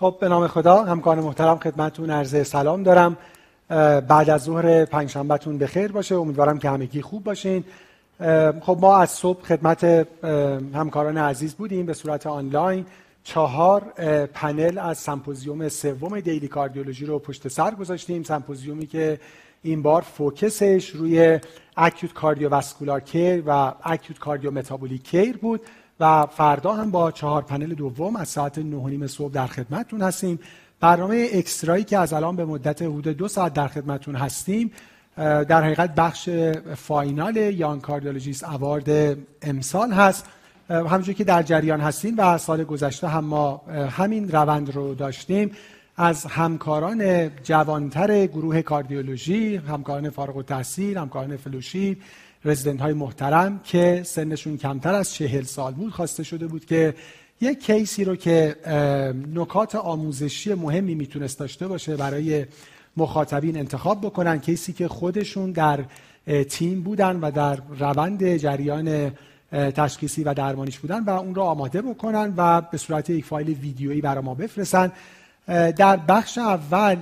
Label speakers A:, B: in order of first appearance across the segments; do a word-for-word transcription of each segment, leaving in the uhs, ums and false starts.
A: خب به نام خدا، همکاران محترم خدمتتون عرض سلام دارم. بعد از ظهر پنجشنبهتون بخیر باشه. امیدوارم که همگی خوب باشین. خب ما از صبح خدمت همکاران عزیز بودیم به صورت آنلاین. چهار پنل از سمپوزیوم سوم دیلی کاردیولوژی رو پشت سر گذاشتیم. سمپوزیومی که این بار فوکسش روی اکوت کاردیوواسکولار کیر و اکوت کاردیو متابولیک کیر بود و فردا هم با چهار پنل دوم از ساعت نه و نیم صبح در خدمتتون هستیم. برنامه اکسترایی که از الان به مدت حدود دو ساعت در خدمتتون هستیم در حقیقت بخش فاینال یانگ کاردیولوژیست اوارد امسال هست. همونجوری که در جریان هستیم و سال گذشته هم ما همین روند رو داشتیم، از همکاران جوانتر گروه کاردیولوژی، همکاران فارغ التحصیل، همکاران فلوشیپ، رزیدنت های محترم که سنشون کمتر از چهل سال بود خواسته شده بود که یک کیسی رو که نکات آموزشی مهمی میتونست داشته باشه برای مخاطبین انتخاب بکنن، کیسی که خودشون در تیم بودن و در روند جریان تشخیصی و درمانیش بودن و اون رو آماده بکنن و به صورت یک فایل ویدیویی برای ما بفرستن. در بخش اول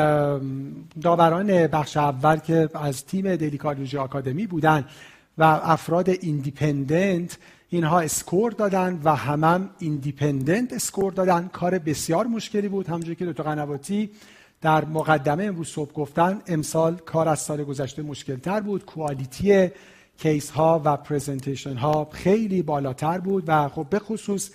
A: داوران بخش اول که از تیم دیلی کاردیولوژی آکادمی بودن و افراد ایندیپندنت، اینها اسکور دادن و هم هم ایندیپندنت اسکور دادن. کار بسیار مشکلی بود. همونجوری که دکتر قنواتی در مقدمه امروز صبح گفتن، امسال کار از سال گذشته مشکل‌تر بود. کوالیتی کیس ها و پرزنتیشن ها خیلی بالاتر بود و خب به خصوص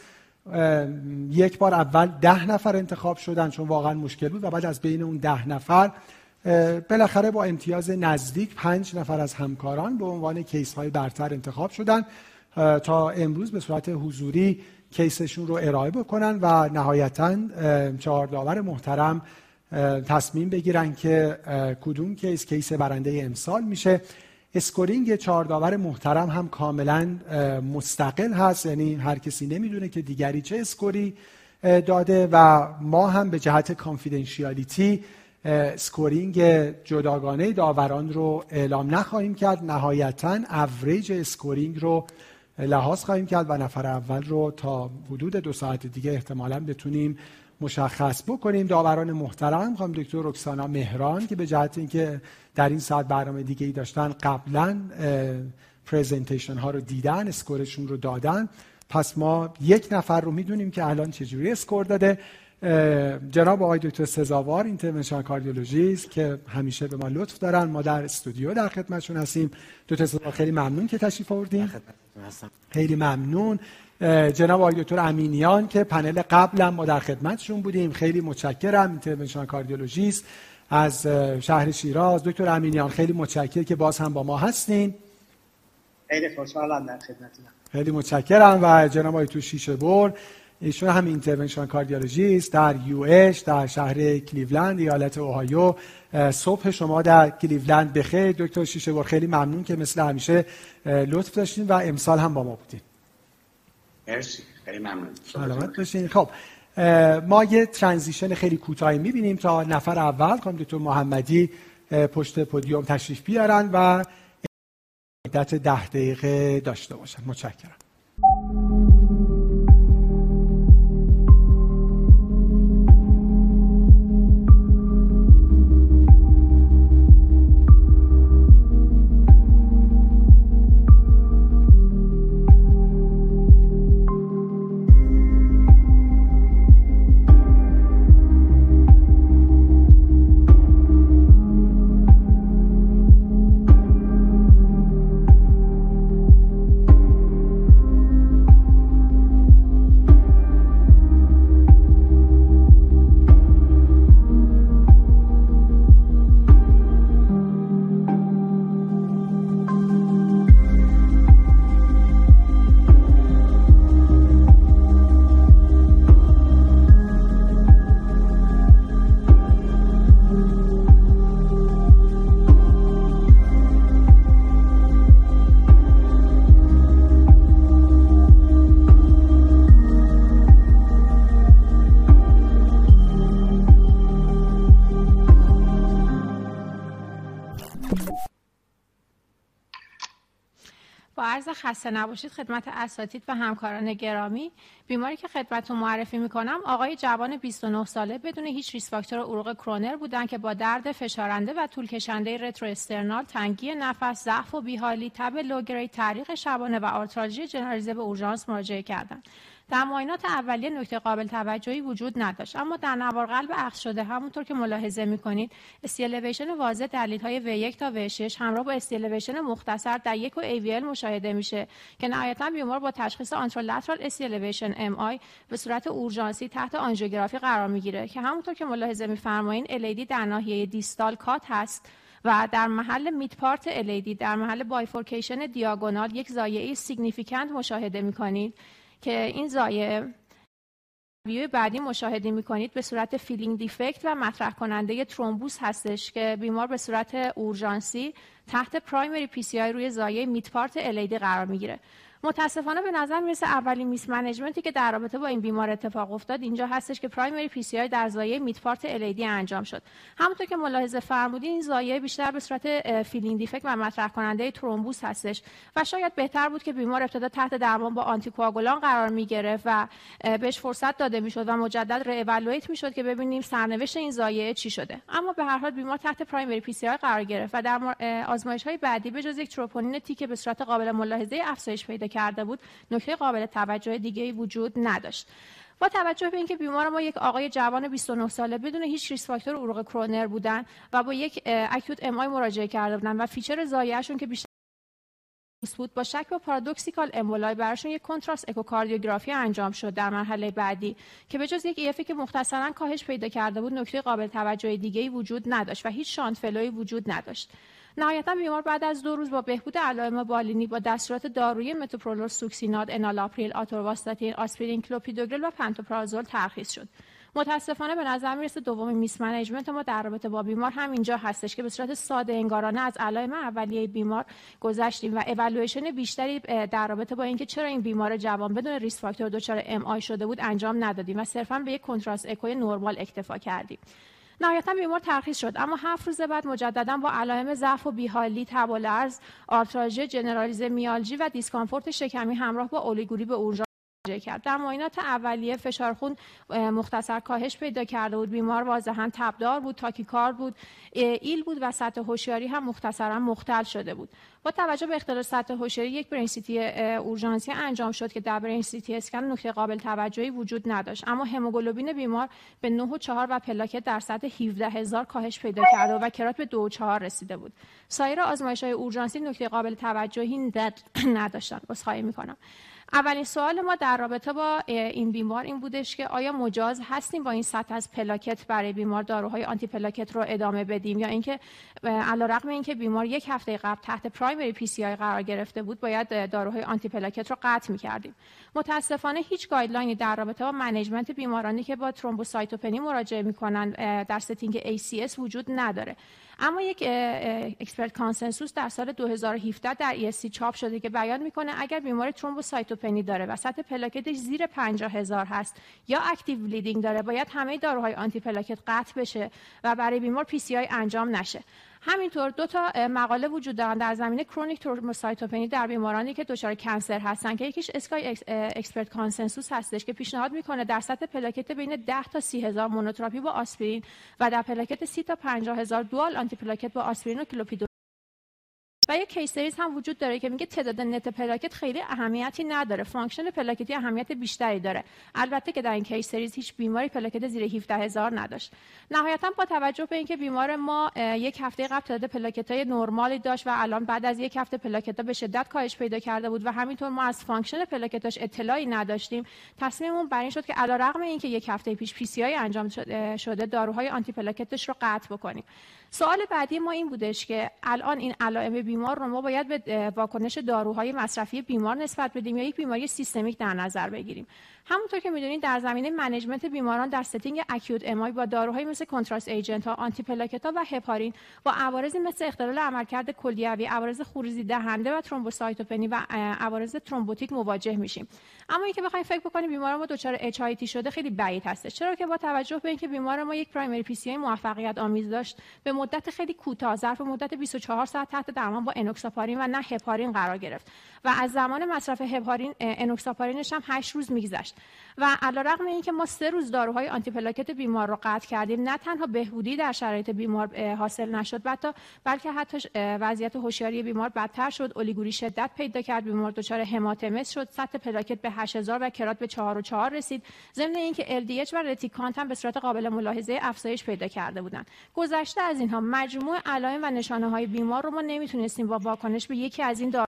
A: یک بار اول ده نفر انتخاب شدن چون واقعا مشکل بود و بعد از بین اون ده نفر بالاخره با امتیاز نزدیک پنج نفر از همکاران به عنوان کیس های برتر انتخاب شدن تا امروز به صورت حضوری کیسشون رو ارائه بکنن و نهایتاً چهار داور محترم تصمیم بگیرن که کدوم کیس کیس برنده امسال میشه. اسکورینگ چهار داور محترم هم کاملا مستقل هست، یعنی هر کسی نمیدونه که دیگری چه اسکوری داده و ما هم به جهت کانفیدنشیالیتی اسکورینگ جداگانه داوران رو اعلام نخواهیم کرد. نهایتاً اوریج اسکورینگ رو لحاظ خواهیم کرد و نفر اول رو تا حدود دو ساعت دیگه احتمالاً بتونیم مشخص بکنیم. داوران محترم خانم دکتر رکسانا مهران که به جهت اینکه در این ساعت برنامه دیگه ای داشتن قبلا پرزنتیشن ها رو دیدن، اسکورشون رو دادن، پس ما یک نفر رو میدونیم که الان چجوری اسکور داده. جناب آقای دکتر سزاوار اینترونشنال کاردیولوژیست که همیشه به ما لطف دارن، ما در استودیو در خدمتشون هستیم. دکتر سزاوار خیلی ممنون که تشریف آوردین. خیلی ممنون. جناب آقای دکتر امینیان که پنل قبلا ما در خدمتشون بودیم، خیلی متشکرم. اینترونشنال کاردیولوژیست از شهر شیراز. دکتر امینیان خیلی متشکرم که باز هم با ما هستین.
B: خیلی خوشحالم در خدمتتونم.
A: خیلی متشکرم. و جناب آقای تو شیشه بر، ایشون هم اینترونشنال کاردیولوژیست در یو اچ در شهر کلیولند ایالت اوهایو. صبح شما در کلیولند بخیر دکتر شیشه بر. خیلی ممنون که مثل همیشه لطف داشتین و امسال هم با ما بودین.
B: مرسی، خیلی ممنون.
A: سلامت باشین. خب ما یه ترانزیشن خیلی کوتاهی می‌بینیم تا نفر اول خانم دکتر محمدی پشت پودیوم تشریف بیارن و مدت ده دقیقه داشته باشن. متشکرم.
C: با عرض خسته نباشید خدمت اساتید و همکاران گرامی. بیماری که خدمتتون معرفی میکنم آقای جوان بیست و نه ساله بدون هیچ ریسک فاکتور عروق کرونر بودن که با درد فشارنده و طول کشنده رترو استرنال، تنگی نفس، ضعف و بیحالی، تب لوگرید، تعریق شبانه و آرترالژی جنرالیزه به اورژانس مراجعه کردند. در معاینات اولیه نکته قابل توجهی وجود نداشت، اما در نوار قلب اخذ شده همونطور که ملاحظه می‌کنید استیلیویشن واضح دلیل‌های وی یک تا وی شش همراه با استیلیویشن مختصر در یک و ای وی ال مشاهده میشه که نهایتاً بیمار با تشخیص آنترولترال استیلیویشن ام آی به صورت اورژانسی تحت آنژیوگرافی قرار میگیره که همونطور که ملاحظه می‌فرمایید ال ای دی در ناحیه دیستال کات هست و در محل میت پارت ال ای دی در محل بایفورکیشن دیاگونال یک زایعه سیگنیفیکانت مشاهده می‌کنید که این زایعه ویو بعدی مشاهده می‌کنید به صورت فیلینگ دیفکت و مطرح کننده ترومبوس هستش که بیمار به صورت اورژانسی تحت پرایمری پی سی آی روی زایعه میت پارت ال ای دی قرار میگیره. متاسفانه به نظر میرسه اولین میس منیجمنتی که در رابطه با این بیمار اتفاق افتاد اینجا هستش که پرایمری پی سی آی در زایعه میت پارت ال ای دی انجام شد. همونطور که ملاحظه فرمودین این زایعه بیشتر به صورت فیلینگ دیفکت و مطرح کننده ترومبوس هستش و شاید بهتر بود که بیمار ابتدا تحت درمان با آنتی کوآگولان قرار میگرفت و بهش فرصت داده میشد و مجدد ری‌اوالویت میشد که ببینیم سرنوشت این زایعه چی شده. اما به هر حال بیمار تحت پرایمری پی سی آی قرار گرفت و در آزمایش‌های بعدی به جز یک تروپونین تی که به صورت قابل ملاحظه افزایش پیدا کرده بود نکته قابل توجه دیگه‌ای وجود نداشت. با توجه به اینکه بیمار ما یک آقای جوان بیست و نه ساله بدون هیچ ریسک فاکتور عروق کرونر بودن و با یک اکوت ام آی مراجعه کرده بودن و فیچر زایعه‌شون که بیشتر بود با شک به پارادوکسیکال امبولای براشون یک کنتراست اکوکاردیوگرافی انجام شد در مرحله بعدی که به جز یک ای اف که مختصراً کاهش پیدا کرده بود نکته قابل توجه دیگه‌ای وجود نداشت و هیچ شانت فلوی وجود نداشت. نهایتاً بیمار بعد از دو روز با بهبود علائم بالینی با دستورات دارویی متوپرولول، سوکسینات، انالاپریل، آتورواستاتین، آسپرین، کلوپیدوگرل و پنتوپرازول ترخیص شد. متاسفانه به نظر میرسه دومین میس منیجمنت ما در رابطه با بیمار هم اینجا هستش که به صورت ساده انگارانه از علائم اولیه بیمار گذشتیم و اِوالویشن بیشتری در رابطه با اینکه چرا این بیمار جوان بدون ریسک فاکتور دچار ام آی شده بود انجام ندادیم و صرفاً به یک کنتراست اکوی نرمال اکتفا کردیم. نهایتاً بیمار ترخیص شد اما هفت روز بعد مجددا با علائم ضعف و بیحالی، تب و لرز، آرترالژی جنرالیزه، میالژی و دیسکامفورت شکمی همراه با اولیگوری به اورژانس کرد. در معاینات اولیه فشار خون مختصر کاهش پیدا کرده بود. بیمار واضحاً تبدار بود، تاکیکارد بود، ایل بود و سطح هوشیاری هم مختصراً مختل شده بود. با توجه به اختلال سطح هوشیاری یک برین سی تی اورژانسی انجام شد که در برین سی تی اسکن نکته قابل توجهی وجود نداشت اما هموگلوبین بیمار به نه و چهار و پلاکت در سطح هفده هزار کاهش پیدا کرده و کرات به دو و چهار رسیده بود. سایر آزمایش‌های اورژانسی نکته قابل توجهی نداشتند. عذرخواهی می‌کنم. اولین سوال ما در رابطه با این بیمار این بودش که آیا مجاز هستیم با این سطح از پلاکت برای بیمار داروهای آنتی پلاکت رو ادامه بدیم یا اینکه علیرغم اینکه بیمار یک هفته قبل تحت پرایمری پی سی آی قرار گرفته بود باید داروهای آنتی پلاکت رو قطع می‌کردیم. متاسفانه هیچ گایدلاینی در رابطه با منیجمنت بیمارانی که با ترومبوسایتوپنی مراجعه می‌کنن در ستینگ ای سی اس وجود نداره. اما یک اکسپرت کانسنسوس در سال دو هزار و هفده در ای اس سی چاپ شده که بیان میکنه اگر بیمار ترومبوسایتوپنی داره و سطح پلاکتش زیر پنجاه هزار هست یا اکتیو بلیدینگ داره باید همه داروهای آنتی پلاکت قطع بشه و برای بیمار پی سی آی انجام نشه. همینطور دو تا مقاله وجود دارن در زمینه کرونیک ترومبوسایتوپنی در بیمارانی که دچار کنسر هستن که یکیش اسکای اکسپرت کانسنسوس هستش که پیشنهاد میکنه در سطح پلاکت بین ده تا سی هزار مونوتراپی با آسپرین و در پلاکت سی تا پنجاه هزار دوال آنتی پلاکت با آسپرین و کلوپیدو و یک کیس سریز هم وجود داره که میگه تعداد نت پلاکت خیلی اهمیتی نداره، فانکشن پلاکتی اهمیت بیشتری داره. البته که در این کیس سریز هیچ بیماری پلاکت زیر هفده هزار نداشت. نهایتا با توجه به اینکه بیمار ما یک هفته قبل تعداد پلاکت‌های نرمالی داشت و الان بعد از یک هفته پلاکت‌ها به شدت کاهش پیدا کرده بود و همینطور ما از فانکشن پلاکتاش اطلاعی نداشتیم، تصمیممون بر این شد که علیرغم اینکه یک هفته پیش پی سی آی انجام شده داروهای آنتی پلاکتش رو قطع بکنیم. سوال بعدی ما این بودش که الان این علائم بیمار رو ما باید به واکنش داروهای مصرفی بیمار نسبت بدیم یا یک بیماری سیستمیک در نظر بگیریم. همونطور که میدونید در زمینه منیجمنت بیماران در ستینگ اکوت ام آی با داروهای مثل کنتراست ایجنت ها، آنتی پلاکت ها و هپارین با عوارضی مثل اختلال عملکرد کلیوی، عوارض خروزی دهنده و ترومبوسایتوپنی و عوارض ترومبوتیک مواجه میشیم. اما اینکه بخوایم فکر بکنیم بیمار ما دچار اچ آی تی شده خیلی بعید هست. چرا که با توجه به اینکه بیمار ما یک پرایمری پی سی آی موفقیت آمیز داشت به مدت خیلی کوتاه ظرف مدت بیست و چهار ساعت تحت درمان با انوکساپارین و نه هپارین قرار گرفت و از زمان مصرف هپارین انوکساپارینش هم هشت روز میگذشت و علیرغم اینکه ما سه روز داروهای آنتی پلاکت بیمار رو قطع کردیم، نه تنها بهبودی در شرایط بیمار حاصل نشد بلکه حتی وضعیت هوشیاری بیمار بدتر شد، اولیگوری شدت پیدا کرد، بیمار دچار هماتمس شد، سطح پلاکت به هشت هزار و کرات به چهار و چهار رسید، ضمن اینکه ال دی اچ و رتیکانت هم به صورت قابل ملاحظه افزایش پیدا کرده بودند. گذشته از اینها مجموع علائم و نشانه‌های بیمار رو ما نمیتونستیم با واکنش به یکی از این دارو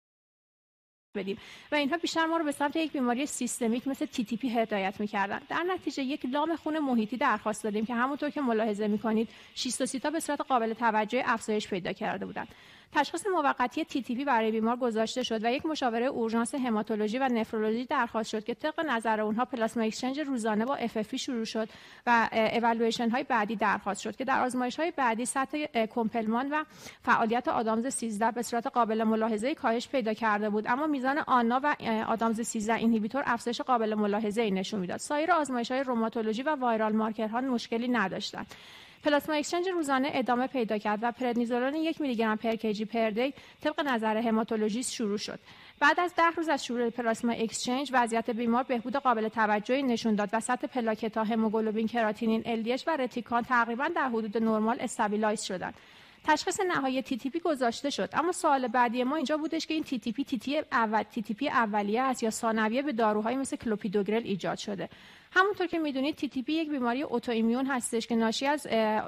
C: بدیم و اینها بیشتر ما رو به سمت یک بیماری سیستمیک مثل تی تی پی هدایت می‌کردن. در نتیجه یک لام خون محیطی درخواست دادیم که همونطور که ملاحظه می‌کنید شیستوسیتا به صورت قابل توجه افزایش پیدا کرده بودند. تشخیص موقتی تی تی پی برای بیمار گذاشته شد و یک مشاوره اورژانس هماتولوژی و نفرولوژی درخواست شد که طبق نظر اونها پلاسما اکسچنج روزانه با اف اف شروع شد و اِوالویشن های بعدی درخواست شد که در آزمایش های بعدی سطح کمپلمان و فعالیت آدامز سیزده به صورت قابل ملاحظه کاهش پیدا کرده بود، اما میزان آنا و آدامز سیزده اینهیبیتور افزایش قابل ملاحظه‌ای نشون میداد. سایر آزمایش های روماتولوژی و وایرال مارکرها مشکلی نداشتند. پلاسما اکسچنج روزانه ادامه پیدا کرد و پردنیزولون یک میلی گرم پر کیجی پر دی طبق نظر هماتولوژیست شروع شد. بعد از ده روز از شروع پلاسما اکسچنج وضعیت بیمار بهبود قابل توجهی نشون داد و سطح پلاکت ها، هموگلوبین، کراتینین، ال دی اچ و رتیکان تقریبا در حدود نرمال استابیلایز شدند. تشخیص نهایی تی تی پی گذاشته شد، اما سوال بعدی ما اینجا بودش که این تی تی پی تی تی اول تی تی پی اولیه است یا ثانویه به داروهای مثل کلوپیدوگرل ایجاد شده. همونطور که میدونید تی تی پی یک بیماری اوتو ایمیون هستش که ناشی از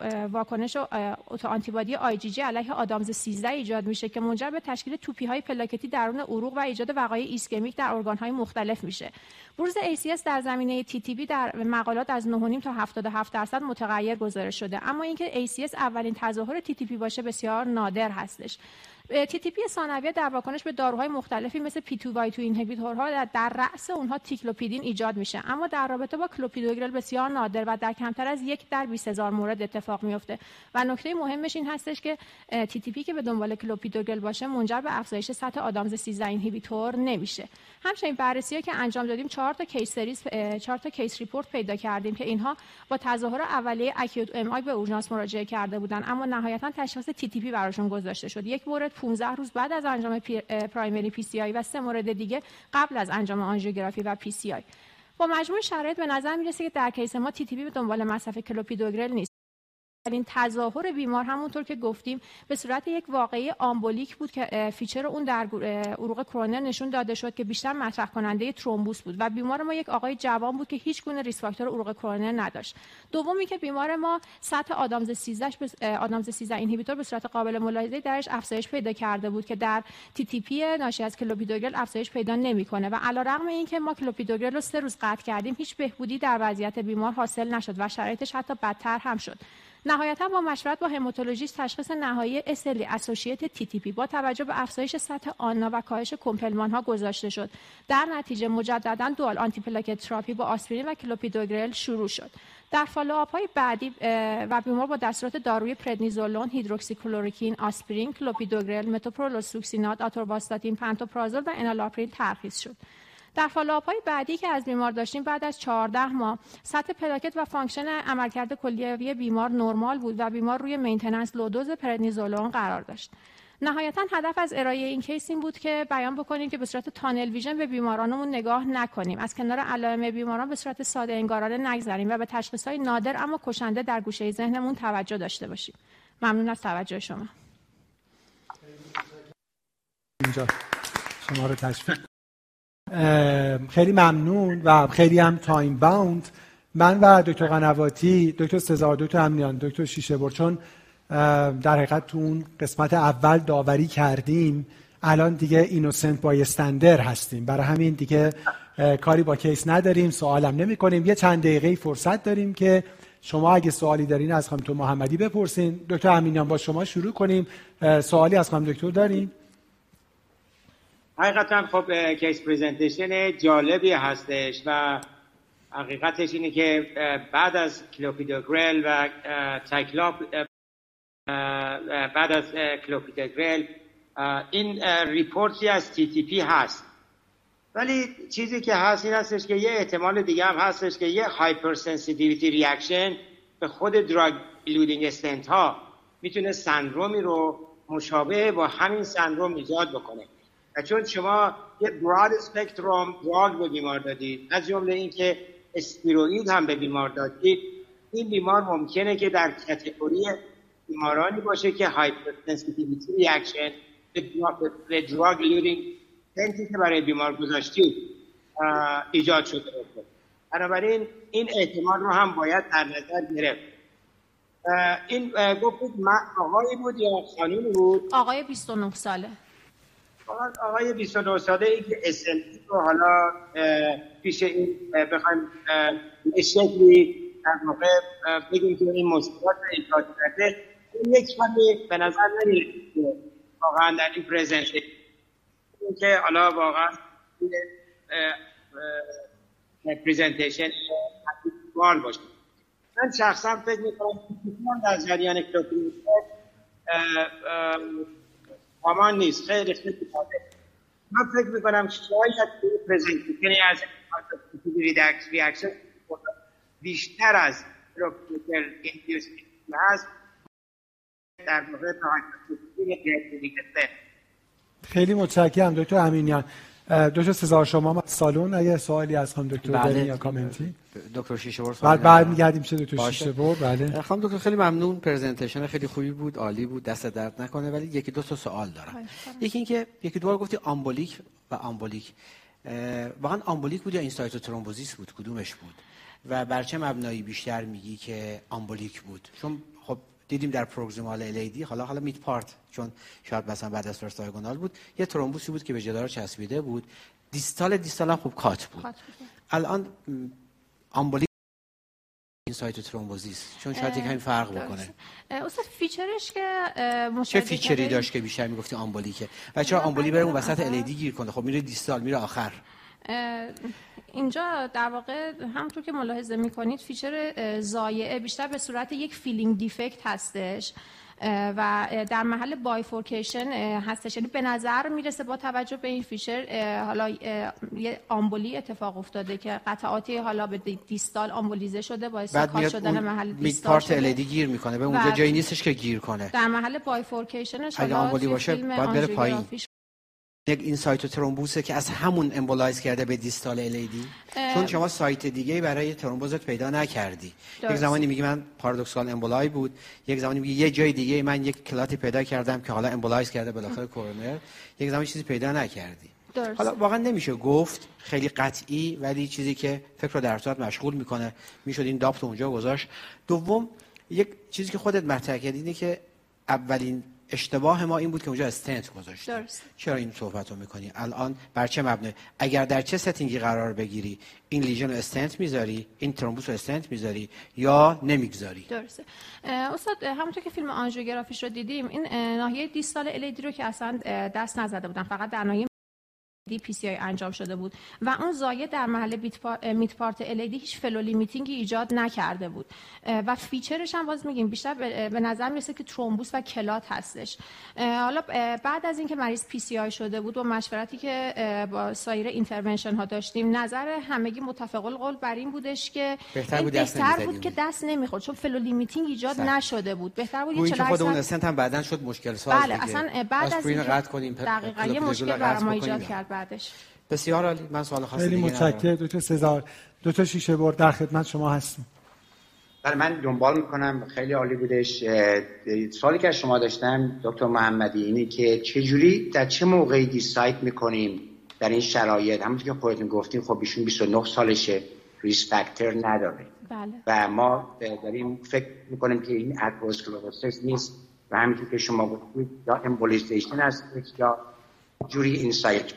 C: واکنش اوتو آنتیبادی آی جی جی علیه آدامز سیزده ایجاد میشه که منجر به تشکیل توپی های پلاکتی درون عروق و ایجاد وقایع ایسکمیک در ارگان های مختلف میشه. بروز ای سی اس در زمینه تی تی پی در مقالات از نه و نیم تا هفتاد و هفت درصد متغیر گزارش شده، اما اینکه ای سی اس اولین تظاهر تی تی پی باشه بسیار نادر هستش. تی تی پی ثانویه در واکنش به داروهای مختلفی مثل پی تو وای تو اینهیبیتورها در رأس اونها تیکلوپیدین ایجاد میشه، اما در رابطه با کلوپیدوگرل بسیار نادر و در کمتر از یک در بیست هزار مورد اتفاق میفته و نکته مهمش این هستش که تی تی پی که به دنبال کلوپیدوگرل باشه منجر به افزایش سطح آدامز سیزده اینهیبیتور نمیشه. همچنین بررسی‌ها که انجام دادیم چهار تا کیس سریز چهار تا کیس ریپورت پیدا کردیم که اینها با تظاهر اولیه اکیوت ام آی به اورژانس مراجعه کرده بودن، اما نهایتا تشخیص تی تی پی براشون گذاشته شد. یک مورد پانزده روز بعد از انجام پرایمری پی سی آی و سه مورد دیگه قبل از انجام آنژیوگرافی و پی سی آی. با مجموع شرایط به نظر میرسه که در کیس ما تی تی پی به دنبال مصرف کلوپیدوگرل نیست. این تظاهر بیمار همونطور که گفتیم به صورت یک واقعه آمبولیک بود که فیچر اون در عروق کرونر نشون داده شد که بیشتر مطرح کننده ترومبوس بود و بیمار ما یک آقای جوان بود که هیچ گونه ریسک فاکتور عروق کرونر نداشت. دومی که بیمار ما سطح آدامز سیزده آدامز سیزده اینهیبیتور به صورت قابل ملاحظه درش افزایش پیدا کرده بود که در تی تی پی ناشی از کلوپیدوگرل افزایش پیدا نمیکنه و علیرغم اینکه ما کلوپیدوگرل رو سه روز قطع کردیم هیچ بهبودی در وضعیت بیمار حاصل نشد و شرایطش حتی بدتر هم شد. نهایتا با مشورت با هماتولوژیست تشخیص نهایی اس ال اسوسییت تی تی پی با توجه به افزایش سطح آنا و کاهش کمپلمان ها گذاشته شد. در نتیجه مجددا دوال آنتی پلاکت تراپی با آسپرین و کلوپیدوگرل شروع شد. در فالوآپ های بعدی و بیمار با دستورات دارویی پردنیزولون، هیدروکسیکلoroquine، آسپرین، کلوپیدوگرل، متوپرولول سوکسینات، آتورواستاتین، پنتوپرازول و انالاپرین ترخیص شد. در فالوآپ‌های بعدی که از بیمار داشتیم بعد از چهارده ماه سطح پلاکت و فانکشن عملکرد کلیوی بیمار نرمال بود و بیمار روی مینتیننس لودوز پردنیزولون قرار داشت. نهایتاً هدف از ارائه این کیس این بود که بیان بکنیم که به صورت تانل ویژن به بیمارانمون نگاه نکنیم، از کنار علائم بیماران به صورت ساده انگارانه نگذریم و به تشخیص‌های نادر اما کشنده در گوشه ذهنمون توجه داشته باشیم. ممنون از توجه شما.
A: اینجا شما رو تشویق خیلی ممنون و خیلی هم تایم باوند. من و دکتر قنواتی، دکتر سزار، دکتر امینیان، دکتر شیشه‌بر چون در حقیقت تو اون قسمت اول داوری کردیم الان دیگه اینوسنت بایستندر هستیم، برای همین دیگه کاری با کیس نداریم، سوالم نمی کنیم. یه چند دقیقه فرصت داریم که شما اگه سوالی دارین از خانم تو محمدی بپرسین. دکتر امینیان با شما شروع کنیم. سوالی از خانم دکتر دارین؟
B: حقیقتا خب کیس پریزنتیشن جالبی هستش و حقیقتش اینه که بعد از کلوپیدوگرل و تایکلاپ بعد از کلوپیدوگرل این ریپورتی از تی تی پی هست، ولی چیزی که هست این هستش که یه احتمال دیگه هم هستش که یه هایپر سنسیتیویتی ریاکشن به خود دراگ ایلودینگ استنت ها میتونه سندرومی رو مشابه با همین سندروم ایجاد بکنه. و چون شما یه براد اسپکتروم دراگ به بیمار دادید، از جمله اینکه استیروئید هم به بیمار دادید، این بیمار ممکنه که در کاتگوری بیمارانی باشه که هایپر سنسیتیویتی ریاکشن به دراگ لودینگ تنتی که برای بیمار گذاشتید ایجاد شده باشه. بنابراین این احتمال رو هم باید در نظر گرفت. این گفتید آقایی بود یا خانمی بود؟
C: آقای بیست و نه ساله.
B: آقای بیست و نه ساله ای که اس ال ای رو حالا پیش این بخوایم به شکلی در واقع بگیم که این مشکلات رو ایجاد کرده، این یک کمی به نظر نمیاد که واقعا در این پرزنتیشن که حالا واقعا این پرزنتیشن حقیقی باشه. من شخصا فکر میکنم که در جریان کلوپینیک همان نیست، خیلی خیلی ماده. من فکر میکنم شاید پرزنتیشنی از ریدکس ریاکشن بیشتر از کلوپینیکل ایندیوسمنت هست در واقع تا
A: خیلی متشکرم دکتر امینیان. دکتر سزار شما از سالن اگه سوالی از خانم دکتر
D: بله.
A: دارین یا کامنتی؟
D: دکتر شیشه‌بر
A: بعد برمیگردیم چه دکتر شیشه‌بر. بله
D: خانم دکتر خیلی ممنون، پرزنتیشن خیلی خوبی بود، عالی بود، دست درد نکنه. ولی یکی دو تا سوال دارم. یکی اینکه یکی دو بار گفتی آمبولیک و آمبولیک، واقعا آمبولیک بود یا اینسایتوترومبوزیس بود؟ کدومش بود؟ و بر چه مبنایی بیشتر میگی که آمبولیک بود؟ چون خب دیدیم در پروگزیمال ال ای دی، حالا حالا میت پارت چون شاید مثلا بعد از فرست دایگونال بود، یه ترومبوسی بود که به جدار چسبیده بود، دیستال دیستال هم خوب کات بود. الان آمبولیک اینسایتوترومبوزیس چون شاید یک همین فرق بکنه.
C: استاد فیچرش که
D: چه فیچری داشت که بیشتر میگفتی آمبولیکه؟ و چرا آمبولی بره اون وسط ال ای دی گیر کنه؟ خب میره دیستال، میره آخر.
C: اینجا در واقع همونطور که ملاحظه میکنید فیچر ضایعه بیشتر به صورت یک فیلینگ دیفکت هستش و در محل بایفورکیشن هستش. یعنی به نظر میرسه با توجه به این فیچر حالا یه آمبولی اتفاق افتاده که قطعاتی حالا به دیستال آمبولیزه شده باعث کات شدن محل دیستال
D: پارت ال ای دی گیر میکنه، به اونجا جایی نیستش که گیر کنه.
C: در محل بایفورکیشنش
D: اگه آمبولی باشه باید بره پایین. یک اینسایتوترومبوسه که از همون امبولایز کرده به دیستال ال ای دی، چون شما سایت دیگه برای ترومبوزت پیدا نکردی. درست. یک زمانی میگی من پارادوکسال امبولای بود، یک زمانی میگی یه جای دیگه من یک کلاتی پیدا کردم که حالا امبولایز کرده بالاخره کورونر، یک زمانی چیزی پیدا نکردی. درست. حالا واقعا نمیشه گفت خیلی قطعی، ولی چیزی که فکر رو در صورت مشغول میکنه میشد این داپت اونجا گذاشت. دوم یک چیزی که خودت مطرح کردی اینه که اولین اشتباه ما این بود که اونجا استنت گذاشت. چرا این صحبت رو میکنی؟ الان بر چه مبنای؟ اگر در چه ستینگی قرار بگیری این لیژن رو استنت میذاری، این ترومبوس رو استنت میذاری یا نمیگذاری؟
C: درسته. استاد همونطور که فیلم آنژیوگرافیش رو دیدیم این ناحیه دیستال ال ای دی رو که اصلا دست نزده بودن، فقط در ناحیه دی پی سی آی انجام شده بود و اون زایه در محل میت پارت ال ای دی هیچ فلو لیمیتینگی ایجاد نکرده بود و فیچرش هم باز میگیم بیشتر به نظر میرسه که ترومبوس و کلات هستش. حالا بعد از اینکه مریض پی سی آی شده بود و مشورتی که با سایر اینترونشن ها داشتیم، نظر همگی متفق القول بر این بودش که
D: بهتر بود,
C: بهتر بود که دست نمیخورد چون فلو لیمیتینگ ایجاد سر. نشده بود. بهتر بود
D: این خود اون استنت هم بعداً شد مشکل ساز.
C: بله اصلا بعد از اینکه قطع کنیم دقیقاً یه مشکل برای ما ایجاد کرد بعدش.
D: بسیار عالی. من سوال خاصی
A: خیلی متشکرم دکتر سزار. دکتر شیشه‌بر در خدمت شما هستم.
E: بله من دنبال میکنم، خیلی عالی بودش. سوالی که از شما داشتم دکتر محمدی اینه که چجوری در چه موقعی دیساید میکنیم در این شرایط؟ همونطور که خودتون گفتین خب ایشون بیست و نه سالشه، ریسک فاکتور نداره.
C: بله.
E: و ما داریم فکر میکنیم که این اتروسکلروسیس نیست و همونطور که شما گفتید یا امبولیزیشن هست یا جوری اینسایت.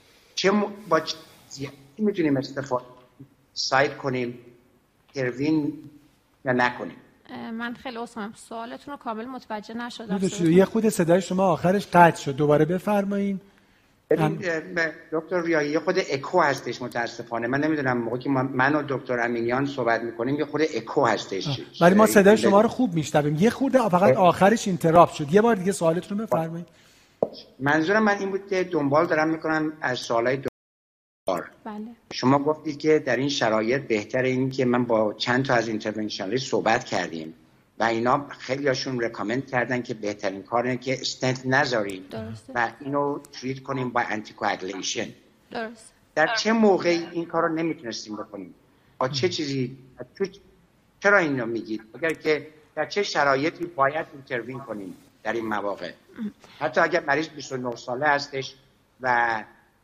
E: چه م... با چیزی میتونیم استفاده سایت کنیم تروین یا نکنیم؟
C: من خیلی عذرخواهم سوالتون رو کامل متوجه نشدم.
A: یه خود صدای شما آخرش قطع شد، دوباره بفرمایید.
E: ببین دکتر ریایی یه خود اکو هستش متاسفانه. من نمیدونم موقعی که من و دکتر امینیان صحبت میکنیم یه خود اکو هستش.
A: ولی ما صدای شما رو خوب میشنویم. یه خورده فقط آخرش اینتراپ شد. یه بار دیگه سوالتون رو بفرمایید.
E: منظورم من این بود که دنبال دارم میکنم از سوالای دکتر.
C: بله.
E: شما گفتید که در این شرایط بهتره این که من با چند تا از اینترونشنالیست صحبت کردیم و اینا خیلی هاشون رکامند کردن که بهترین کار اینه که استنت نذاریم و اینو تریت کنیم با انتیکواگولیشن.
C: درست.
E: در چه موقعی این کار رو نمیتونستیم بکنیم؟ با چه چیزی؟ چرا اینو میگید؟ اگر که در چه شرایطی باید اینتروین کنیم در این مواقع؟ حتی اگر مریض بیست و نه ساله هستش و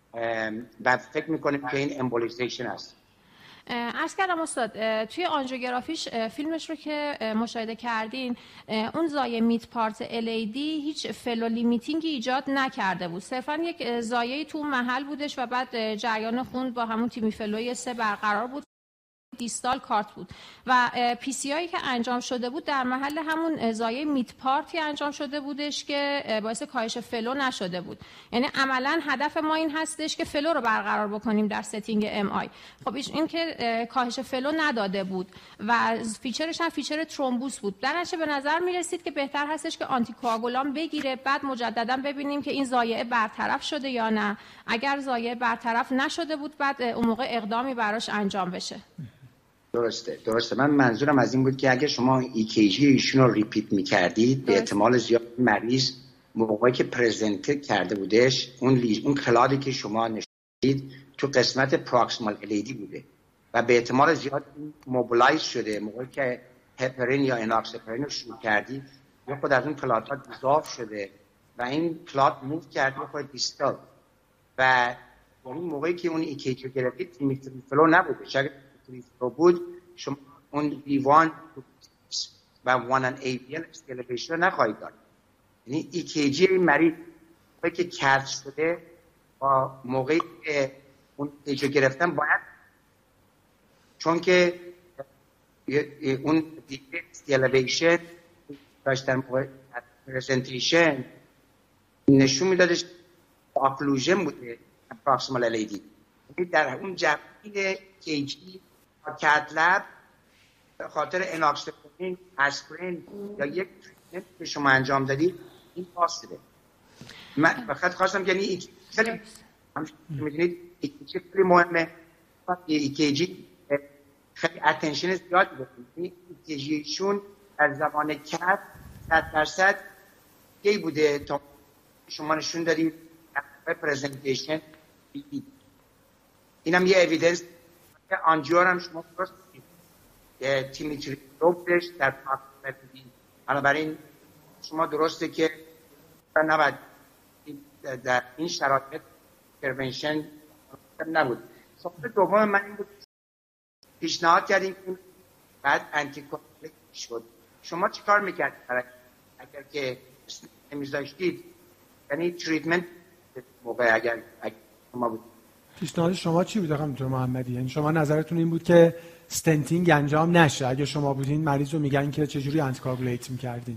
E: و فکر میکنیم که این امبولیزیشن هست.
C: عرض کردم استاد توی آنژیوگرافیش فیلمش رو که مشاهده کردین اون زایه میت پارت ال ای دی هیچ فلو لیمیتینگی ایجاد نکرده بود، صرفا یک زایه‌ای تو محل بودش و بعد جریان خون با همون تیمی فلوی سه برقرار بود، دیستال کارت بود و پی سی آی که انجام شده بود در محل همون زایه میت پارتی انجام شده بودش که باعث کاهش فلو نشده بود. یعنی عملا هدف ما این هستش که فلو رو برقرار بکنیم در ستینگ ام آی. خب این که کاهش فلو نداده بود و فیچرش هم فیچر ترومبوس بود، در نتیجه به نظر می رسید که بهتر هستش که آنتی کوآگولان بگیره، بعد مجددا ببینیم که این زایه برطرف شده یا نه. اگر زایه برطرف نشده بود بعد اون موقع اقدامی براش انجام بشه.
E: درسته درسته من منظورم از این بود که اگه شما ای کی جی ایشون رو ریپیت می‌کردید به احتمال زیاد مریض موقعی که پرزنت کرده بودش اون لیژ اون کلادی که شما نشوندید تو قسمت پروکسیمال ال ای دی بوده و به احتمال زیاد موبیلایز شده موقعی که هپرین یا اناکسپرین رو شروع کردید یا خود از اون کلادها دیزالو شده و این کلاد موو کرد یا خود دیستال و اون موقعی که اون ای کی جی گرفتید تیمیتری فلو نبوده. شاید رو بود شما اون لیوان و وان ان ای بی ال اسکیلیشن رو نخواهید دارد. یعنی ای کی جی مریض موقعی که کات شده با موقعی که اون ایجو گرفتن باید چون که اون اسکیلیشن داشتن موقع پرزنتیشن نشون میدادش اکلوژن بوده اپراکسیمال ال ای دی. در اون جبهه کیجی کات لب به خاطر اناکسپرین اسپرین یا یک تریتمنت که شما انجام دادید این پاسده. من فقط خواستم یعنی ای خیلی میدونید ایکیجی خیلی مهمه. ایکیجی خیلی اتنشن زیاد بکنید. ایکیجیشون در زمان کات صد درصد کی بوده تا شما نشون دادید در پرزنتیشن. اینم یه اویدنس که آنجیور هم شما درست که تیمیتری روبش در پاکستان بودید. بنابراین شما درسته که نباید در این شرایط اینترونشن نبود. سوال دوم من این بود پیشنهاد کردیم که بعد انتیکواگولیشن شد. شما چیکار میکردید اگر که نمیذاشتید؟ یعنی تریتمنت موقع اگر اگر شما بود
A: پیشنهاد شما چی بود آقای دکتر محمدی؟ یعنی شما نظرتون این بود که استنتینگ انجام نشه؟ اگه شما بودین مریض رو میگن که چجوری انتیکواگولیت میکردین؟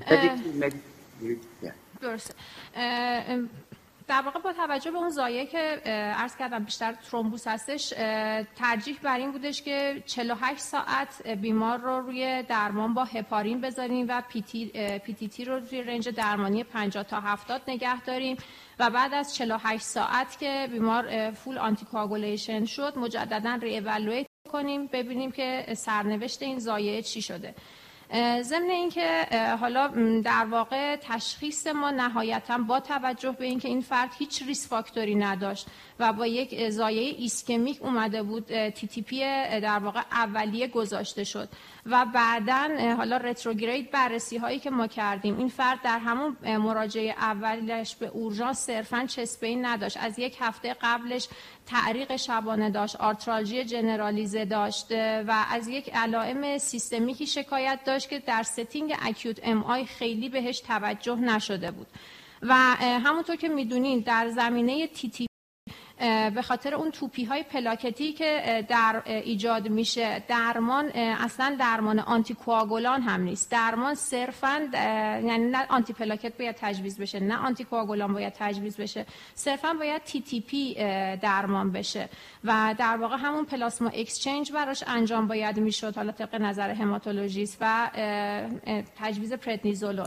C: درسته. در واقع با توجه به اون زایه که عرض کردم بیشتر ترومبوس هستش ترجیح بر این بودش که چهل و هشت ساعت بیمار رو روی درمان با هپارین بذاریم و پی تی, پی تی تی رو روی رنج درمانی پنجاه تا هفتاد نگه داریم و بعد از چهل و هشت ساعت که بیمار فول آنتیکواگولیشن شد مجددا ری ایوالویت کنیم ببینیم که سرنوشت این زایه چی شده. ضمن اینکه حالا در واقع تشخیص ما نهایتا با توجه به اینکه این فرد هیچ ریس فاکتوری نداشت و با یک زایه ایسکمیک اومده بود تی تی پی در واقع اولیه گذاشته شد و بعداً حالا رتروگرید بررسی هایی که ما کردیم این فرد در همون مراجعه اولش به اورژانس صرفاً چست پین نداشت، از یک هفته قبلش تعریق شبانه داشت، آرترالژی جنرالیزه داشت و از یک علائم سیستمیکی شکایت داشت که در ستینگ اکیوت ام آی خیلی بهش توجه نشده بود و همونطور که میدونین در زمینه تی تی به خاطر اون توپی های پلاکتی که در ایجاد میشه درمان اصلا درمان آنتی کوآگولان هم نیست، درمان صرفا یعنی نه آنتی پلاکت باید تجویز بشه نه آنتی کوآگولان باید تجویز بشه، صرفا باید تی تی پی درمان بشه و در واقع همون پلاسما اکسچنج براش انجام باید میشد حالا طبق نظر هماتولوژیست و تجویز پردنیزولون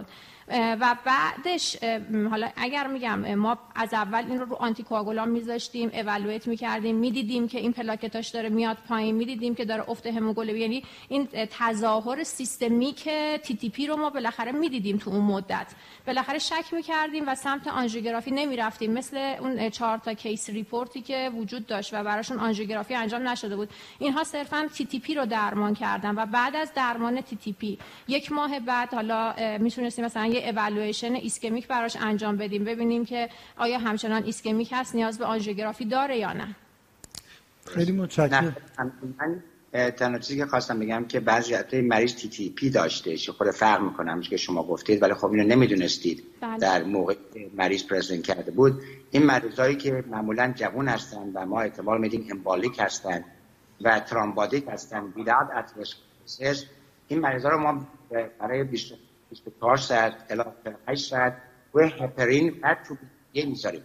C: و بعدش حالا اگر میگم ما از اول این رو رو آنتی کوآگولان میذاشتیم، اولویت میکردیم، میدیدیم که این پلاکتاش داره میاد پایین، میدیدیم که داره افت هموگلوبین، یعنی این تظاهر سیستمیک تی تی پی رو ما بالاخره میدیدیم تو اون مدت. بالاخره شک میکردیم و سمت آنژیوگرافی نمیرفتیم، مثل اون چهار تا کیس ریپورتی که وجود داشت و براشون آنژیوگرافی انجام نشده بود. اینها صرفا تی تی پی رو درمان کردن و بعد از درمان تی تی پی یک ماه بعد حالا میتونستیم مثلا یه اِوالویشن ایسکمیک براش انجام بدیم، ببینیم که آیا همچنان ایسکمیک هست، نیاز به آنژیوگرافی داره یا نه.
A: خیلی متشکرم.
E: من تنها چیزی که خواستم بگم که بعضی وقتا مریض تی تی پی داشته، چه خود فرق میکنه همونش که شما گفتید، ولی خب اینو نمیدونستید در موقع مریض پرزنت کرده بود. این مریضایی که معمولا جوان هستن و ما احتمال میدیم امبالیک هستن و ترامبادیک هستن without atherosclerosis، این مریضا رو ما برای بیست و چهار ساعت الی هشت ساعت و هپرین و توبیکیه میذاریم.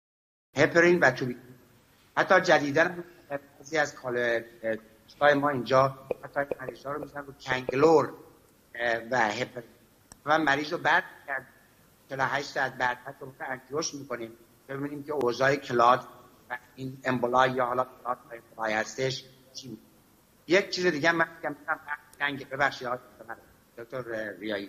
E: هپرین و توبیکیه حتی جدیدن بعضی از کالای ما اینجا حتی مریضا رو میذارن رو کنگلور و هپرین و مریض رو بعد چهل و هشت ساعت بعد حتی موقع انتیوش میکنیم ببینیم که اوضاع کلاد و این امبولای یا حالا کلاد و امبولای هستش چی. یک چیز دیگه من میگم کنگ ببخشید دکتر ریایی،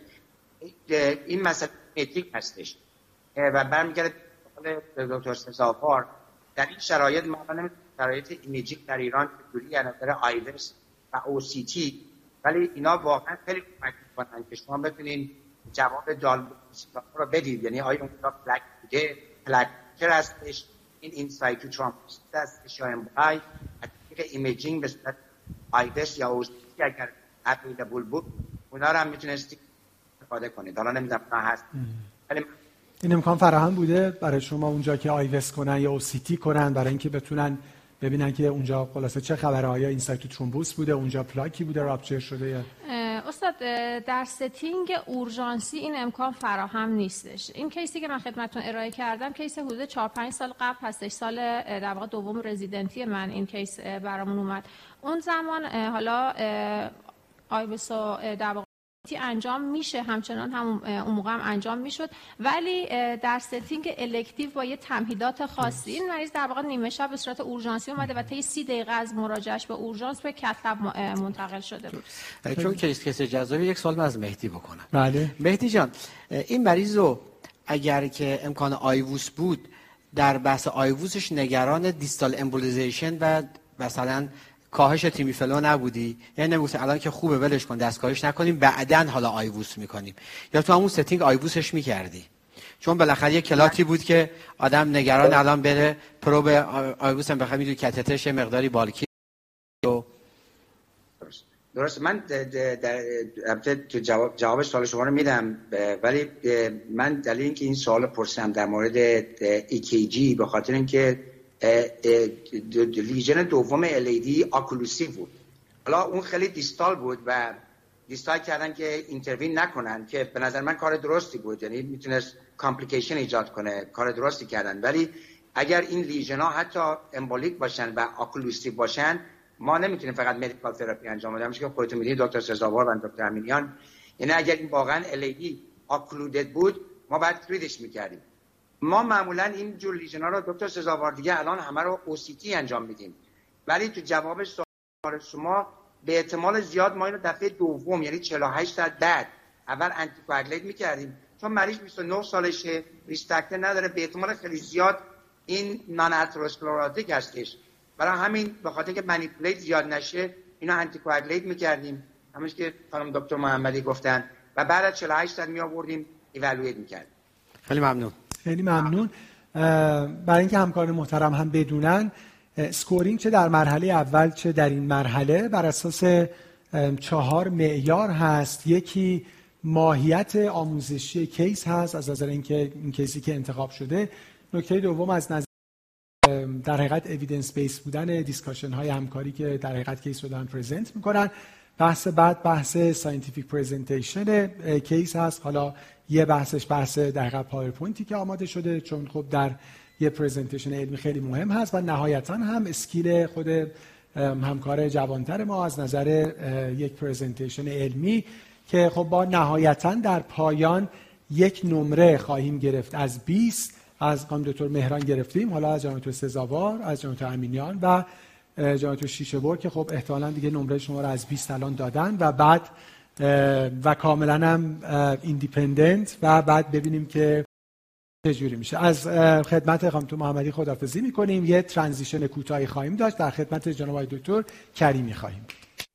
E: این مسئله متریک هستش و برمیگرده به دکتر سزاوار. در این شرایط ما نمی‌دونیم شرایط ایمیجینگ در ایران چجوری یعنی داره آیوس و او سی تی، ولی اینا واقعا خیلی کمک می‌کنن که شما بتونین جواب دال رو بدید، یعنی آیا اونجا پلاک بوده، پلاک چه هستش، این اینسایتو ترامپوسیس هستش یا امبولای، طریق ایمیجینگ به صورت آیوس یا او سی تی اگر اویلیبل بود اونا رو هم میتونستید استفاده کنید. حالا نمیدونم نه هست ولی
A: این امکان فراهم بوده برای شما اونجا که آیوس کنن یا او سی تی کنن برای اینکه بتونن ببینن که اونجا خلاصه چه خبره، آیا اینسایتو ترومبوس بوده، اونجا پلاکی بوده، راپچر شده یا
C: استاد در ستینگ اورژانسی این امکان فراهم نیستش. این کیسی که من خدمتتون ارائه کردم کیس حدود چهار پنج سال قبل هستش، سال در واقع دوم رزیدنتی من این کیس برامون اومد. اون زمان حالا آیوس در واقع انجام میشه، همچنان هم اون موقع هم انجام میشد، ولی در ستینگ الکتیو با یه تمهیدات خاصی این مریض در واقع نیمه شب به صورت اورژانسی اومده و طی سی دقیقه از مراجعهش به اورژانس به کتلب منتقل شده بود.
D: چون کیس کیس جذابی، یک سوال من از مهدی بکنم.
A: بله
D: مهدی جان، این مریض رو اگر که امکان آیووس بود در بحث آیووسش نگران دیستال امبولیزیشن و مثلا کاهش تیمیفلو نبودی؟ یعنی نمیگوستی الان که خوبه ولش کن دستکاهش نکنیم بعدن حالا آیووس میکنیم، یا تو همون ستینگ آیووسش میکردی؟ چون بالاخره یه کلاتی بود که آدم نگران الان بره پروب آیووس هم بخواد میدونی کتترش مقداری بالکی و
E: درست. من در تو جواب جواب سوال شما رو میدم، ولی من دلیل اینکه این سوال پرسیدم در مورد ای کی جی به خاطر اینکه لیژن دوم ال ای دی آکلوسیو بود. حالا اون خیلی دیستال بود و دیستال کردن که اینتروین نکنن که به نظر من کار درستی بود، یعنی میتونست کامپلیکیشن ایجاد کنه، کار درستی کردن. ولی اگر این لیژن ها حتی امبولیک باشن و آکلوسیو باشن ما نمیتونیم فقط مدیکال تراپی انجام بدیم، که خودتون میدونید دکتر سزاوار و دکتر امینیان، یعنی اگر این واقعا ال ای دی آکلودد بود ما باید تریدش میکردیم. ما معمولا این جور لیژن‌ها رو دکتر سزاوار دیگه الان همه رو او سی تی انجام میدیم، ولی تو جواب سوال شما به احتمال زیاد ما اینو دفعه دوم یعنی چهل و هشت ساعت بعد اول آنتی کوآگولیت میکردیم، چون مریض بیست و نه سالشه، ریسک فاکتور نداره، به احتمال خیلی زیاد این نان اتروسکلروتیک هستش، برای همین به خاطر که مانیپولیت زیاد نشه اینا آنتی کوآگولیت میکردیم همونش که خانم دکتر محمدی گفتن و بعد از چهل و هشت ساعت می آوردیم ایوالویت میکردیم.
D: خیلی ممنون.
A: خیلی ممنون. برای اینکه همکاران محترم هم بدونن اسکورینگ چه در مرحله اول چه در این مرحله بر اساس چهار معیار هست. یکی ماهیت آموزشی کیس هست از نظر اینکه این کیسی که انتخاب شده. نکته دوم از نظر در حقیقت اوییدنس بیس بودن دیسکاشن های همکاری که در حقیقت کیس رو دارن پرزنت میکنن. بحث بعد بحث ساینتیفیک پرزنتیشن کیس هست. حالا یه بحثش بحث در حقیقت پاورپوینتی که آماده شده، چون خب در یه پرزنتیشن علمی خیلی مهم هست، و نهایتا هم اسکیل خود همکار جوانتر ما از نظر یک پرزنتیشن علمی که خب با نهایتا در پایان یک نمره خواهیم گرفت از بیست، از قانون دکتر مهران گرفتیم، حالا از جناب دکتر سزاوار، از جناب دکتر امینیان و جناب دکتر شیشه‌بر که خب احتمالاً دیگه نمره شما رو از بیست الان دادن و بعد و کاملا هم ایندیپندنت و بعد ببینیم که چجوری میشه. از خدمت خانم محمدی خداحافظی میکنیم. یه ترانزیشن کوتاهی خواهیم داشت، در خدمت جناب آقای دکتر کریمی خواهیم.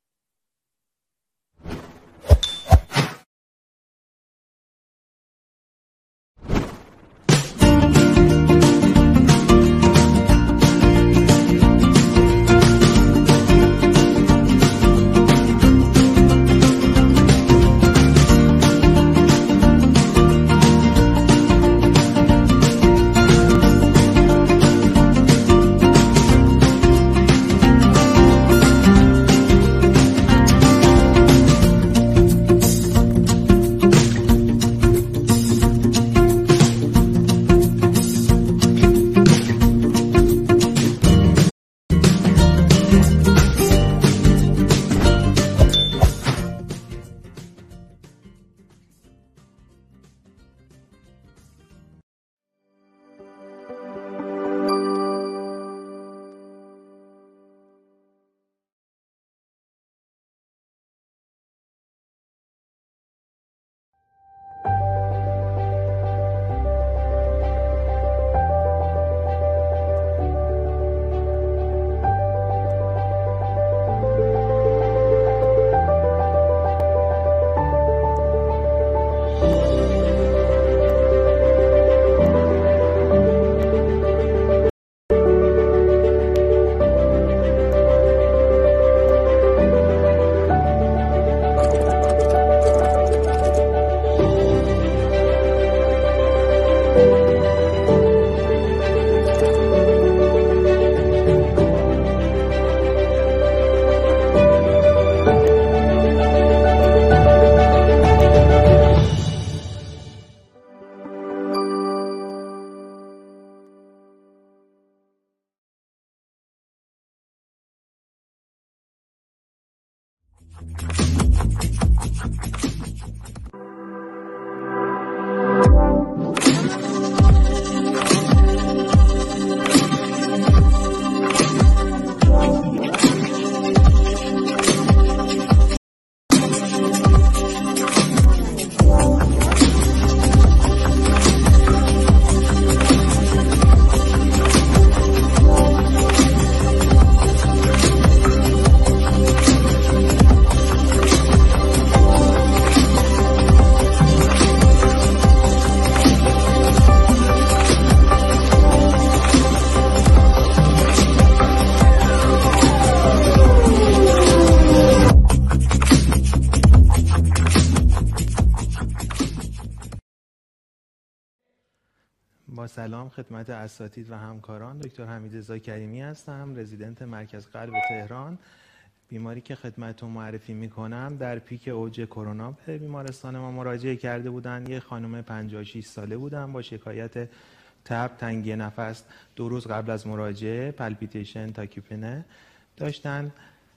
F: با سلام خدمت اساتید و همکاران، دکتر حمیدرضا کریمی هستم، رزیدنت مرکز قلب تهران. بیماری که خدمتتون معرفی میکنم در پیک اوج کرونا به بیمارستان ما مراجعه کرده بودن. یه خانم پنجاه و شش ساله بودن با شکایت تب، تنگی نفس. دو روز قبل از مراجعه پالپیتیشن، تاکیپنه داشتن.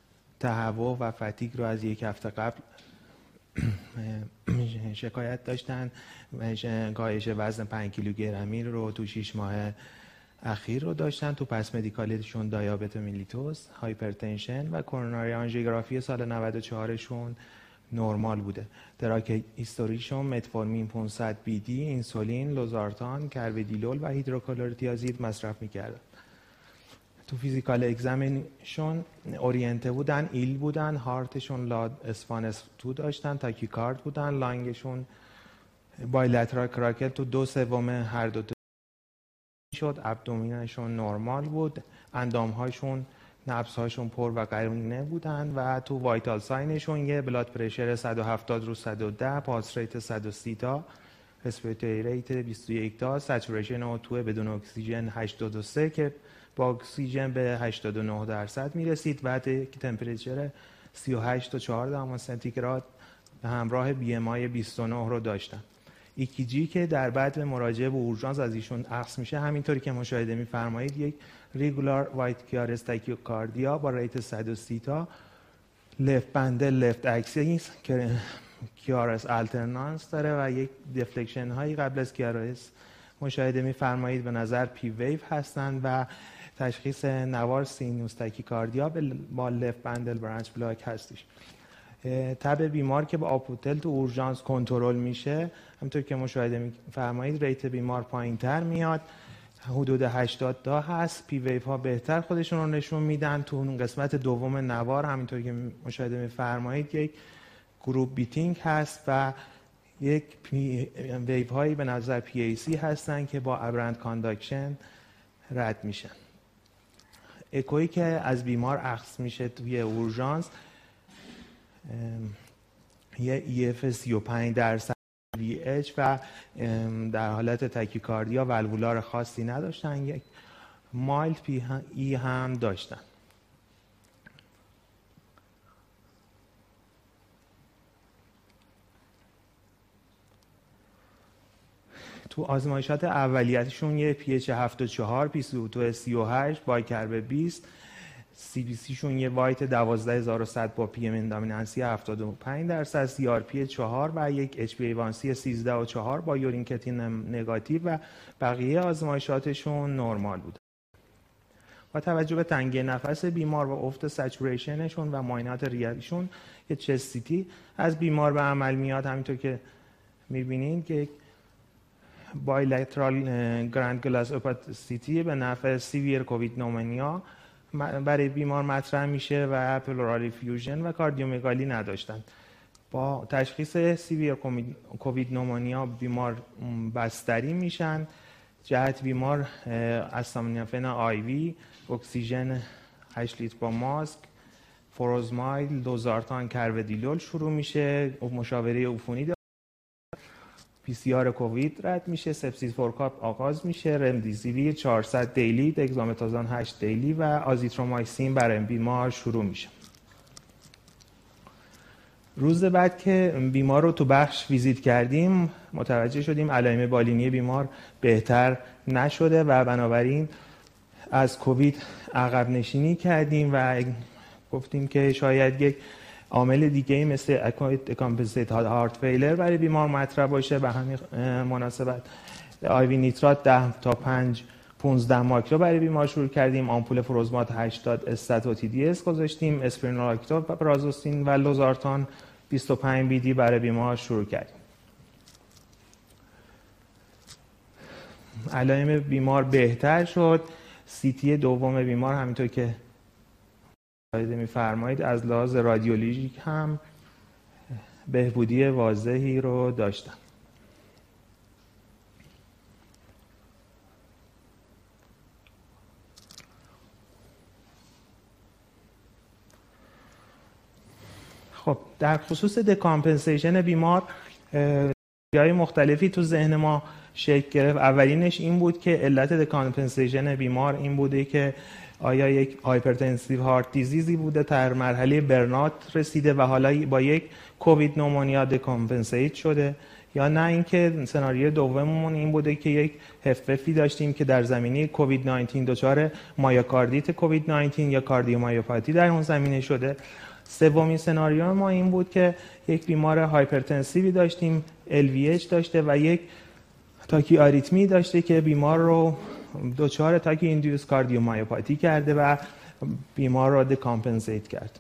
F: تهوع و فتیگ رو از یک هفته قبل شکایت داشتن. کاهش وزن پنج کیلوگرمی رو تو شش ماه اخیر رو داشتن. تو پس مدیکالشون دیابت میلیتوس، هایپرتنشن و کروناری آنژیوگرافی سال نود و چهار شون نرمال بوده. دراک هیستوریشون متفورمین پانصد بی دی، اینسولین، لوزارتان، کربدیلول و هیدروکلورتیازید مصرف می‌کردن. تو فیزیکال اگزامینشون اورینته بودن، ایل بودن، هارتشون لاد اسفانس تو داشتن، تاکیکارد بودن، لانگشون بایلترال کراکل تو دو سوم هر دو شد، ابدومینشون نرمال بود، اندامهاشون نبضهاشون پر و قرینه بودن و تو وایتال ساینشون یه بلاد پرشر صد و هفتاد رو صد و ده، پالس ریت صد و سی تا، رسپیراتوری ریت بیست و یک تا، سچوریشن او تو بدون اکسیژن هشتاد و سه که با اکسیژن به هشتاد و نه درصد میرسید و تمپرچر سی و هشت تا چهار درجه سانتیگراد به همراه بی ام آی بیست و نه رو داشتن. ایکیجی که در بعد مراجعه به اورژانس از ایشون اخذ میشه، همینطوری که مشاهده میفرمایید یک ریگولار وایت کیارس تاکیکاردیا با ریت صد و سی تا، لفت بندل لفت اکسیس که کیارس آلترنانس داره و یک دفلکشن هایی قبل از کیارس مشاهده می‌فرمایید به نظر پی ویو هستند و تشخیص نوار سینوس تاکیکاردیا با لفت بندل برانچ بلاک هستش. تب بیمار که با آپوتل تو اورژانس کنترل میشه، همونطور که مشاهده می‌فرمایید ریت بیمار پایین‌تر میاد، حدود هشتاد تا هست، پی ویو ها بهتر خودشون رو نشون میدن. تو اون قسمت دوم نوار همینطور که مشاهده می‌فرمایید یک گروپ بیتینگ هست و یک پی ویو هایی به نظر پی ای سی هستن که با ابرند کانداکشن رد میشن. اکویی که از بیمار اخذ میشه توی اورژانس یه ای اف سی و پنج درصد وی اچ و در حالت تاکیکاردیا والوولار خاصی نداشتن، یک مایلد پی ای هم داشتن. تو آزمایشات اولیتشون یه پی اچ هفتاد و چهار، پی سی او تو سی و هشت، بایکرب بیست، سی بی سی شون یه وایت دوازده هزار و صد با پی ام اندامیننسی هفتاد و پنج درصد، سی آر پی چهار و یک اچ بی ای وان سی سیزده و چهار با یورین کتین نگاتیو و بقیه آزمایشاتشون نرمال بود. با توجه به تنگی نفس بیمار و افت سچوریشنشون و معاینات ریویشون یه چست سی تی از بیمار به عمل میاد، همینطور که می‌بینید که بایلترال گراند گلاس اوپاسیتی به نفع سیویر کووید نومونیا برای بیمار مطرح میشه و پلورال فیوژن و کاردیومگالی نداشتن. با تشخیص سیویر کووید نومونیا بیمار بستری میشن. جهت بیمار استامینوفن آی وی، اکسیژن هشت لیتر با ماسک، فوروزمایل، دوزارتان کرودیلول شروع میشه. مشاوره عفونی پی سی آر کووید رد میشه، سپسیس فورکاپ آغاز میشه، رمدیسیویر چهارصد دیلی، دگزامتازون هشت دیلی و آزیترومایسین برای بیمار شروع میشه. روز بعد که بیمار رو تو بخش ویزیت کردیم متوجه شدیم علائم بالینی بیمار بهتر نشده و بنابراین از کووید عقب نشینی کردیم و گفتیم که شاید یک عامل دیگه مثل اکویت کامپنسیت هارت فیلر برای بیمار مطرح باشه. به همین مناسبت آی وی نیترات ده تا پنج پانزده مایکرو برای بیمار شروع کردیم. آمپول فروزمات هشتاد استات و تی دی اس گذاشتیم. اسپرینولاکتور، پرازوستین و لوزارتان بیست و پنج بی دی برای بیمار شروع کردیم. علائم بیمار بهتر شد. سی تی دوم بیمار همینطور که می‌فرمایید از لحاظ رادیولوژیک هم بهبودی واضحی رو داشتن. خب در خصوص دکامپنسیشن بیمار جای مختلفی تو ذهن ما شکل گرفت. اولینش این بود که علت دکامپنسیشن بیمار این بوده که آیا یک هایپرتنسیو هارت دیزیزی بوده در مرحله برنات رسیده و حالا با یک کووید نومونیا دکامپنسیت شده، یا نه اینکه سناریو دوممون این بوده که یک هفپفی داشتیم که در زمینه کووید نوزده دچار مایوکاردیت کووید نوزده یا کاردیومایوپاتی در اون زمینه شده. سومین سناریو ما این بود که یک بیمار هایپرتنسیوی داشتیم، ال وی اچ داشته و یک تاکی آریتمی داشته که بیمار رو دچار تاکی ایندیوس کاردیومایوپاتی کرده و بیمار رو دکامپنسیت کرد.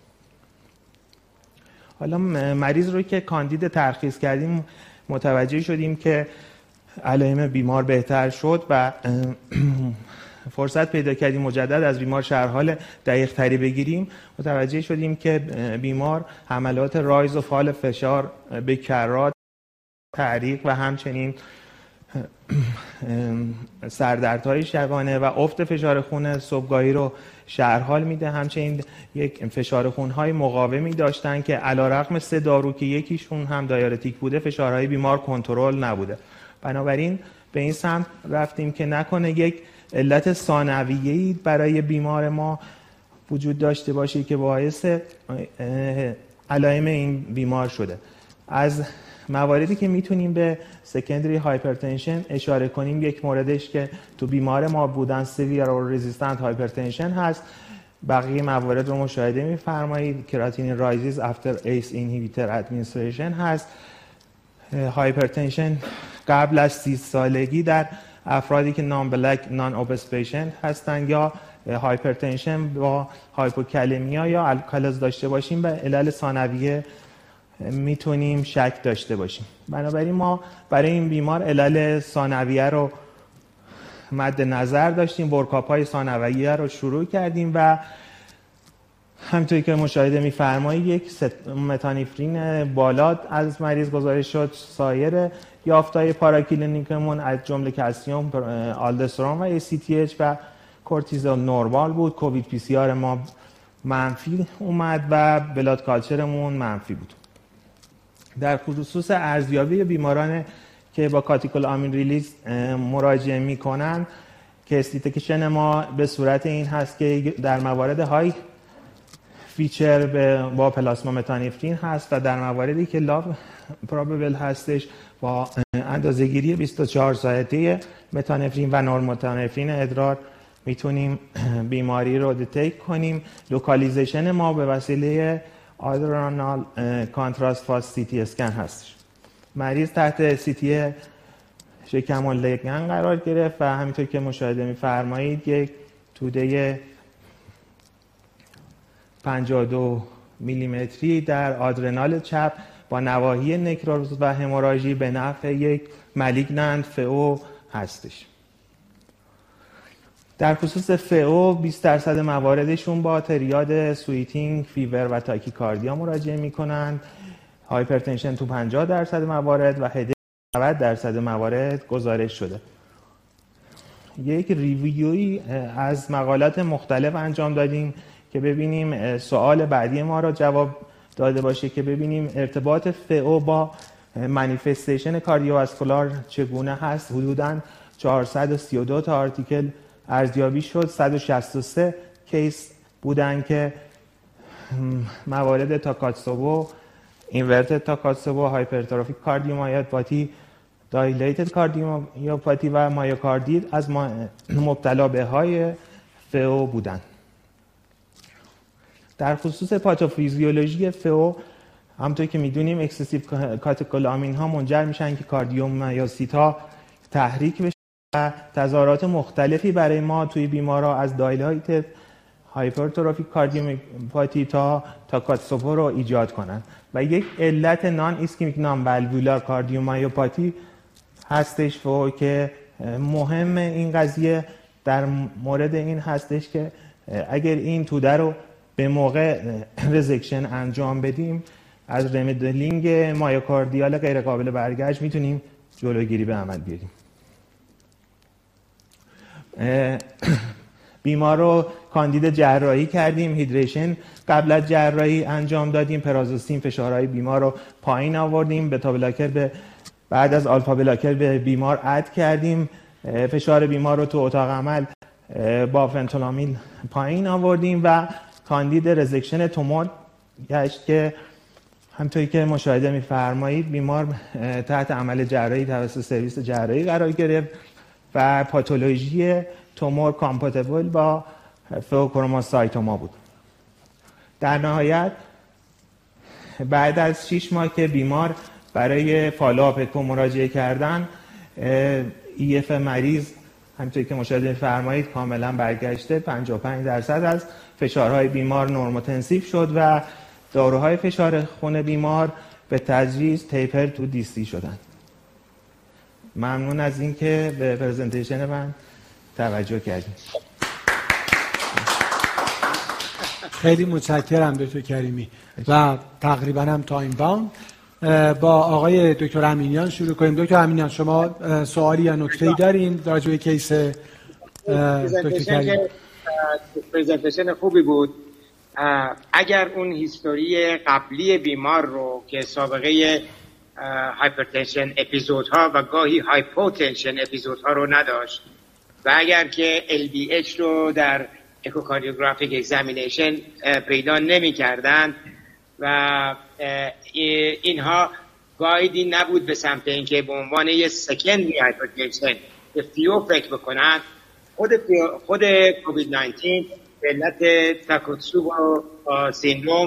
F: حالا مریض رو که کاندید ترخیص کردیم متوجه شدیم که علائم بیمار بهتر شد و فرصت پیدا کردیم مجدد از بیمار شرحال دقیق تری بگیریم. متوجه شدیم که بیمار حملات رایز و فال فشار به کرات، تعریق و همچنین سردردهای شبانه و افت فشار خون صبحگاهی رو شرحال میده. همچنین یک فشار خونهای مقاومی داشتن که علیرغم سه دارو که یکیشون هم دایورتیک بوده فشارهای بیمار کنترل نبوده. بنابراین به این سمت رفتیم که نکنه یک علت ثانویه‌ای برای بیمار ما وجود داشته باشه که باعث علائم این بیمار شده. از مواردی که میتونیم به سکندری هایپرتنشن اشاره کنیم، یک موردش که تو بیمار ما بودن سیویر و رزیستنت هایپرتنشن هست. بقیه موارد رو مشاهده می‌فرمایید. کراتینین رایزز افتر ایس اینهیبیتور ادمنستریشن هست. هایپرتنشن قبل از سی سالگی در افرادی که نان بلک نان اوبس پیشنت هستند یا هایپرتنشن با هایپوکالمیا یا الکالز داشته باشیم به علل ثانویه میتونیم شک داشته باشیم. بنابراین ما برای این بیمار علل ثانویه رو مد نظر داشتیم، ورکاپ‌های ثانویه رو شروع کردیم و همونطوری که مشاهده می‌فرمایید یک متانفرین بالا از مریض گزارش شد. سایر یافت‌های پاراکلینیکمون از جمله کلسیم، آلدوسترون و ای سی تی اچ و کورتیزول نورمال بود. کووید پی سی آر ما منفی اومد و بلاد کالچرمون منفی بود. در خصوص ارزیابی بیماران که با کاتیکول آمین ریلیز مراجعه میکنن که استیتیکشن ما به صورت این هست که در موارد های فیچر با پلاسما متانفرین هست و در مواردی که لاو پروببل هستش با اندازه‌گیری بیست و چهار ساعته متانفرین و نورموتانفرین ادرار میتونیم بیماری رو دیتکت کنیم. لوکالیزیشن ما به وسیله آدرنال کانتراست فاز سی تی اسکن هستش. مریض تحت سی تی شکم و لگن قرار گرفت و همینطور که مشاهده می‌فرمایید یک توده پنجاه و دو میلیمتری در آدرنال چپ با نواحی نکروز و هموراژی به نفع یک مالیگنانت فئو هستش. در خصوص فئو بیست درصد مواردشون با تریاد سویتینگ، فیور و تاکیکاردیا مراجعه میکنند. هایپرتنشن تو پنجاه درصد موارد و هدک نود درصد موارد گزارش شده. یک ریویوی از مقالات مختلف انجام دادیم که ببینیم سوال بعدی ما را جواب داده باشه که ببینیم ارتباط فئو با منیفستیشن کاردیوواسکولار چگونه هست. حدوداً چهارصد و سی و دو تا آرتیکل ارزیابی شد. صد و شصت و سه کیس بودن که موارد تاکاتسوبو، اینورتد تاکاتسوبو، هایپرتروفیک کاردیومایوپاتی، دایلیتد کاردیومایوپاتی و مایوکاردیت از مبتلا به های فئو بودن. در خصوص پاتوفیزیولوژی فئو همونطور که میدونیم اکسسیو کاتیکولامین ها منجر میشن که کاردیومایوسیت ها تحریک بشه و تظاهرات مختلفی برای ما توی بیمارا از دایلیتد هایپرتروفیک کاردیومایوپاتی تا تاکاتسوبو رو ایجاد کنن و یک علت نان ایسکمیک نان والوولار کاردیومایوپاتی هستش فئو که مهم این قضیه در مورد این هستش که اگر این توده رو به موقع رزکشن انجام بدیم از رمدلینگ مایوکاردیال غیر قابل برگشت میتونیم جلوگیری به عمل بیاریم. بیمار رو کاندید جراحی کردیم، هیدریشن قبل از جراحی انجام دادیم، پرازوستین فشارهای بیمار رو پایین آوردیم، بتا بلاکر به بعد از آلفا بلاکر به بیمار اد کردیم، فشار بیمار رو تو اتاق عمل با فنتولامیل پایین آوردیم و کاندید رزکشن تومور گشت که همونطوری که مشاهده می‌فرمایید بیمار تحت عمل جراحی توسط سرویس جراحی قرار گرفت و پاتولوژی تومور کامپاتبل با فئوکروموسایتوما بود. در نهایت بعد از شش ماه که بیمار برای فالوآپ اکو مراجعه کردن، ای اف مریض همونطوری که مشاهده می‌فرمایید کاملا برگشته، پنجاه و پنج درصد از فشارهای بیمار نورموتنسیو شد و داروهای فشار خون بیمار به تدریج تیپر تو دیستی شدن. ممنون از اینکه به پرزنتیشن من توجه کردید.
A: خیلی متشکرم دکتر کریمی و تقریبا هم تایم باوند. با آقای دکتر امینیان شروع کنیم. دکتر امینیان شما سوالی یا نکته‌ای دارین راجع به کیس دکتر کریمی؟
B: پرزنتیشن خوبی بود. اگر اون هیستوری قبلی بیمار رو که سابقه هایپرتنشن اپیزودها و گاهی هایپوتنشن اپیزودها رو نداشت و اگر که ال دی اچ رو در اکوکاردیوگرافیک اگزامینیشن پیدا نمی کردن و اینها گایدی نبود به سمت اینکه به عنوان یه سکندری هایپرتنشن به فیو فکر بکنن، خود خود کووید نوزده به علت تاکوتسوبا سیندروم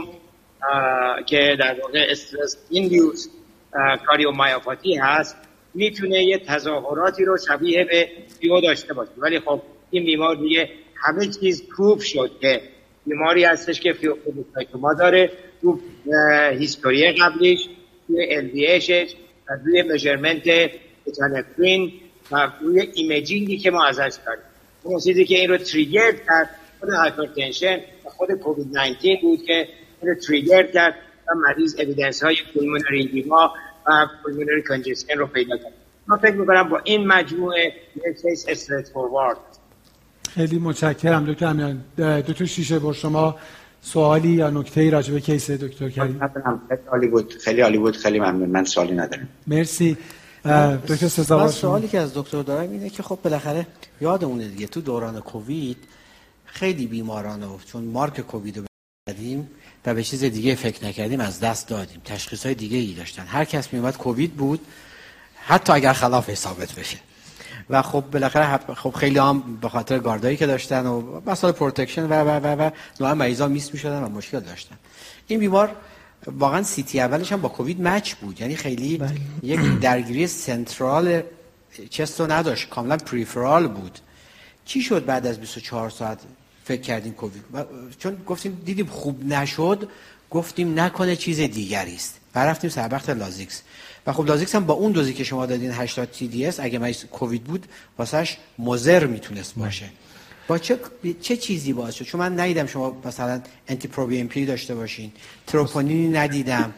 B: که در واقع استرس ایندیوس کاردیومایوپاتی هست میتونه یه تظاهراتی رو شبیه به پیو داشته باشه، ولی خب این بیمار دیگه همه چیز پروف شد که بیماری هستش که فیوفوبوسایتوما داره. تو هیستوری قبلیش، توی ال دی اشش و توی مژرمنت اتانفرین و توی ایمیجینگی که ما ازش داریم. اون چیزی که این رو تریگر کرد خود هایپرتنشن و خود کووید نوزده بود که این رو تریگر کرد و مریض اویدنس های پولمونری ایدیما و پولمونری کنجستن رو پیدا کرد. من فکر میکنم با این مجموعه یک کیس استریت فوروارد.
A: خیلی متشکرم دکتر امیان. دکتر شیشه بر شما سوالی یا نکته‌ای راجع به کیس دکتر کریم؟
E: خیلی عالی بود، خیلی عالی بود، خیلی ممنون. من سوالی ندارم.
A: مرسی. دکتر سزاوار،
D: سوالی که از دکتر دارم اینه که خب بالاخره یادمونه دیگه تو دوران کووید خیلی بیماران رو چون مارک کووید رو بدیم و به چیز دیگه فکر نکردیم از دست دادیم. تشخیص‌های دیگه ای داشتن. هر کس میومد کووید بود، حتی اگر خلاف ثابت بشه. و خب بالاخره خب خیلی هم به خاطر گاردایی که داشتن و مسائل پروتکشن و و و و نوع مریضا میس میشدن و مشکل داشتن. این بیمار واقعا سیتی اولش هم با کووید مچ بود، یعنی خیلی بله. یک درگیری سنترال چستو نداشت، کاملا پریفرال بود. چی شد بعد از بیست و چهار ساعت فکر کردیم کووید؟ چون گفتیم دیدیم خوب نشد، گفتیم نکنه چیز دیگری است و رفتیم سر وقت لازیکس. و خب لازیکس هم با اون دوزی که شما دادین هشتاد تی دی اس اگه مریض کووید بود واسش مضر میتونست باشه. با چه چه چیزی باعث شد؟ چون من ندیدم شما مثلا انتی پرو بی ام پی داشته باشین، تروپونینی ندیدم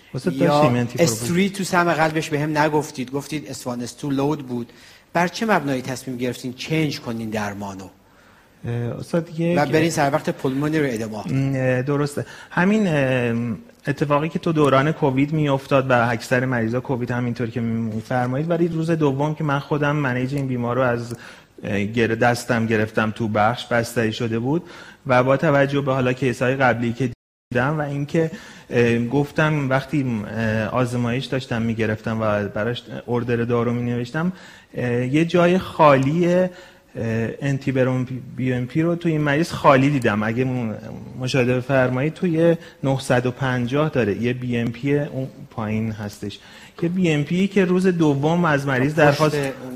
D: یا استری تو سم قلبش بهم نگفتید، گفتید اس وان اس تو لود بود. بر چه مبنایی تصمیم گرفتین چنج کنین درمانو
F: استاد دیگه
D: و برین سر وقت پولمونری ادما؟
F: درسته، همین اتفاقی که تو دوران کووید میافتاد و اکثر مریضا کووید همینطور که میفرمایید، ولی روز دوم که من خودم منیج این بیمار رو از دستم گرفتم تو بخش بستری شده بود و با توجه به حالا کیس‌های قبلی که دیدم و اینکه گفتم وقتی آزمایش داشتم میگرفتم و براش اوردر دارو مینوشتم یه جای خالی انتی برون بی ام پی رو تو این مریض خالی دیدم. اگه مشاهده بفرمایید توی نهصد و پنجاه داره یه بی ام پی اون پایین هستش، یه بی ام پی که روز دوم از مریض درخواست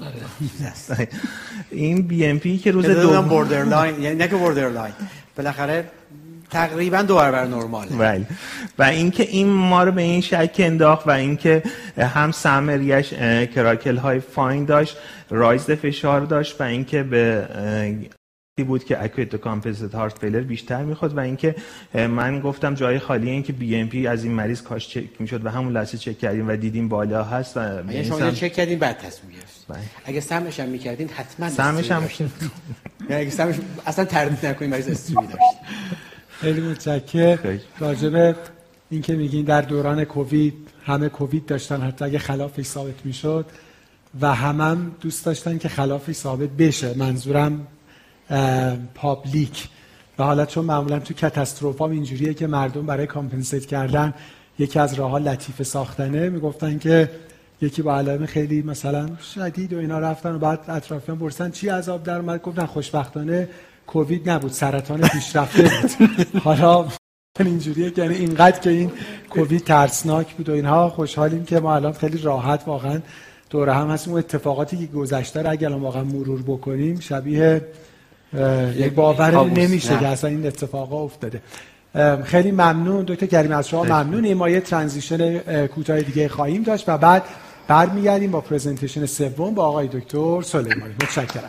F: این بی ام پی که روز دوم
D: بوردرلاین، یعنی نه که بوردرلاین، بالاخره تقریبا دو برابر نرماله.
F: بله. و اینکه این ما رو به این شک انداخت و اینکه هم سمریش کراکل های فاین داشت، رایز فشار داشت و اینکه به بود که اکویت کامپنسیت هارت فیلر بیشتر میخواد و اینکه من گفتم جای خالی این که بی ام پی از این مریض کاش چک میشد و همون لحظه چک کردیم و دیدیم بالا هست. و
D: اگه شما سم... چک کردین بعد تصمیم گرفتید. اگه سمش هم میکردین حتما
F: سمش هم
D: یعنی اگه سمش اصلا تردید نکنین مریض استری داشت.
A: خیلی متشکرم. راجع به این که میگین در دوران کووید همه کووید داشتن حتی اگه خلافش ثابت میشد و همم هم دوست داشتن که خلافش ثابت بشه، منظورم پابلیک. و حالا چون معمولا تو کاتاستروفا اینجوریه که مردم برای کامپنسیت کردن یکی از راه‌ها لطیفه ساختنه، میگفتن که یکی با علائم خیلی مثلا شدید و اینا رفتن و بعد اطرافیان پرسیدن چی عذاب در اومد، گفتن خوشبختانه کووید نبود، سرطان پیشرفته بود. حالا اینجوریه که یعنی اینقدر که این کووید ترسناک بود و اینها، خوشحالیم که ما الان خیلی راحت واقعا دوره هم هستیم. اون اتفاقاتی که گذشته رو اگه الان واقعا مرور بکنیم شبیه یک باور نمیشه که اصلا این اتفاقا افتاده. خیلی ممنون دکتر کریم، از شما ممنونیم. ما یه ترانزیشن کوتاه دیگه خواهیم داشت و بعد برمیگردیم با پرزنتیشن سوم با آقای دکتر سلیمانی. متشکرم.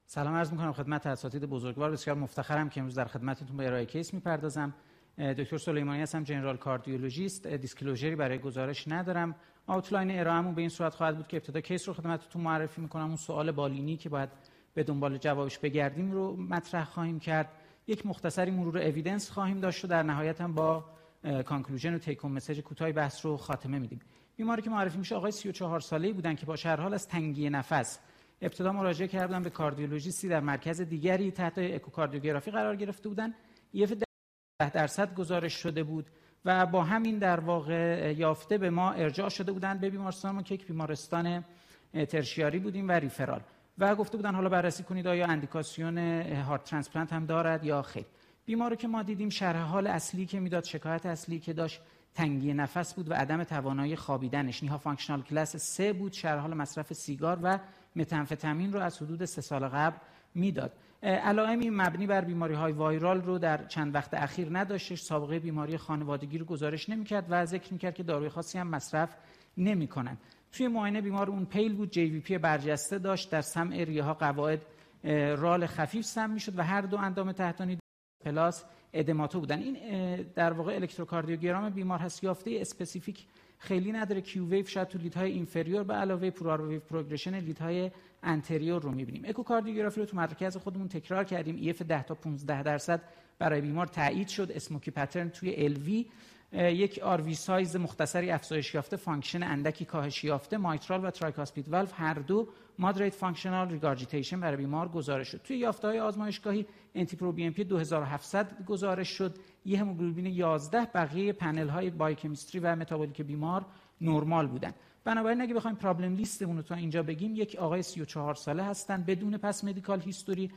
G: سلام عرض می‌کنم خدمت اساتید بزرگوار. بسیار مفتخرم که امروز در خدمتتون به ارائه کیس می‌پردازم. دکتر سلیمانی هستم، جنرال کاردیولوژیست. دیسکلوزری برای گزارش ندارم. آوتلاین ارائه‌مون به این صورت خواهد بود که ابتدا کیس رو خدمتتون معرفی می‌کنم، اون سوال بالینی که باید به دنبال جوابش بگردیم رو مطرح خواهیم کرد. یک مختصری مرور اوییدنس خواهیم داشت و در نهایت هم با کانکلوژن و تیک هوم مسیج کوتاه بحث رو خاتمه میدیم. بیماری که معرفی میشه آقای سی و چهار ساله‌ای بودن که با هر حال از تنگی نفس ابتدا مراجعه کردن به کاردیولوژیستی در مرکز دیگری تحت اکوکاردیوگرافی قرار گرفته بودن. ایف ده درصد گزارش شده بود و با همین در واقع یافته به ما ارجاع شده بودن به بیمارستان ما که یک بیمارستان ترشیاری بودیم و ریفرال و گفته بودن حالا بررسی کنید آیا اندیکاسیون هارت ترانسپلنت هم دارد یا خیر. بیماری که ما دیدیم شرح حال اصلی که میداد، شکایت اصلی که داشت تنگی نفس بود و عدم توانایی خوابیدنش. نیها فانکشنال کلاس سه بود. شرح حال مصرف سیگار و متامفتامین رو از حدود سه سال قبل میداد. علائمی مبنی بر بیماری‌های وایرال رو در چند وقت اخیر نداشتش. سابقه بیماری خانوادگی رو گزارش نمی‌کرد و ذکر می‌کرد که داروی خاصی هم مصرف نمی‌کنن. توی معاینه بیمار اون پیل بود، جی وی پی برجسته داشت، در سمع ریه‌ها قواعد رال خفیف سم می‌شد و هر دو اندام تحتانی پلاس ادماتو بودن. این در واقع الکتروکاردیوگرام بیمار هست، یافته اسپسیفیک خیلی نداره. کیو ویو شاید تو لیدهای اینفریور به علاوه پرو ویو پروگرشن لیدهای انتریور رو می‌بینیم. اکوکاردیوگرافی رو تو مدرکه خودمون تکرار کردیم. ایف ده تا پانزده درصد برای بیمار تایید شد. اسموکی پترن توی ال وی، یک آر وی سایز مختصری افزایش یافته، فانکشن اندکی کاهش یافته، مایترال و ترایکاسپید والو هر دو مادریت فانکشنال ریگارجیتیشن برای بیمار گزارش شد. توی یافته‌های آزمایشگاهی انتی پرو بی ام پی دو هزار و هفتصد گزارش شد، یه هموگلوبین یازده، بقیه پنل‌های بایوکمیستری و متابولیک بیمار نرمال بودن. بنابراین اگه بخوایم پرابلم لیستمون رو تا اینجا بگیم، یک آقای سی و چهار ساله هستن بدون پس مدیکال هیستوری،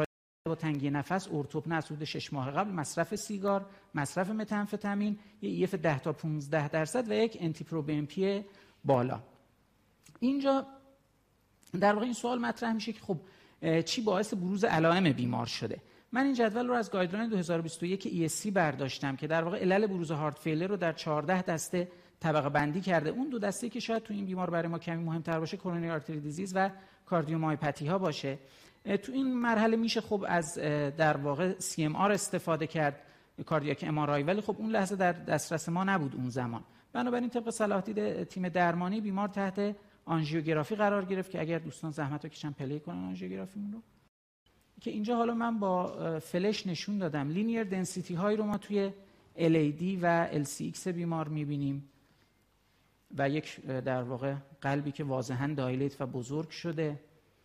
G: با تنگی نفس، ارتوپنه از حدود شش ماه قبل، مصرف سیگار، مصرف متامفتامین، یه ایف ده تا پانزده درصد و یک انتی پرو بی ام پی بالا. اینجا در واقع این سوال مطرح میشه که خب چی باعث بروز علائم بیمار شده؟ من این جدول رو از گایدلاین دو هزار و بیست و یک ای اس سی برداشتم که در واقع علل بروز هارت فیلر رو در چهارده دسته طبقه بندی کرده. اون دو دسته که شاید تو این بیمار برای ما کمی مهمتر باشه، کرونری آرتری دیزیز و کاردیومایوپاتی ها باشه. تو این مرحله میشه خب از در واقع سی ام آر استفاده کرد، کاردیاک ام آر آی، ولی خب اون لحظه در دسترس ما نبود اون زمان. بنابراین طبق صلاح دید تیم درمانی بیمار تحت آنژیوگرافی قرار گرفت که اگر دوستان زحمت بکشن پلی کنن آنژیوگرافیمون رو، که اینجا حالا من با فلش نشون دادم. لینیر دنسیتی هایی رو ما توی ال ای دی و ال سی ایکس بیمار میبینیم و یک در واقع قلبی که واضحاً دایلیت و بزرگ شده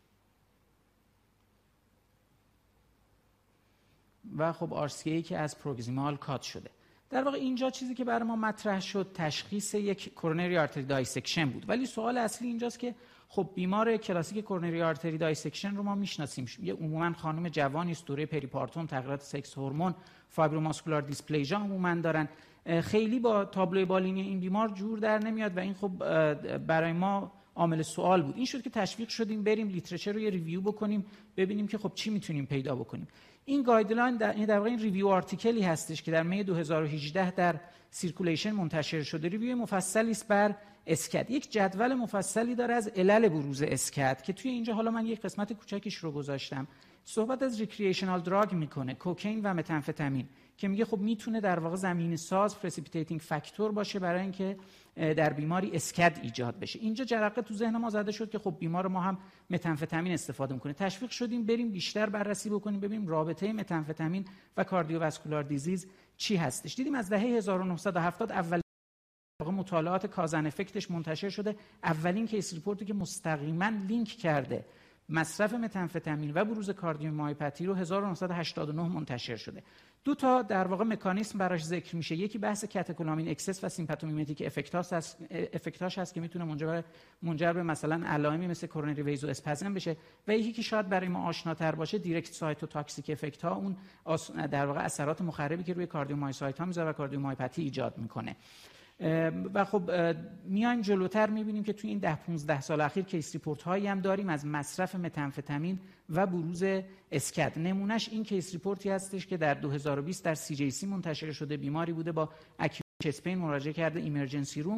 G: و خب آر سی ای که از پروگزیمال کات شده. در واقع اینجا چیزی که برای ما مطرح شد تشخیص یک کورونری آرتری دایسکشن بود، ولی سوال اصلی اینجاست که خب بیمار کلاسیک کورونری آرتری دایسکشن رو ما میشناسیم، یه عموما خانم جوانی است، دوره پریپارتوم، تغییرات سکس هورمون، فایبروماسکولار دیسپلیژا عموما دارن. خیلی با تابلوی بالینی این بیمار جور در نمیاد و این خب برای ما عامل سوال بود. این شد که تشویق شدیم بریم لیترچر رو یه ریویو بکنیم، ببینیم که خب چی میتونیم پیدا بکنیم. این گایدلاین در این در واقع این ریویو آرتیکلی هستش که در می دو هزار و هجده در سیرکولیشن منتشر شده. ریویو مفصلی است بر اسکد، یک جدول مفصلی داره از علل بروز اسکد که توی اینجا حالا من یک قسمت کوچکیش رو گذاشتم. صحبت از ریکرییشنال دراگ میکنه، کوکین و متامفتامین، که میگه خب میتونه در واقع زمین ساز پرسیپیتیتینگ فاکتور باشه برای اینکه در بیماری اسکد ایجاد بشه. اینجا جرقه تو ذهن ما زده شد که خب بیمار ما هم متامفتامین استفاده میکنه. تشویق شدیم بریم بیشتر بررسی بکنیم، ببینیم رابطه متامفتامین و کاردیوواسکولار دیزیز چی هستش. دیدیم از دهه هزار و نهصد و هفتاد اول مطالعات کازن افکتش منتشر شده. اولین کیس ریپورتی که مستقیما لینک کرده مصرف متامفتامین و بروز کاردیومایوپاتی رو هزار و نهصد و هشتاد و نه منتشر شده. دو تا در واقع مکانیزم براش ذکر میشه. یکی بحث کاتکولامین اکسس و سیمپاتومیمتیک افکتاش هست افکتاش هست که میتونه منجر به منجر به مثلا علائمی مثل کورونری ویزو اسپازم بشه، و یکی که شاید برای ما آشناتر باشه دیرکت سایتوتاکسیک افکت ها، اون در واقع اثرات مخربی که روی کاردیومایوسایت ها میذاره و کاردیومایوپاتی ایجاد میکنه. و خب میایم جلوتر میبینیم که توی این ده پانزده سال اخیر کیس ریپورت هایی هم داریم از مصرف متامفتامین و بروز اسکد. نمونهش این کیس ریپورتی هستش که در دو هزار و بیست در سی جی سی منتشر شده. بیماری بوده با اکیوت چست پین، مراجعه کرده ایمرجنسی روم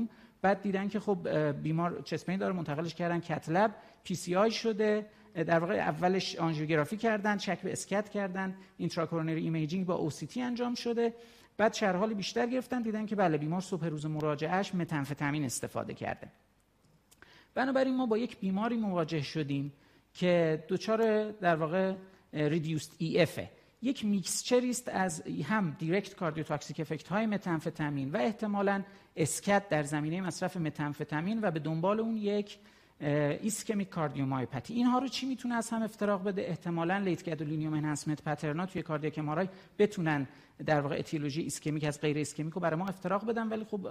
G: بعد دیدن که خب بیمار چست پین داره، منتقلش کردن کتلب، پی سی آی شده. در واقع اولش آنژیوگرافی کردن، چک به اسکت کردن، اینتراکورونری ایمیجینگ با او سی تی انجام شده. بعد شرح بیشتر گرفتن، دیدن که بله بیمار صبح روز مراجعهش متامفتامین استفاده کرده. بنابراین ما با یک بیماری مواجه شدیم که دچار در واقع ریدیوست ای اف، یک میکسچری است از هم دایرکت کاردیوتاکسیک افکت های متامفتامین و احتمالاً اسکت در زمینه مصرف متامفتامین و به دنبال اون یک ایسکمیک کاردیومایوپاتی. اینها رو چی میتونه از هم افتراق بده؟ احتمالاً لیت گادولینیوم انهانسمنت پترنا توی کاردیاک ام آر آی بتونن در واقع اتیولوژی ایسکمیک از غیر ایسکمیک رو برای ما افتراق بدن، ولی خب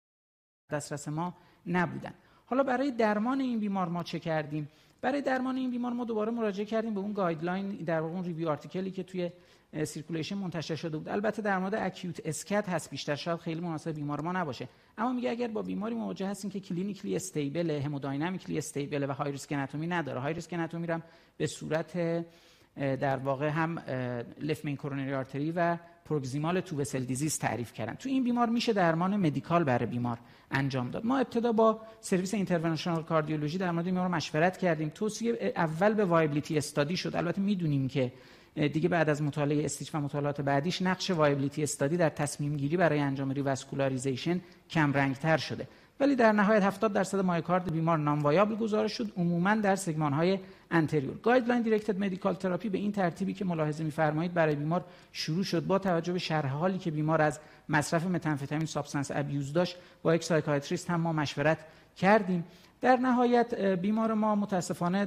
G: دسترس ما نبودن. حالا برای درمان این بیمار ما چه کردیم؟ برای درمان این بیمار ما دوباره مراجعه کردیم به اون گایدلاین، در واقع اون ریویو آرتیکلی که توی سیرکولیشن منتشر شده بود. البته در مورد اکیوت اسکت هست بیشتر، شاید خیلی مناسب بیمار ما نباشه، اما میگه اگر با بیماری مواجه هستین که کلینیکلی استیبل، همودینامیکلی استیبل و های ریسک اناتومی نداره، های ریسک اناتومی رو هم به صورت در واقع هم لفت مین کورونری آرتری و پروگزیمال تو وسل دیزیز تعریف کردن. تو این بیمار میشه درمان مدیکال برای بیمار انجام داد. ما ابتدا با سرویس اینترونشنال کاردیولوژی در مورد بیمار مشورت کردیم. توصیه اول به وایبیلیتی استادی شد. البته میدونیم که دیگه بعد از مطالعه استیچ و مطالعات بعدیش نقش وایبیلیتی استادی در تصمیم گیری برای انجام ریواسکولاریزیشن کم رنگتر شده، ولی در نهایت هفتاد درصد مایوکارد بیمار نان وایابل گزارش شد، عموما در سگمان های انتریور. گایدلاین دایرکتد مدیکال تراپی به این ترتیبی که ملاحظه می‌فرمایید برای بیمار شروع شد. با توجه به شرح حالی که بیمار از مصرف متامفتامین سابستنس ابیوز داشت، با یک سایکیاتریست هم ما مشورت کردیم. در نهایت بیمار ما متاسفانه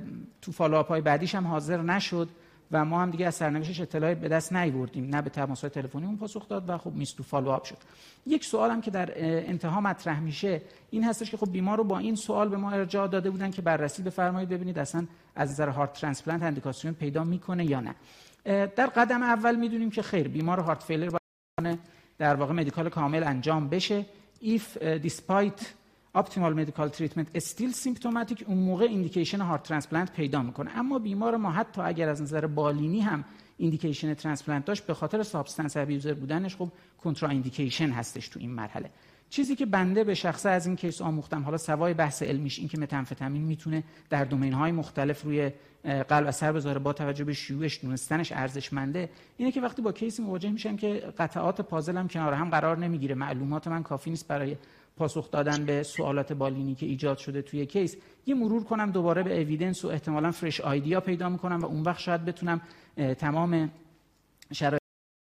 G: تو فالوآپ‌های بعدیش هم حاضر نشد و ما هم دیگه از سرنوشتش اطلاعی به دست نیاوردیم، نه به تماس‌های تلفنیمون پاسخ داد و خب میس تو فالوآپ شد. یک سوال هم که در انتها مطرح میشه این هستش که خب بیمار رو با این سوال به ما ارجاع داده بودن که بررسی بفرمایید ببینید اصلا از نظر هارت ترانسپلنت اندیکاسیون پیدا میکنه یا نه. در قدم اول میدونیم که خیر، بیمار هارت فیلر باید در واقع مدیکال کامل انجام بشه. if despite optimal medical treatment still symptomatic، اون موقع ایندیکیشن هارت ترانسپلنت پیدا میکنه. اما بیمار ما حتی اگر از نظر بالینی هم ایندیکیشن ترانسپلنت داشت، به خاطر سابستنس ابیوزر بودنش خب کنترا ایندیکیشن هستش تو این مرحله. چیزی که بنده به شخصه از این کیس آموختم، حالا سوای بحث علمیش، این که متامفتامین میتونه در دومین‌های مختلف روی قلب اثر بذاره، با توجه به شیوعش دونستنش ارزشمنده، اینه که وقتی با کیسی مواجه میشم که قطعات پازل هم کنار هم قرار نمیگیره، معلومات من کافی نیست برای پاسخ دادن به سوالات بالینی که ایجاد شده توی کیس، یه مرور کنم دوباره به اوییدنس و احتمالاً فرش آیدیا پیدا میکنم و اون وقت شاید بتونم تمام شرایط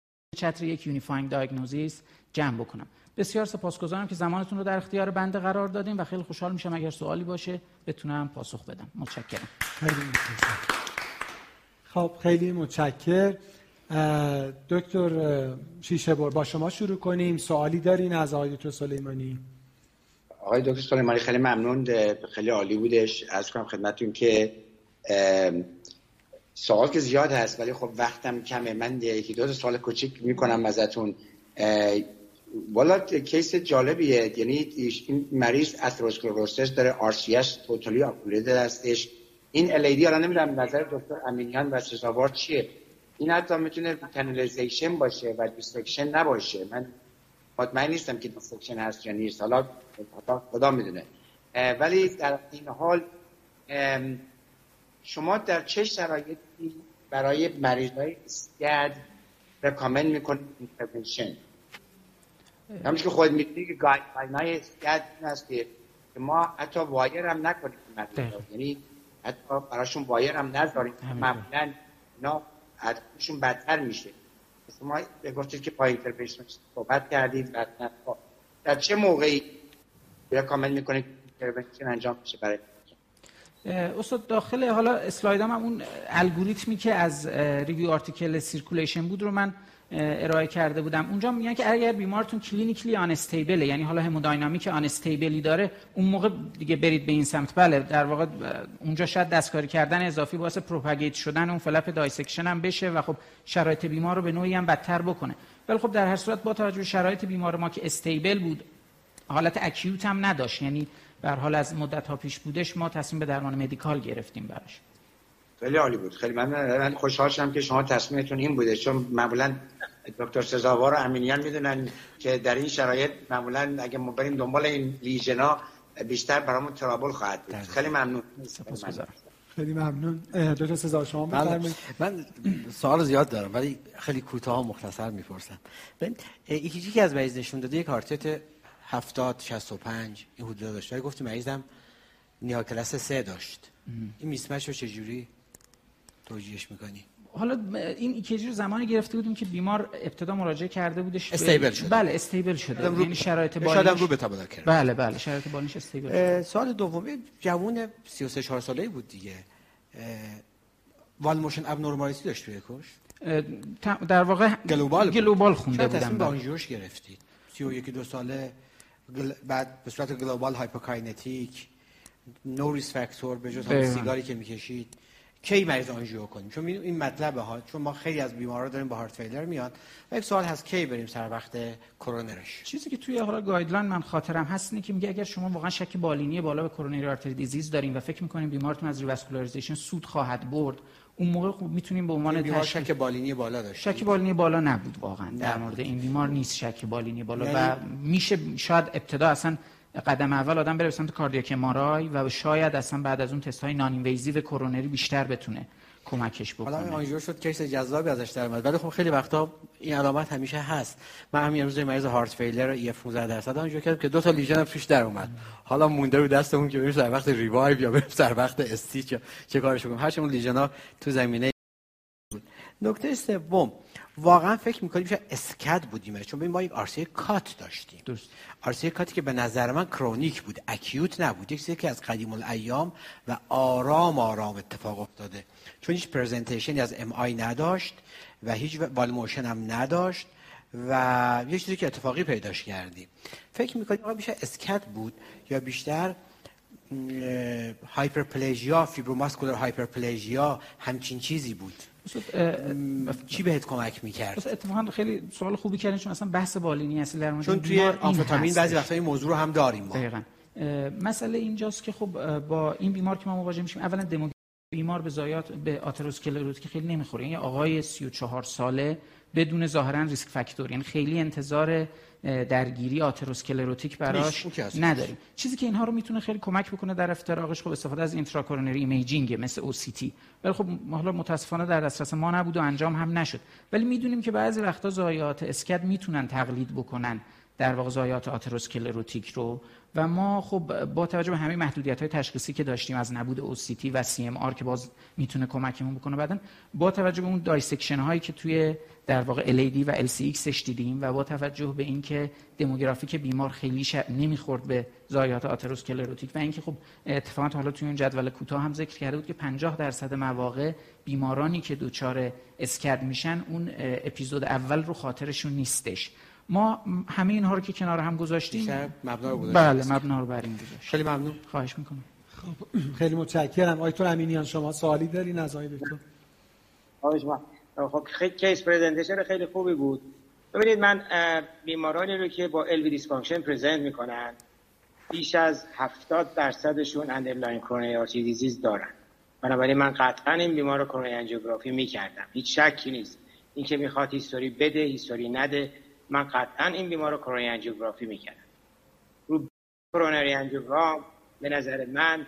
G: چتر یک یونیفاینگ دیاگنوزیس جمع بکنم. بسیار سپاسگزارم که زمانتون رو در اختیار بنده قرار دادیم و خیلی خوشحال میشم اگر سوالی باشه بتونم پاسخ بدم. متشکرم.
A: خیلی متشکرم. خب خیلی متشکرم. دکتر شیشه بر، با شما شروع کنیم. سوالی دارین از آقای دکتر سلیمانی؟
E: آقای دکتر سلیمانی خیلی ممنون، خیلی عالی بودش. عرض کنم خدمتتون که سوال که زیاد هست ولی خب وقتم کمه. من یکی دو تا سوال کوچیک میکنم ازتون. والا کیس جالبیه، یعنی این مریض اتروسکلروسیس داره، آر سی اس توتالی اپگرید هستش. این ال ای دی الان نمیدونم نظر دکتر امینیان و سزاوار چیه؟ این حتی میتونه کانالیزیشن باشه و دیسکشن نباشه. من مطمئن نیستم که دیسکشن هست یا نیست، حالا خدا میدونه. ولی در این حال شما در چه شرایطی برای مریضای اسکد رکامند میکنید اینترونشن؟ همونش که خود میدونی که گایدلاین‌های اسکد این هست که ما حتی وایر هم نکنیم مریضا، یعنی حتی براشون وایر هم نذاریم، معمولا اینا حتمشون بدتر میشه. شما گفتید که پای اینترونشن صحبت کردید و در چه موقعی رکامند میکنید اینترونشن انجام بشه برای
G: استاد؟ داخل حالا اسلایدام هم اون الگوریتمی که از ریویو آرتیکل سیرکولیشن بود رو من ارائه کرده بودم. اونجا میگن که اگر بیمارتون کلینیکلی آن استیبله، یعنی حالا همودینامیک آن استیبلی داره، اون موقع دیگه برید به این سمت. بله در واقع اونجا شاید دستکاری کردن اضافی باعث پروپاگیت شدن اون فلپ دایسکشن هم بشه و خب شرایط بیمار رو به نوعی هم بدتر بکنه. ولی خب در هر صورت با توجه به شرایط بیمار ما که استیبل بود، حالت اکیوت هم نداشت، یعنی به هر حال از مدت ها پیش بودش، ما تصمیم به درمان مدیکال گرفتیم براش.
E: خیلی عالی بود. خیلی من من خوشحال شدم که شما تصمیمتون این بوده، چون معمولا دکتر سزاوار و امینیان میدونن که در این شرایط معمولا اگه ما بریم دنبال این لیژنا بیشتر برامون ترابل خواهد بود. خیلی ممنون.
A: سپاسگزارم. خیلی ممنون. دکتر سزاوار شما بفرمایید.
D: من سوال زیاد دارم ولی خیلی کوتاه و مختصر میپرسم. ببین یکی که از مریض نشون داده یک هارت هفتاد شصت و پنج این حدود داشت. ولی گفتم مریضم نیا کلاس سه داشت. این میسمچ رو چجوری توجیهش میکنی؟
G: حالا این ایکیجی رو زمانی گرفته بودیم که بیمار ابتدا مراجعه کرده بودش.
D: استیبل شده.
G: بله استیبل شده. یعنی شرایط بالینش
D: شاید رو به تبادل کرد.
G: بله بله شرایط بالینش استیبل شده.
D: سوال دومی جوون سی و سه چهار ساله‌ای بود دیگه. وال موشن ابنورمالیتی داشت توی کش؟
G: در واقع
D: گلوبال
G: گلوبال خونده بودم.
D: تصمیم به آنژیوش گرفتید. سی و یک دو ساله گل... بعد به صورت گلوبال هایپوکاینتیک نو ریس فاکتور به جز همون سیگاری که میکشید کی مریض آنژیو کنیم؟ چون این مطلبه ها، چون ما خیلی از بیمارا داریم با هارت فیلر میان و یک سوال هست کی بریم سر وقت کرونرش.
G: چیزی که توی حالا گایدلاین من خاطرم هست اینه که میگه اگر شما واقعا شک بالینی بالا به کرونری آرتری دیزیز دارین و فکر میکنین بیمارتون از ریواسکولاریزیشن سود خواهد برد، اون موقع خوب میتونیم به عنوان
D: بیمار شک بالینی بالا داشت.
G: شک بالینی بالا نبود واقعا. در مورد این بیمار نیست شک بالینی بالا و میشه شاید ابتدا اصلا قدم اول آدم بره به سمت کاردیاک ام‌آرآی و شاید اصلا بعد از اون تست‌های نان اینویزیو کرونری بیشتر بتونه کمکش بکنه.
D: حالا آنژیو شد کیس جذابی ازش در اومد، ولی خب خیلی وقتا این علامت همیشه هست. من همین امروز مریض هارت فیلر ای اف پانزده درصد آنژیو کردم که دو تا لیژن هم توش در اومد. حالا مونده رو دستمون که بریم سر وقت ریوایو یا بریم سر وقت استیچ چه کارش بکنیم. هرچند اون لیژنا تو زمینه بود. نکته سوم واقعا فکر می‌کنیم که اسکد بودیم، چون ببین ما یک آرسی کات داشتیم. درست. آرسی کاتی که به نظر من کرونیک بود، اکیوت نبود، یک چیزی که از قدیم الایام و آرام آرام اتفاق افتاده، چون هیچ پرزنتیشنی از ام آی نداشت و هیچ وال موشن هم نداشت و یه چیزی که اتفاقی پیداش کردیم. فکر می‌کنیم آقا بیشتر اسکد بود یا بیشتر هایپرپلژیا، فیبروماسکولار هایپرپلژیا همچین چیزی بود؟ چی بهت کمک می‌کرد؟
G: اتفاقا خیلی سوال خوبی کردین، چون اصلا بحث بالینی اصلا در مورد
D: چون توی آمفتامین بعضی وقتا این موضوع رو هم داریم ما.
G: دقیقاً. مسئله اینجاست که خب با این بیمار که ما مواجه میشیم، اولا دموگرافی بیمار به ضایعات به آتروسکلروتیک خیلی نمیخوره. یعنی آقای سی و چهار ساله بدون ظاهرا ریسک فاکتور، یعنی خیلی انتظار درگیری آتروسکلروتیک براش نداریم. چیزی که اینها رو میتونه خیلی کمک بکنه در افتراقش خب استفاده از اینتراکورونری ایمیجینگ مثل او سی تی، ولی خب حالا متاسفانه در دسترس ما نبود و انجام هم نشد. ولی میدونیم که بعضی وقتا ضایعات اسکد میتونن تقلید بکنن در واقع ضایعات آتروسکلروتیک رو و ما خب با توجه به همه محدودیت‌های تشخیصی که داشتیم از نبود او سی تی و سی ام آر که باز میتونه کمکمون بکنه بعدن، با توجه به اون دایسکشن هایی که توی در واقع ال ای دی و ال سی ایکسش دیدیم و با توجه به اینکه دموگرافیک بیمار خیلی ش... نمیخورد به ضایعات آتروسکلروتیک و اینکه خب اتفاقا حالا توی اون جدول کوتاه هم ذکر کرده بود که پنجاه درصد مواقع بیمارانی که دچار اسکد میشن اون اپیزود اول رو خاطرشون نیستش. ما همه اینها رو که کنار هم گذاشتیم،
D: مبنا رو گذاشتیم.
G: بله مبنا رو بر این گذاشتیم.
D: خیلی ممنون.
G: خواهش میکنم.
A: خب خیلی متشکرم. آقای امینیان شما سوالی دارین از آقای دکتر؟
B: خواهش می‌کنم. خب خیلی کیس پرزنتیشن خیلی خوبی بود. ببینید من بیمارانی رو که با ال وی دیسفانکشن پرزنت میکنن بیش از هفتاد درصدشون اندرلاین کرونری آرتری دیزیز دارن. بنابراین من قطعا این بیمار رو کرونری انژیوگرافی میکردم. هیچ شکی نیست. این که میخواد هیستوری بده، هیستوری نده، من قطعا این بیمار رو کرونری انژیوگرافی میکردم. رو کرونری انژیوگرام به نظر من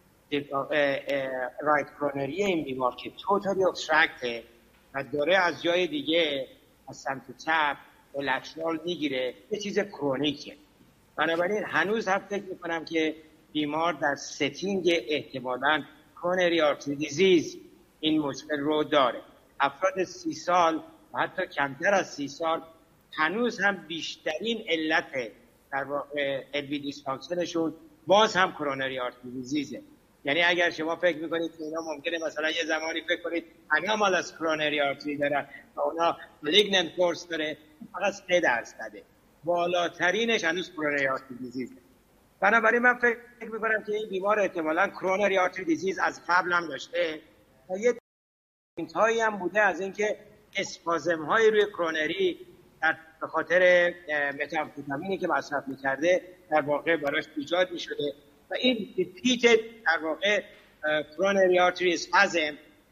B: رایت کرونری این بیمار که توتالی ابسترکته و داره از جای دیگه از سمت چپ الاکشنال میگیره، یه چیز کرونیکه. بنابراین هنوز هم فکر میکنم که بیمار در ستینگ احتمالاً کرونری آرتری دیزیز این مشکل رو داره. افراد سی سال و حتی کمتر از سی سال هنوز هم بیشترین علت در واقع ال وی دیسفانکشنشون باز هم کرونری آرتری دیزیزه. یعنی اگر شما فکر میکنید که اینا ممکنه مثلا یه زمانی فکر کنید همه مال از کرونری آرتری دارن و اونا مالیگننت کورس داره، فقط سه درصده، بالاترینش هنوز کرونری آرتری دیزیزه. بنابراین من فکر میکنم که این بیمار احتمالاً کرونری آرتری دیزیز از قبل هم داشته و یه هایی هم بوده از اینکه اسپازم های روی کرونری در به خاطر متامفتامینی که مصرف میکرده در واقع براش ایجاد میشده و این ریپیتد در واقع کرونری آرتری اسپازم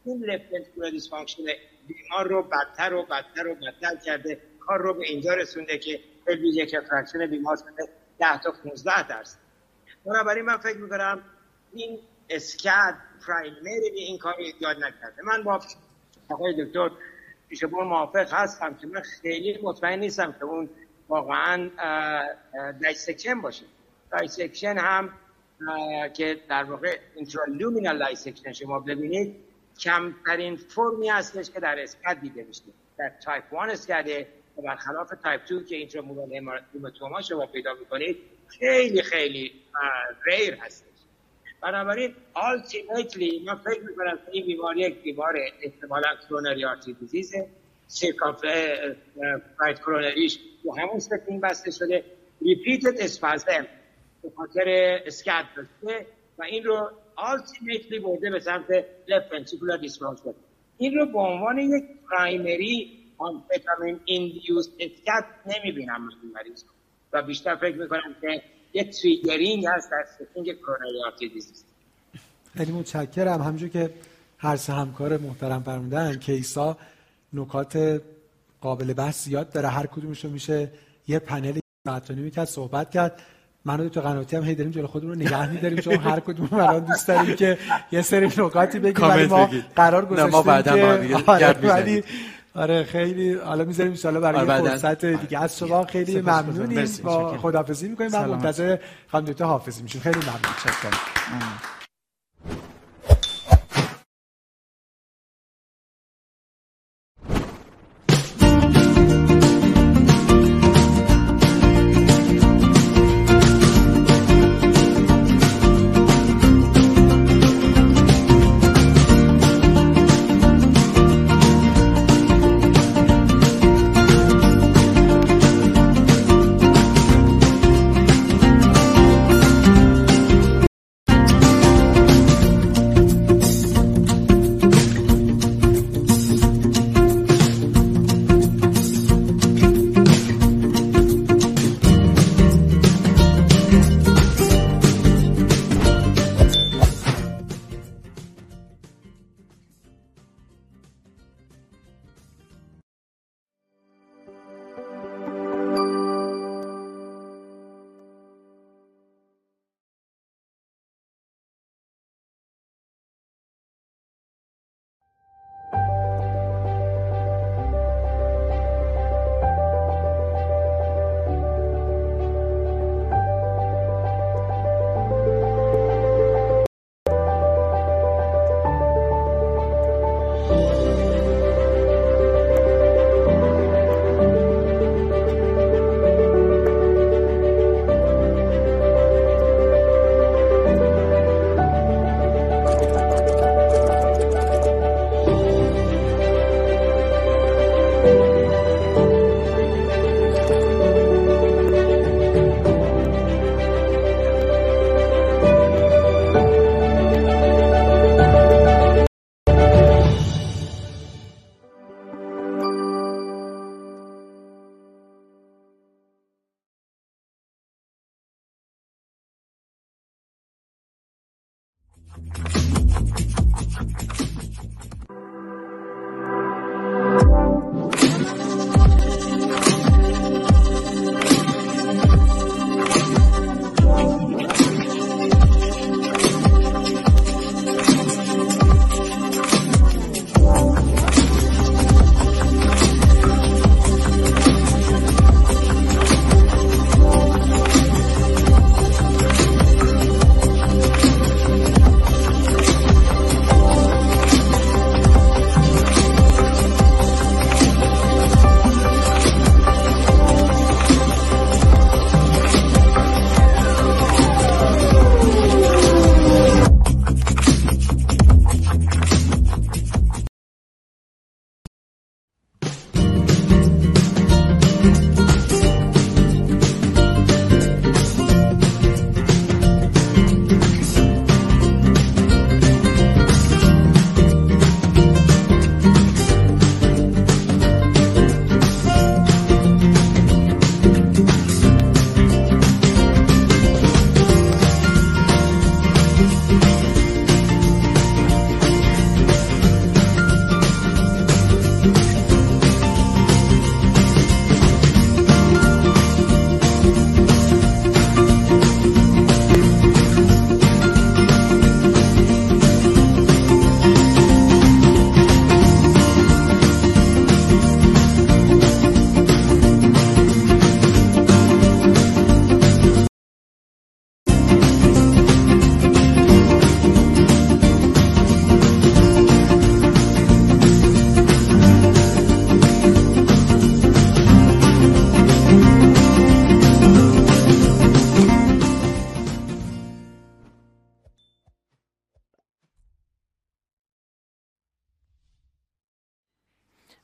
B: این لفت ونتریکولار دیسفانکشن بیمار رو بدتر و بدتر و بدتر کرده، کار رو به اینجا رسونده که یک فرکشن بیمار شده ده تا پانزده درصد. بنابراین من فکر میکنم این اسکد پرایمری این کار ایجاد نکرده. من با آقای دکتر پیشبون موافق هستم که من خیلی مطمئن نیستم که اون واقعا دایسکشن باشه. دایسکشن هم که در واقع اینترالومینال دایسکشن شما ببینید کمترین فرمی هستش که در اسکد دیده میشه. در تایپ یک اسکده و برخلاف تایپ دو که اینترامورال هیماتوما شما پیدا میکنید خیلی خیلی ریر هستش. بنابراین ultimately من فکر میکنم که این بیماری یک بیمار احتمالاً کرونری آرتری دیزیزه، سیرکامفلکس کرونریش تو همون سکین بسته شده، ریپیتد اسپازم به خاطر اسکد داشته و این رو ultimately برده به سمت left ventricular dysfunction. این رو به عنوان یک پرایمری آمفتامین ایندیوس اسکد نمیبینم من این مریض و بیشتر فکر میکنم که یه تریگرینگ هست در سکینگ کرونری آرتری دیزیز.
A: خیلی متشکرم. همونجور که هر سه همکار محترم فرمودن کیسا نکات قابل بحث زیاد داره، هر کدومش رو میشه یه پنل ساعت میکرد صحبت کرد. من و تو قناتی هم هی داریم جلو خودمون رو نگه می‌داریم چون هر کدوم الان دوست داریم که یه سری نکاتی بگیم ولی ما قرار گذاشتیم ما بعداً گرد می‌زنیم. آره خیلی حالا می‌ذاریم ان شاءالله برای آره فرصت دیگه. از شما خیلی ممنونیم. با خداحافظی می‌کنیم و منتظر خانم دکتر حافظی میشیم. خیلی ممنون.
G: متشکرم.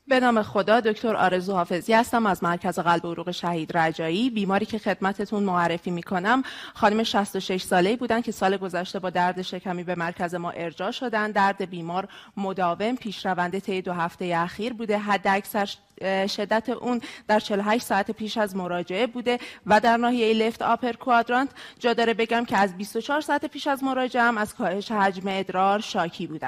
H: به نام خدا، دکتر آرزو حافظی هستم از مرکز قلب و عروق شهید رجایی. بیماری که خدمتتون معرفی میکنم خانم شصت و شش ساله‌ای بودن که سال گذشته با درد شکمی به مرکز ما ارجاع شدن. درد بیمار مداوم، پیشرونده طی دو هفته اخیر بوده. حد اکثر شدت اون در چهل و هشت ساعت پیش از مراجعه بوده و در ناحیه لفت آپر کوادرانت جا داره بگم که از بیست و چهار ساعت پیش از مراجعه هم از کاهش حجم ادرار شاکی بودن.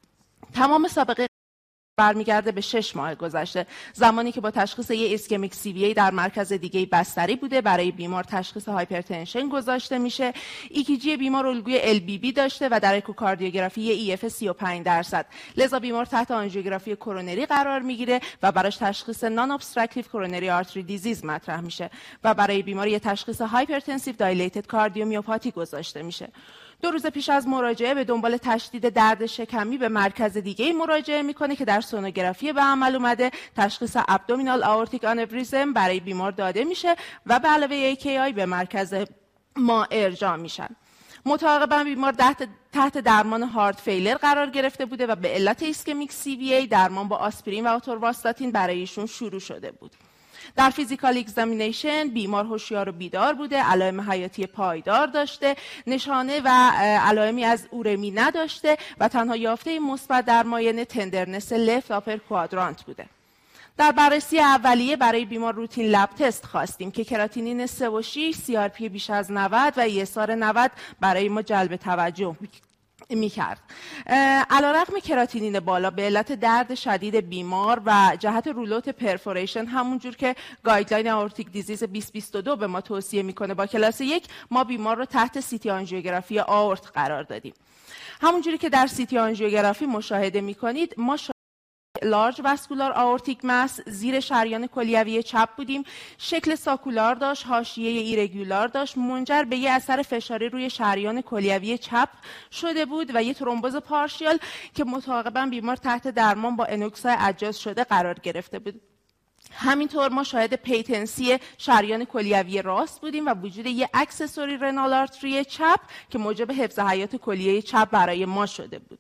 H: تمام سابقه برمیگرده به شش ماه گذشته، زمانی که با تشخیص یه اسکمیک سی وی ای در مرکز دیگه بستری بوده. برای بیمار تشخیص هایپرتنشن گذاشته میشه. ایکیجی بیمار الگوی ال بی بی داشته و در اکوکاردیوگرافی یه ای اف سی و پنج درصد، لذا بیمار تحت آنژیوگرافی کرونری قرار میگیره و براش تشخیص نان ابستراکتیو کرونری آرتری دیزیز مطرح میشه و برای بیمار یه تشخیص هایپرتنسیو دایلیتد کاردیومیوپاتی گذاشته میشه. دو روز پیش از مراجعه به دنبال تشدید درد شکمی به مرکز دیگه مراجعه میکنه که در سونوگرافی به عمل اومده. تشخیص ابدومینال آورتیک آنوریزم برای بیمار داده میشه و به علاوه ای کی آی به مرکز ما ارجاع میشن. متعاقباً بیمار تحت تحت درمان هارت فیلر قرار گرفته بوده و به علت ایسکمیک سی وی ای درمان با آسپرین و آتورواستاتین برای ایشون شروع شده بود. در فیزیکال اگزامینیشن بیمار هوشیار و بیدار بوده، علائم حیاتی پایدار داشته، نشانه و علائمی از اورمی نداشته و تنها یافته مثبت در معاینه تندرنس لفت آپر کوادرانت بوده. در بررسی اولیه برای بیمار روتین لب تست خواستیم که کراتینین سه و شش، سی آر پی بیش از نود و ای اس آر نود برای ما جلب توجه می کرد. علیرغم کراتینین بالا به علت درد شدید بیمار و جهت رولوت پرفوریشن همونجور که گایدلاین آورتیک دیزیز بیست بیست و دو به ما توصیه میکنه با کلاس یک، ما بیمار رو تحت سیتی آنژیوگرافی آورت قرار دادیم. همونجوری که در سیتی آنژیوگرافی مشاهده میکنید، ما لارج واسکولار آورتیک ماس زیر شریان کلیوی چپ بودیم. شکل ساکولار داشت، حاشیه ایرگولار داشت، منجر به یه اثر فشاری روی شریان کلیوی چپ شده بود و یه ترومبوز پارشیال که متعاقباً بیمار تحت درمان با انوکسای اجاز شده قرار گرفته بود. همینطور ما شاهد پیتنسی شریان کلیوی راست بودیم و وجود یک اکسسوری رنال آرتری چپ که موجب حفظ حیات کلیه چپ برای ما شده بود.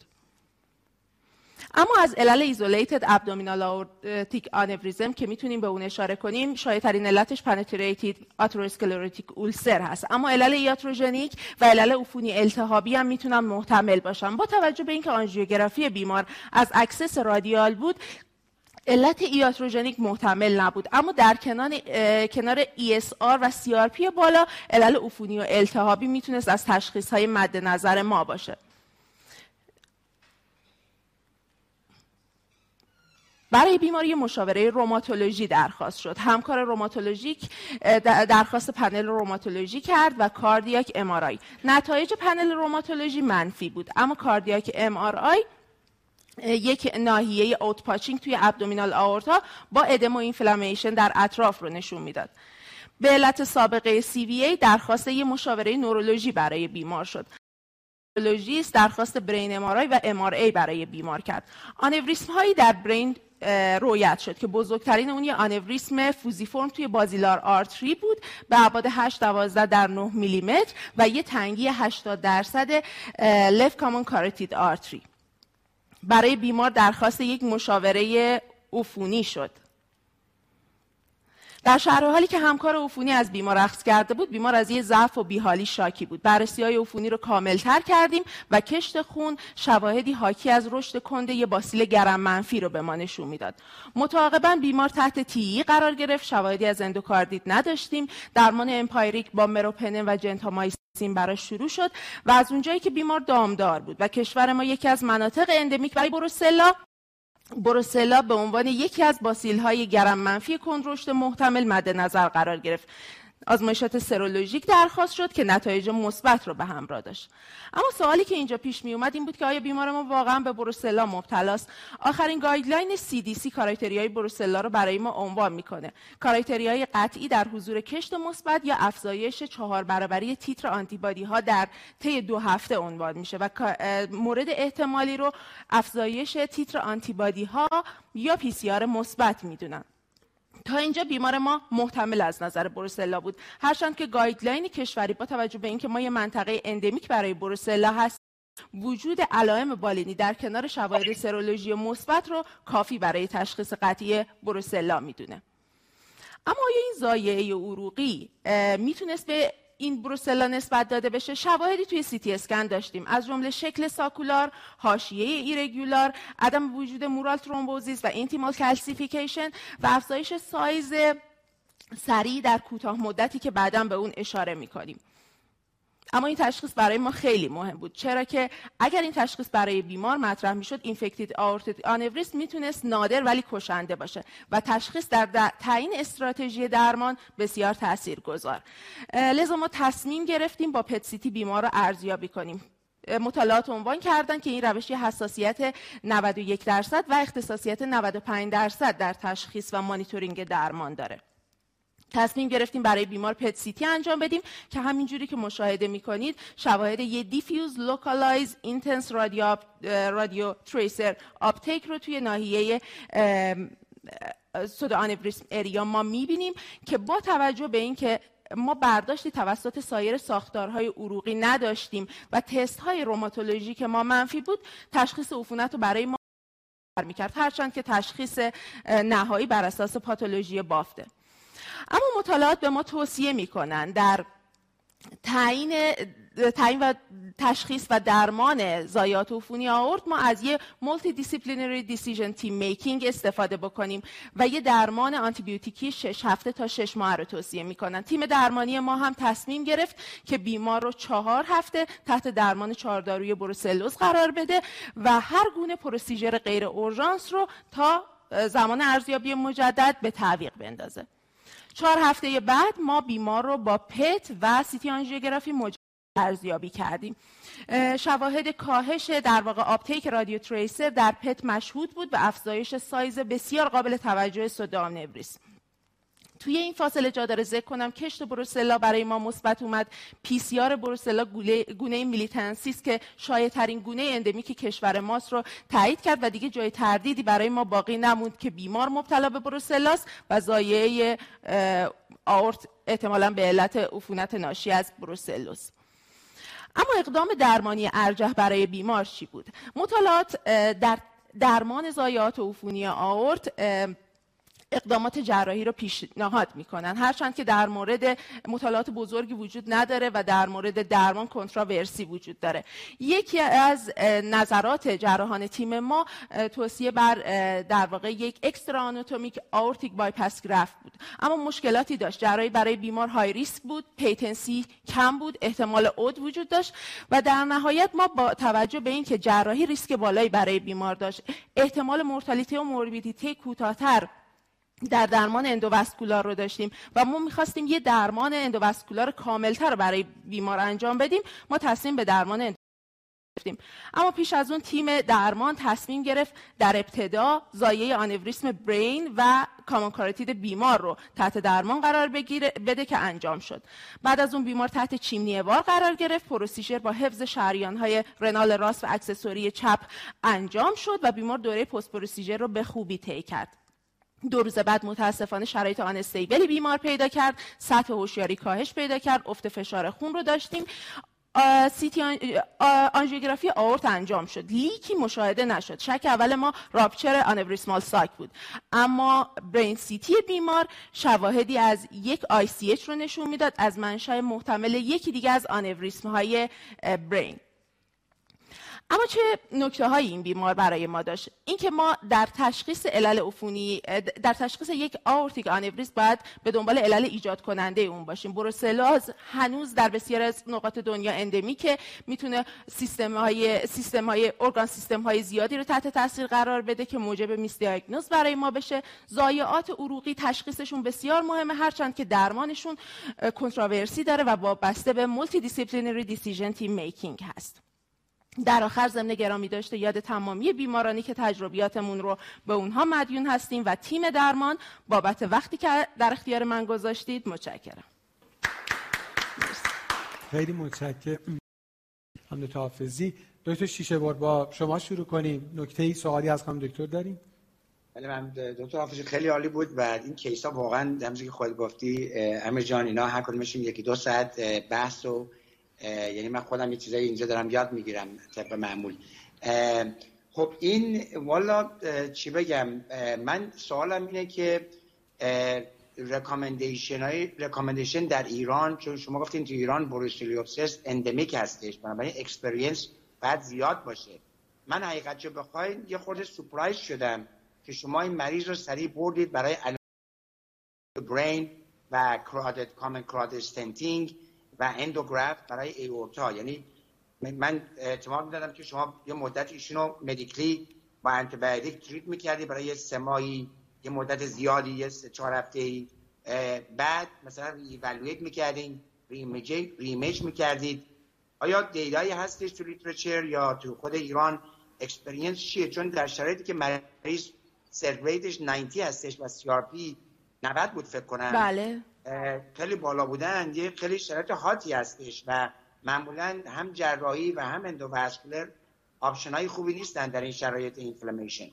H: اما از علل ایزولیتد ابدومینال آورتیک آنوریزم که میتونیم به اون اشاره کنیم، شایع‌ترین علتش پنتریتید آتروسکلروتیک اولسر هست، اما علل ایاتروژنیک و علل عفونی التهابی هم میتونن محتمل باشن. با توجه به اینکه آنژیوگرافی بیمار از اکسس رادیال بود، علت ایاتروژنیک محتمل نبود، اما در کنار کنار ای اس آر و سی آر پی بالا، علل عفونی و التهابی میتونست از تشخیص‌های مد نظر ما باشه. برای بیماری مشاوره روماتولوژی درخواست شد. همکار روماتولوژیک درخواست پنل روماتولوژی کرد و کاردیاک ام آر آی. نتایج پنل روماتولوژی منفی بود، اما کاردیاک ام آر آی یک ناحیه اوت پاچینگ توی ابدومینال آورتا با ادم و اینفلامیشن در اطراف رو نشون میداد. به علت سابقه سی وی ای درخواست یه مشاوره نورولوژی برای بیمار شد. نورولوژیست درخواست برین ام آر آی و ام آر ای برای بیمار کرد. آنوریسم هایی در برین رویت شد که بزرگترین اون یه آنوریسم فوزیفورم توی بازیلار آرتری بود به ابعاد هشت دوازده در نه میلی متر و یه تنگی هشتاد درصد لفت کامن کاروتید آرتری. برای بیمار درخواست یک مشاوره عفونی شد. در شرح حالی که همکار عفونی از بیمار اخذ کرده بود، بیمار از یه ضعف و بیحالی شاکی بود. بررسی‌های عفونی رو کامل‌تر کردیم و کشت خون شواهدی حاکی از رشد کند یه باسیل گرم منفی رو به ما نشون میداد. متعاقباً بیمار تحت تی ای قرار گرفت، شواهدی از اندوکاردیت نداشتیم. درمان امپایریک با مروپنن و جنتامایسین براش شروع شد و از اونجایی که بیمار دامدار بود و کشور ما یکی از مناطق اندمیک برای بروسلا بروسلا به عنوان یکی از باسیل‌های گرم منفی کندرشد محتمل مد نظر قرار گرفت. آزمایشات سرولوژیک درخواست شد که نتایج مثبت رو به همراه داشت. اما سوالی که اینجا پیش می اومد این بود که آیا بیمار ما واقعا به بروسلا مبتلاست؟ آخرین گایدلاین سی دی سی کارایتریای بروسلا رو برای ما عنوان میکنه. کارایتریای قطعی در حضور کشت مثبت یا افزایش چهار برابری تیتر آنتیبادی ها در طی دو هفته عنوان میشه و مورد احتمالی رو افزایش تیتر آنتیبادی ها یا پی سی آر مثبت میدونن. تا اینجا بیمار ما محتمل از نظر بروسلا بود، هرچند که گایدلاین کشوری با توجه به اینکه ما یه منطقه اندمیک برای بروسلا هست وجود علائم بالینی در کنار شواهد سرولوژی مثبت رو کافی برای تشخیص قطعی بروسلا میدونه. اما آیا این ضایعه عروقی میتونست به این بروسلا نسبت داده بشه؟ شواهدی توی سی تی اسکن داشتیم، از جمله شکل ساکولار، حاشیه ایرگولار، عدم وجود مورال ترومبوزیس و اینتیمال کلسیفیکیشن و افزایش سایز سریع در کوتاه مدتی که بعداً به اون اشاره میکنیم. اما این تشخیص برای ما خیلی مهم بود، چرا که اگر این تشخیص برای بیمار مطرح میشد، اینفکتید آورتیک آنوریسم میتونست نادر ولی کشنده باشه و تشخیص در تعیین استراتژی درمان بسیار تاثیرگذار. لذا ما تصمیم گرفتیم با پت سی تی بیمار رو ارزیابی کنیم. مطالعات عنوان کردن که این روش حساسیت نود و یک درصد و اختصاصیت نود و پنج درصد در تشخیص و مانیتورینگ درمان داره. تصمیم گرفتیم برای بیمار پت سی تی انجام بدیم که همینجوری که مشاهده میکنید شواهد یه دیفیوز لوکالایز اینتنس رادیو رادیو تریسر آپتیک رو توی ناحیه سودو آنوریسم اریا ما میبینیم که با توجه به اینکه ما برداشتی توسط سایر ساختارهای عروقی نداشتیم و تست های روماتولوژی که ما منفی بود، تشخیص عفونت رو برای ما میکرد، هرچند که تشخیص نهایی بر اساس پاتولوژی بافته. اما مطالعات به ما توصیه میکنن در تعیین تعیین و تشخیص و درمان ضایعات عفونی آورت ما از یه مولتی دیسیپلینری دیسیژن تیم میکینگ استفاده بکنیم و یه درمان آنتیبیوتیکی شش هفته تا شش ماه رو توصیه میکنن. تیم درمانی ما هم تصمیم گرفت که بیمار رو چهار هفته تحت درمان چهاردارویی بروسلوز قرار بده و هر گونه پروسیجر غیر اورژانس رو تا زمان ارزیابی مجدد به تعویق بندازه. چهار هفته بعد ما بیمار رو با پت و سیتی آنژیوگرافی مجدد ارزیابی کردیم. شواهد کاهش در واقع آپتیک رادیو تریسر در پت مشهود بود و افزایش سایز بسیار قابل توجه سودو آنوریسم. توی این فاصله جا داره ذکر کنم کشت بروسلا برای ما مثبت اومد. پی سی آر بروسلا گونه میلیتنسیس که شایع ترین گونه اندمیک کشور ماست رو تایید کرد و دیگه جای تردیدی برای ما باقی نموند که بیمار مبتلا به بروسلاست و ضایعه آورت احتمالاً به علت عفونت ناشی از بروسلوز. اما اقدام درمانی ارجح برای بیمار چی بود؟ مطالعات در درمان ضایعات عفونی آورت اقدامات جراحی رو پیشنهاد میکنن، هرچند که در مورد مطالعات بزرگی وجود نداره و در مورد درمان کنتراورسی وجود داره. یکی از نظرات جراحان تیم ما توصیه بر در واقع یک اکسترا آناتومیک آورتیک بایپاس گرافت بود، اما مشکلاتی داشت. جراحی برای بیمار های ریسک بود، پیتنسی کم بود، احتمال عود وجود داشت و در نهایت ما با توجه به اینکه جراحی ریسک بالایی برای بیمار داشت، احتمال مورتالیته و موربیدیته کوتاه‌تر در درمان اندوواسکولار رو داشتیم و ما می‌خواستیم یه درمان اندوواسکولار کاملتر رو برای بیمار انجام بدیم، ما تصمیم به درمان اندو... گرفتیم. اما پیش از اون تیم درمان تصمیم گرفت در ابتدا ضایعه آنوریسم برین و کامان کاروتید بیمار رو تحت درمان قرار بگیره بده که انجام شد. بعد از اون بیمار تحت چیمنی وار قرار گرفت، پروسیجر با حفظ شریان‌های رنال راست و اکسسوری چپ انجام شد و بیمار دوره پست پروسیجر رو به خوبی طی کرد. دو روز بعد متاسفانه شرایط آن استیبلی بیمار پیدا کرد، سطح هوشیاری کاهش پیدا کرد، افت فشار خون رو داشتیم. سیتی آنژیوگرافی آورت انجام شد، لیکی مشاهده نشد. شک اول ما راپچر آنوریسمال ساک بود، اما برین سیتی بیمار شواهدی از یک آی سی اچ رو نشون میداد از منشأ محتمل یکی دیگه از آنوریسم های برین. اما چه نکته های این بیمار برای ما داشت؟ اینکه ما در تشخیص علل عفونی، در تشخیص یک آورتیک آنوریسم باید به دنبال علل ایجاد کننده اون باشیم. بروسلوز هنوز در بسیار از نقاط دنیا اندمیکه، میتونه سیستم های سیستم های ارگان سیستم های زیادی رو تحت تاثیر قرار بده که موجب میس دیاگنوز برای ما بشه. ضایعات عروقی تشخیصشون بسیار مهمه، هرچند که درمانشون کنتراورسی داره و وابسته به مولتی دیسیپلینری دیسیژن تیم میکینگ هست. در آخر ضمن گرامی داشته یاد تمامی بیمارانی که تجربیاتمون رو به اونها مدیون هستیم و تیم درمان بابت وقتی که در اختیار من گذاشتید متشکرم.
A: خیلی متشکرم خانم دکتر حافظی. دکتر شیشه بار با شما شروع کنیم. نکته‌ای سوالی از خانم دکتر داریم؟
E: بله من دکتر حافظی خیلی عالی بود و این کیسا واقعا همونجوری که خودت گفتی امیر جان اینا هر کدومشون یکی دو ساعت بحث و یعنی من خودم یه چیزایی اینجا دارم یاد میگیرم طبق معمول. خب این والا چی بگم، من سوالم اینه که رکامندیشن های رکامندیشن در ایران، چون شما گفتین تو ایران بروسلیوسیس اندمیک هستش، بنابراین اکسپریانس باید زیاد باشه. من حقیقتشو بخواید یه خورده سورپرایز شدم که شما این مریض رو سریع بردید برای برین و کرادد کامن کرادد استنتینگ و اندوگرافت برای ایورتا. یعنی من اعتماد می‌دادم که شما یه مدت ایشونو مدیکلی با آنتی بیوتیک تریت می‌کردی برای سه ماهی، یه مدت زیادی، یه سه چهار هفته‌ای، بعد مثلا ایوالویت می‌کردین، ریمیج ریمیج می‌کردید. آیا دیتایی هستش تو لیترچر یا تو خود ایران اکسپریانس چیه؟ چون در شرایطی که مریض سرو ریتش نود هستش و سی آر پی نود بود فکر کنم،
H: بله
E: خیلی بالا بودن، یه خیلی شرایط هاتی هستش و معمولا هم جراحی و هم اندوواسکولر آپشن‌های خوبی نیستن در این شرایط اینفلامیشن.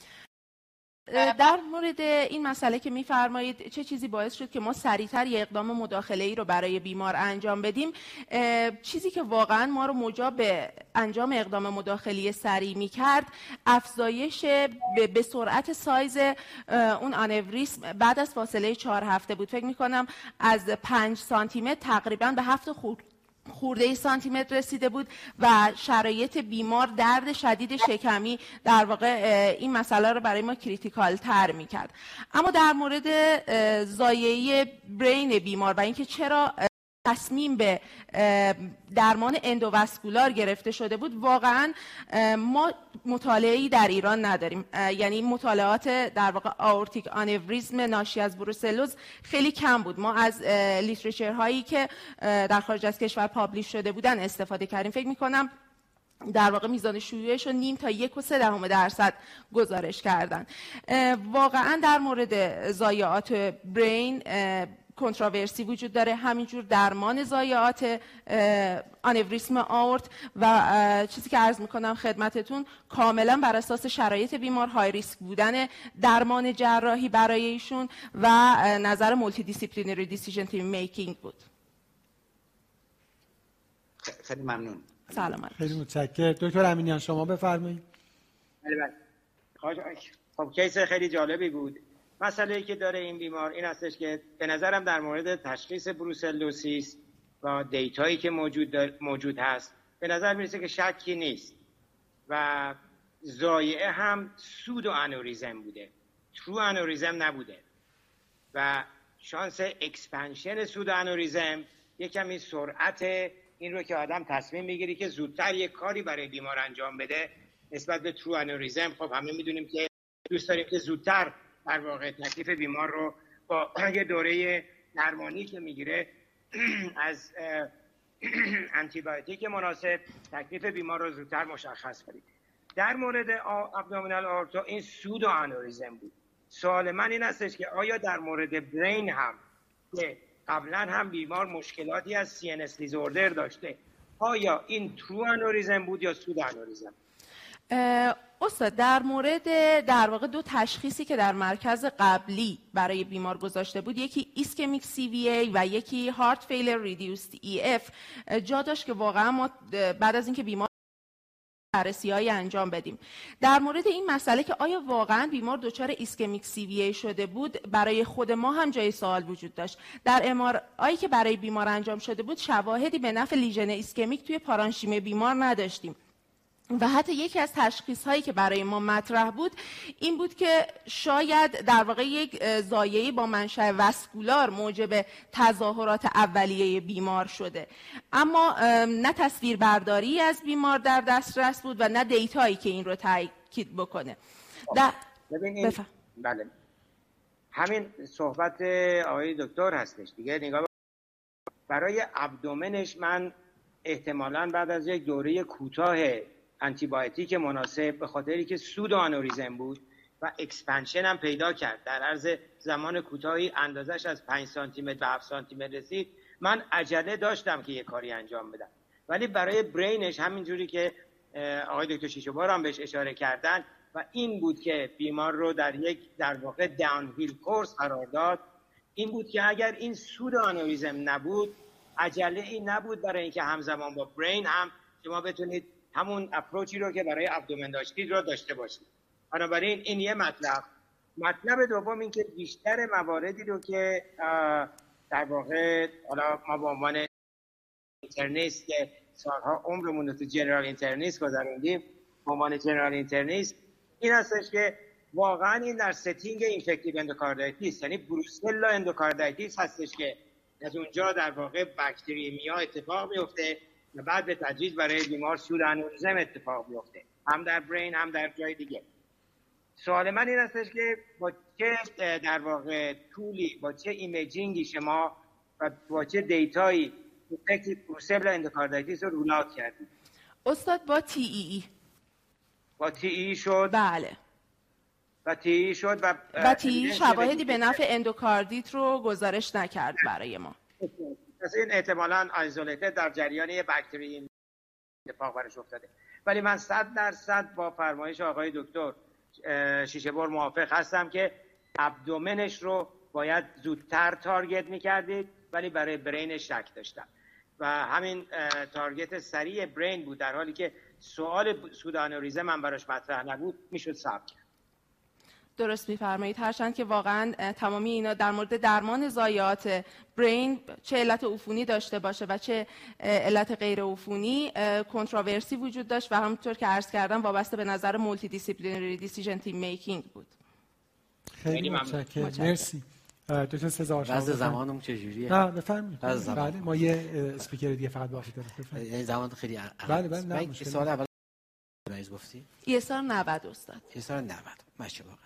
H: در مورد این مسئله که می‌فرمایید چه چیزی باعث شد که ما سریعتر یک اقدام مداخله‌ای رو برای بیمار انجام بدیم، چیزی که واقعا ما رو موجب به انجام اقدام مداخله‌ای سریع می‌کرد افزایش به سرعت سایز اون آنوریسم بعد از فاصله چهار هفته بود. فکر می‌کنم از پنج سانتی متر تقریباً به هفت خورد خورده سانتی متر رسیده بود و شرایط بیمار درد شدید شکمی در واقع این مسئله رو برای ما کریتیکال تر میکرد. اما در مورد ضایعه برین بیمار و اینکه چرا تصمیم به درمان اندوواسکولار گرفته شده بود، واقعا ما مطالعه‌ای در ایران نداریم. یعنی مطالعات در واقع آورتیک آنوریسم ناشی از بروسلوز خیلی کم بود. ما از لیترچر هایی که در خارج از کشور پابلیش شده بودن استفاده کردیم. فکر می‌کنم در واقع میزان شیوعش رو نیم تا یک و سه دهم درصد گزارش کردن. واقعا در مورد ضایعات برین کنتراورسی وجود داره، همینجور درمان ضایعات آنوریسم آورت و چیزی که عرض میکنم خدمتتون کاملا بر اساس شرایط بیمار، های ریسک بودن درمان جراحی برای ایشون و نظر مولتی دیسیپلینری دیسیژن تیم میکینگ بود.
E: خیلی ممنون.
H: سلام.
A: خیلی متشکرم. دکتر امینیان شما بفرمایید.
B: بله بله. خب کیس خیلی جالبی بود. مسئله‌ای که داره این بیمار این هستش که به نظرم در مورد تشخیص بروسلوسیس و دیتایی که موجود موجود هست به نظر میرسه که شکی نیست و ضایعه هم سودو آنوریزم بوده، ترو آنوریزم نبوده و شانس اکسپنشن سودو آنوریزم یک کمی سرعت این رو که آدم تصمیم میگیری که زودتر یک کاری برای بیمار انجام بده نسبت به ترو آنوریزم. خب همه میدونیم که دوست داریم که زودتر در واقع تکلیف بیمار رو با یه دوره درمانی که میگیره از آنتی بیوتیک مناسب تکلیف بیمار رو زودتر مشخص کنید. در مورد ابدومینال آورتا این سودو آنوریزم بود. سوال من این هستش که آیا در مورد برین هم که قبلا هم بیمار مشکلاتی از سی ان اس دیزوردر داشته، آیا این ترو آنوریزم بود یا سودو آنوریزم؟
H: استاد در مورد در واقع دو تشخیصی که در مرکز قبلی برای بیمار گذاشته بود، یکی ایسکمیک سی وی ای و یکی هارت فیلر ریدیوسد ای اف، جا داشت که واقعا ما بعد از اینکه بیمار بررسی‌های انجام بدیم. در مورد این مسئله که آیا واقعا بیمار دچار ایسکمیک سی وی ای شده بود، برای خود ما هم جای سوال وجود داشت. در ام آر آی که برای بیمار انجام شده بود شواهدی به نفع لیژن ایسکمیک توی پارانشیم بیمار نداشتیم و حتی یکی از تشخیص هایی که برای ما مطرح بود این بود که شاید در واقع یک ضایعه با منشأ واسکولار موجب تظاهرات اولیه بیمار شده، اما نه تصویر برداری از بیمار در دسترس بود و نه دیتایی که این رو تأکید بکنه. در...
B: ببینید بله همین صحبت آقای دکتر هستش دیگه. نگاه برای ابدومنش من احتمالاً بعد از یک دوره کوتاه آنتی بیوتیک مناسب به خاطری که سودو آنوریزم بود و اکسپنشن هم پیدا کرد در عرض زمان کوتاهی اندازش از پنج سانتی متر به هفت سانتی متر رسید، من عجله داشتم که یه کاری انجام بدم. ولی برای برینش همینجوری که آقای دکتر شیشوبار هم بهش اشاره کردن و این بود که بیمار رو در یک در واقع داون هیل کورس قرار داد، این بود که اگر این سودو آنوریزم نبود عجله این نبود برای اینکه همزمان با برین هم شما بتونید همون اپروچی رو که برای ابدومن داشتید رو داشته باشید. بنابراین این یه مطلب. مطلب دوم این که بیشتر مواردی رو که در واقع حالا ما به عنوان اینترنیست که سالها عمرمون رو تو جنرال اینترنیست گذروندیم، به عنوان جنرال اینترنیست این هستش که واقعا این در ستینگ اینفکتیو اندوکاردایتیس، یعنی بروسلا اندوکاردایتیس هستش که از اونجا در واقع باکتریمیا اتفاق میفته و بعد به تدریج برای بیمار سودانوریزم اتفاق میفته، هم در برین هم در جای دیگه. سوال من این هستش که با چه در واقع طولی، با چه ایمیجینگی شما و با چه دیتایی اینفکتیو بروسلا اندوکاردایتیس رو رول اوت کردید؟
H: استاد با تی ای ای.
B: با تی ای شد؟
H: بله.
B: و تی شد و
H: و تی شواهدی به نفع اندوکاردیت رو گزارش نکرد برای ما.
B: پس این احتمالاً آیزولیتد در جریان یه باکتری اتفاق برش افتاده. ولی من صد درصد با فرمایش آقای دکتر شیشه بر موافق هستم که ابدومنش رو باید زودتر تارگت میکردید، ولی برای برینش شک داشتم و همین تارگت سریع برین بود، در حالی که سوال سودانوریزم من براش مطرح نبود میشد صبر کرد.
H: درست میفرمایید، هرچند که واقعا تمامی اینا در مورد درمان ضایعات برین چه علت عفونی داشته باشه و چه علت غیر عفونی کنتروورسی وجود داشت و همونطور که عرض کردم وابسته به نظر مولتی دیسیپلینری دیسیژن تیم میکینگ بود.
A: خیلی متشکرم. مرسی. دکتر سزار شما
D: واسه زمانم چجوریه؟
A: نه بفرمایید. بله ما یه اسپیکر دیگه فقط باقی داره.
D: بفرمایید. زمان خیلی
A: بله بله نه
D: سوال اول مریض گفتی؟
H: ایسار نود استاد.
D: ایسار نود. ماشاءالله.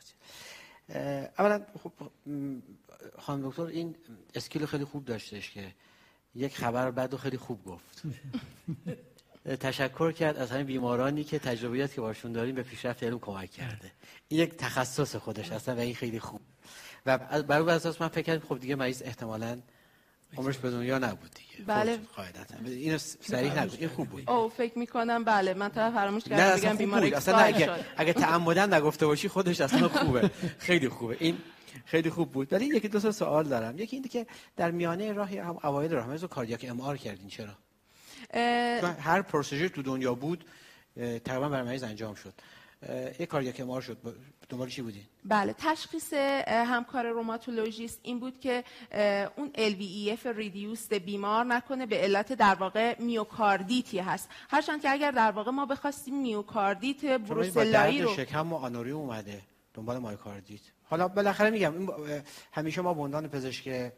D: اولا خب خانم دکتر این اسکیل خیلی خوب داشتش که یک خبر بد و خیلی خوب گفت. تشکر کرد از همین بیمارانی که تجربیاتی که باشون داریم به پیشرفت علم کمک کرده. این یک تخصص خودش اصلا و این خیلی خوب. و بر اون اساس من فکر کردم خب دیگه مریض احتمالاً عمرش به دنیا نبود دیگه.
H: بله.
D: قاعدتاً. اینو صریح نگو. این خوب بود.
H: او فکر می‌کنم بله من تا فراموش کردم بگم بیماری
D: اصلا اگه اگه تعمدن نگفته باشی خودش اصلا خوبه. خیلی خوبه. این خیلی خوب بود. ولی یکی دو تا سوال دارم. یکی اینه که در میانه راهی هم اوایل راه مریض رو کاردیاک ام آر کردین چرا؟ اه... هر پروسیجر تو دنیا بود تقریبا برای مریض انجام شد. یک کاردیاک ام آر شد. دنبال چی بودین؟
H: بله تشخیص همکار روماتولوژیست این بود که اون ال وی ای اف ریدیوست بیمار نکنه به علت در واقع میوکاردیتی هست، هرچند که اگر در واقع ما بخواستیم میوکاردیت بروسلایی رو
D: شکم و آنوریوم اومده دنبال مایوکاردیت. حالا بالاخره میگم همیشه ما به عنوان پزشک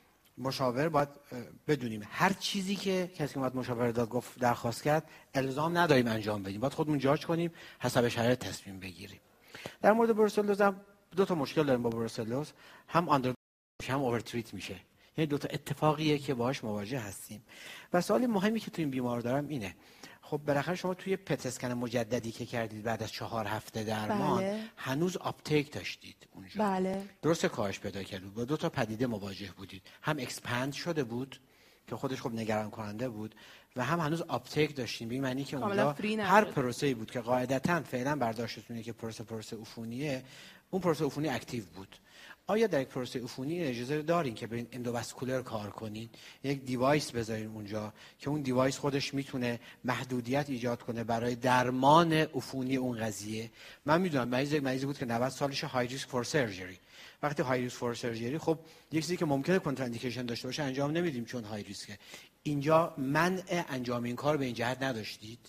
D: مشاور باید بدونیم هر چیزی که کسی که اومد مشاوره داد گفت درخواست کرد الزام نداریم انجام بدیم، باید خودمون جاج کنیم حسب شرایط تصمیم بگیریم. در مورد بروسلوز هم دو تا مشکل داریم با بروسلوز، هم آندر هم اوورتریت میشه، یعنی دو تا اتفاقیه که باهاش مواجه هستیم. و سوال مهمی که تو این بیمار دارم اینه، خب بالاخره شما توی پت اسکن مجددی که کردید بعد از چهار هفته درمان
H: بله.
D: هنوز آپتیک داشتید اونجا.
H: بله.
D: درست کاهش پیدا کردید، با دو تا پدیده مواجه بودید، هم اکسپند شده بود که خودش خب نگران کننده بود و هم هنوز آپتیک داشتیم، به این معنی که اونجا هر پروسه‌ای بود که قاعدتاً فعلا برداشتتونه که پروسه پروسه عفونیه، اون پروسه عفونی اکتیو بود. آیا در یک پروسه عفونی اجازه دارین که برین اندوواسکولر کار کنین، یک دیوایس بذارین اونجا که اون دیوایس خودش میتونه محدودیت ایجاد کنه برای درمان عفونی اون قضیه؟ من میدونم مریض مریضی بود که نود سالشه، های ریسک فور سرجری. وقتی های ریسک فور سرجری خب یک چیزی که ممکنه کنتراندیکیشن داشته باشه انجام نمیدیم چون های ریسکه. اینجا منع انجام این کار به این جهت نداشتید؟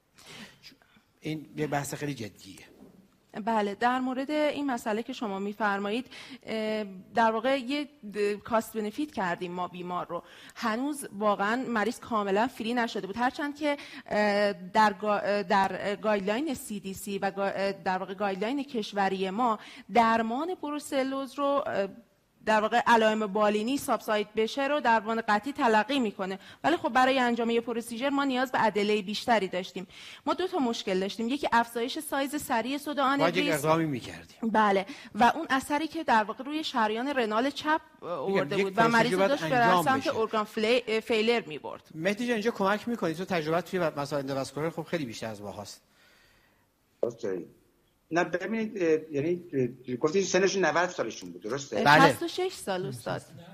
D: این یه بحث خیلی جدیه.
H: بله در مورد این مسئله که شما میفرمایید در واقع یه کاست بنفیت کردیم ما بیمار رو، هنوز واقعا مریض کاملا فری نشده بود، هرچند که در گا در گایدلاین سی دی سی و در واقع گایدلاین کشوری ما درمان بروسلوز رو در واقع علائم بالینی سابساید بشه رو درمان قطعی تلقی میکنه، ولی خب برای انجام یه پروسیجر ما نیاز به ادله بیشتری داشتیم. ما دو تا مشکل داشتیم، یکی افزایش سایز سریع سودا آنوریسم
D: اقدامی میکردیم
H: بله و اون اثری که در واقع روی شریان رنال چپ آورده بود و مریض داشت به سمت ارگان فلی... فیلر میبرد.
D: مهدی جان اینجا کمک میکنید، تو تجربه توی مسائل اندوواسکولار خب خیلی بیشتر از ماهاست.
E: درسته. نه ببینید یعنی گفتید سنشون نود سالشون بود درسته؟
H: بله. شصت و شش سال استاد.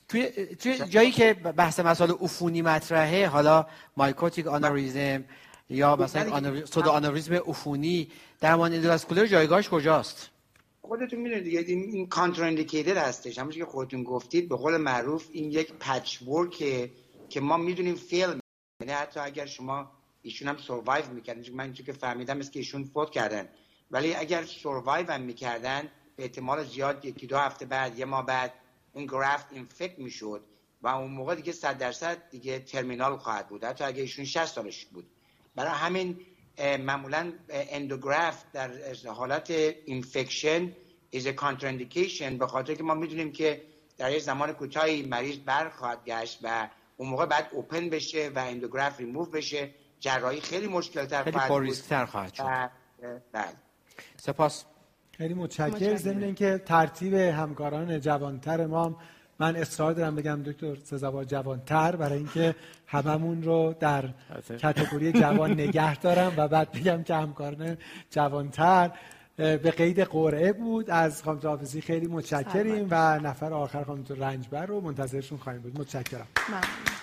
D: توی توی جایی که بحث مسائل عفونی مطرحه، حالا مایکوتیک آنوریزم یا مثلا سودا آنوریزم عفونی، درمان اندوواسکولار جایگاهش کجاست؟
E: خودتون میدونید دیگه این این کانتراندیکیتد هستش. همونش که خودتون گفتید، به قول معروف این یک پچ ورکه که ما میدونیم فیل میکنه. حتی اگر شما ایشون هم سروایو میکردن، من چون که فهمیدم است که ایشون فوت کردن، ولی اگر سروایو هم میکردن به احتمال زیاد یکی دو هفته بعد یه ماه بعد این گرافت اینفکت میشد و اون موقع دیگه صد درصد دیگه ترمینال خواهد بود، حتی اگه ایشون شصت سالش بود. برای همین معمولا اندوگرافت در حالت اینفکشن is a contraindication، به خاطر که ما میدونیم که در یه زمان کوتاهی مریض برخواهد گشت و اون موقع بعد اوپن بشه و اندوگراف ریموو بشه، جراحی خیلی مشکل تر
D: خیلی پر ریسک تر خواهد شد.
E: بله.
D: سپاس.
A: خیلی متشکرم. ضمن اینکه ترتیب همکاران جوانتر ما، من اصرار دارم بگم دکتر سزاوار جوانتر، برای اینکه هممون رو در کاتگوری جوان نگه دارم و بعد بگم که همکاران جوانتر. به قید قرعه بود. از خانم حافظی خیلی متشکریم و نفر آخر خانم رنجبر رو منتظرشون خواهیم بود. متشکرم.
H: ممنون.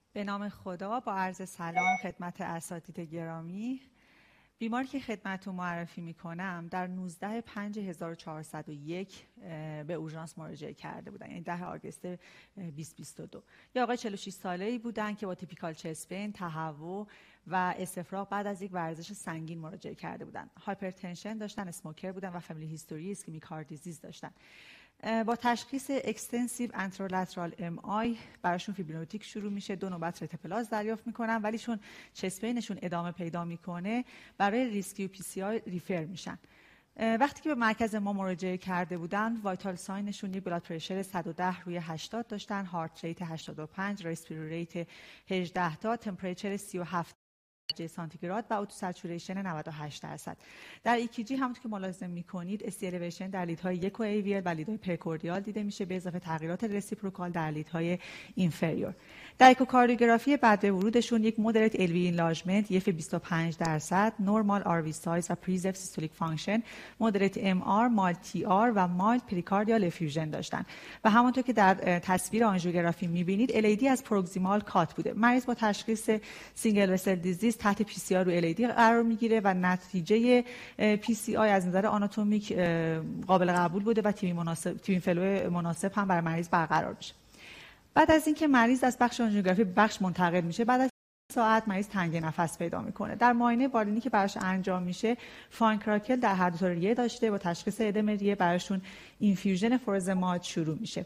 I: به نام خدا، با عرض سلام خدمت اساتید گرامی. بیماری که خدمتتون معرفی میکنم در نوزده پنج هزار و چهارصد و یک به اورژانس مراجعه کرده بودن، یعنی ده آگوست بیست بیست و دو. یه آقای چهل و شش ساله‌ای بودن که با تیپیکال چست پین، تهوع و استفراغ بعد از یک ورزش سنگین مراجعه کرده بودن. هایپرتنشن داشتن، اسموکر بودن و فامیلی هیستوری اسکمیک هارت دیزیز داشتن. با تشخیص اکستنسیو انترولترال ام آی براشون فیبرینوتیک شروع میشه، دو نوبت رتپلاز دریافت میکنن، ولی چون چست پینشون ادامه پیدا میکنه برای ریسکیو پی سی آی ریفر میشن. وقتی که به مرکز ما مراجعه کرده بودن، وایتال ساینشون یک بلاد پرشر صد و ده روی هشتاد داشتن، هارت ریت هشتاد و پنج، ریسپیری ریت هجده تا، تمپریچر سی و هفت درجه سانتیگراد و اوتو سچوریشن نود و هشت درصد. در ایکیجی همونطور که ملاحظه می‌کنید اس تی الیویشن در لیدهای یک و ایویل و لیدهای پرکوردیال دیده میشه، به اضافه تغییرات رسیپروکال در لیدهای اینفریور. در اکوکاردیوگرافی بعد ورودشون یک مودریت ال وی اینلارجمنت، یف بیست و پنج درصد، نورمال آر وی سایز و پریزرو سیستولیک فانکشن، مودریت ام آر، مایل تی آر و مایل پریکاردیال افیوژن داشتن. و همونطور که در تصویر آنژیوگرافی می‌بینید ال ای دی از پروگزیمال کات بوده. مریض با تشخیص سینگل وسل دیزیز تحت پی سی آر رو ال ای دی قرار میگیره و نتیجه پی سی آی از نظر آناتومیک قابل قبول بوده و تیم مناسب تیم فلو مناسب هم برای مریض برقرار میشه. بعد از اینکه مریض از بخش آنژیوگرافی بخش منتقل میشه، بعد از ساعت مریض تنگی نفس پیدا میکنه. در معاینه بالینی که براش انجام میشه، فاین کراکل در هر دو تا ریه داشته، با تشخیص ادم ریه براشون اینفیوژن فورزماید شروع میشه.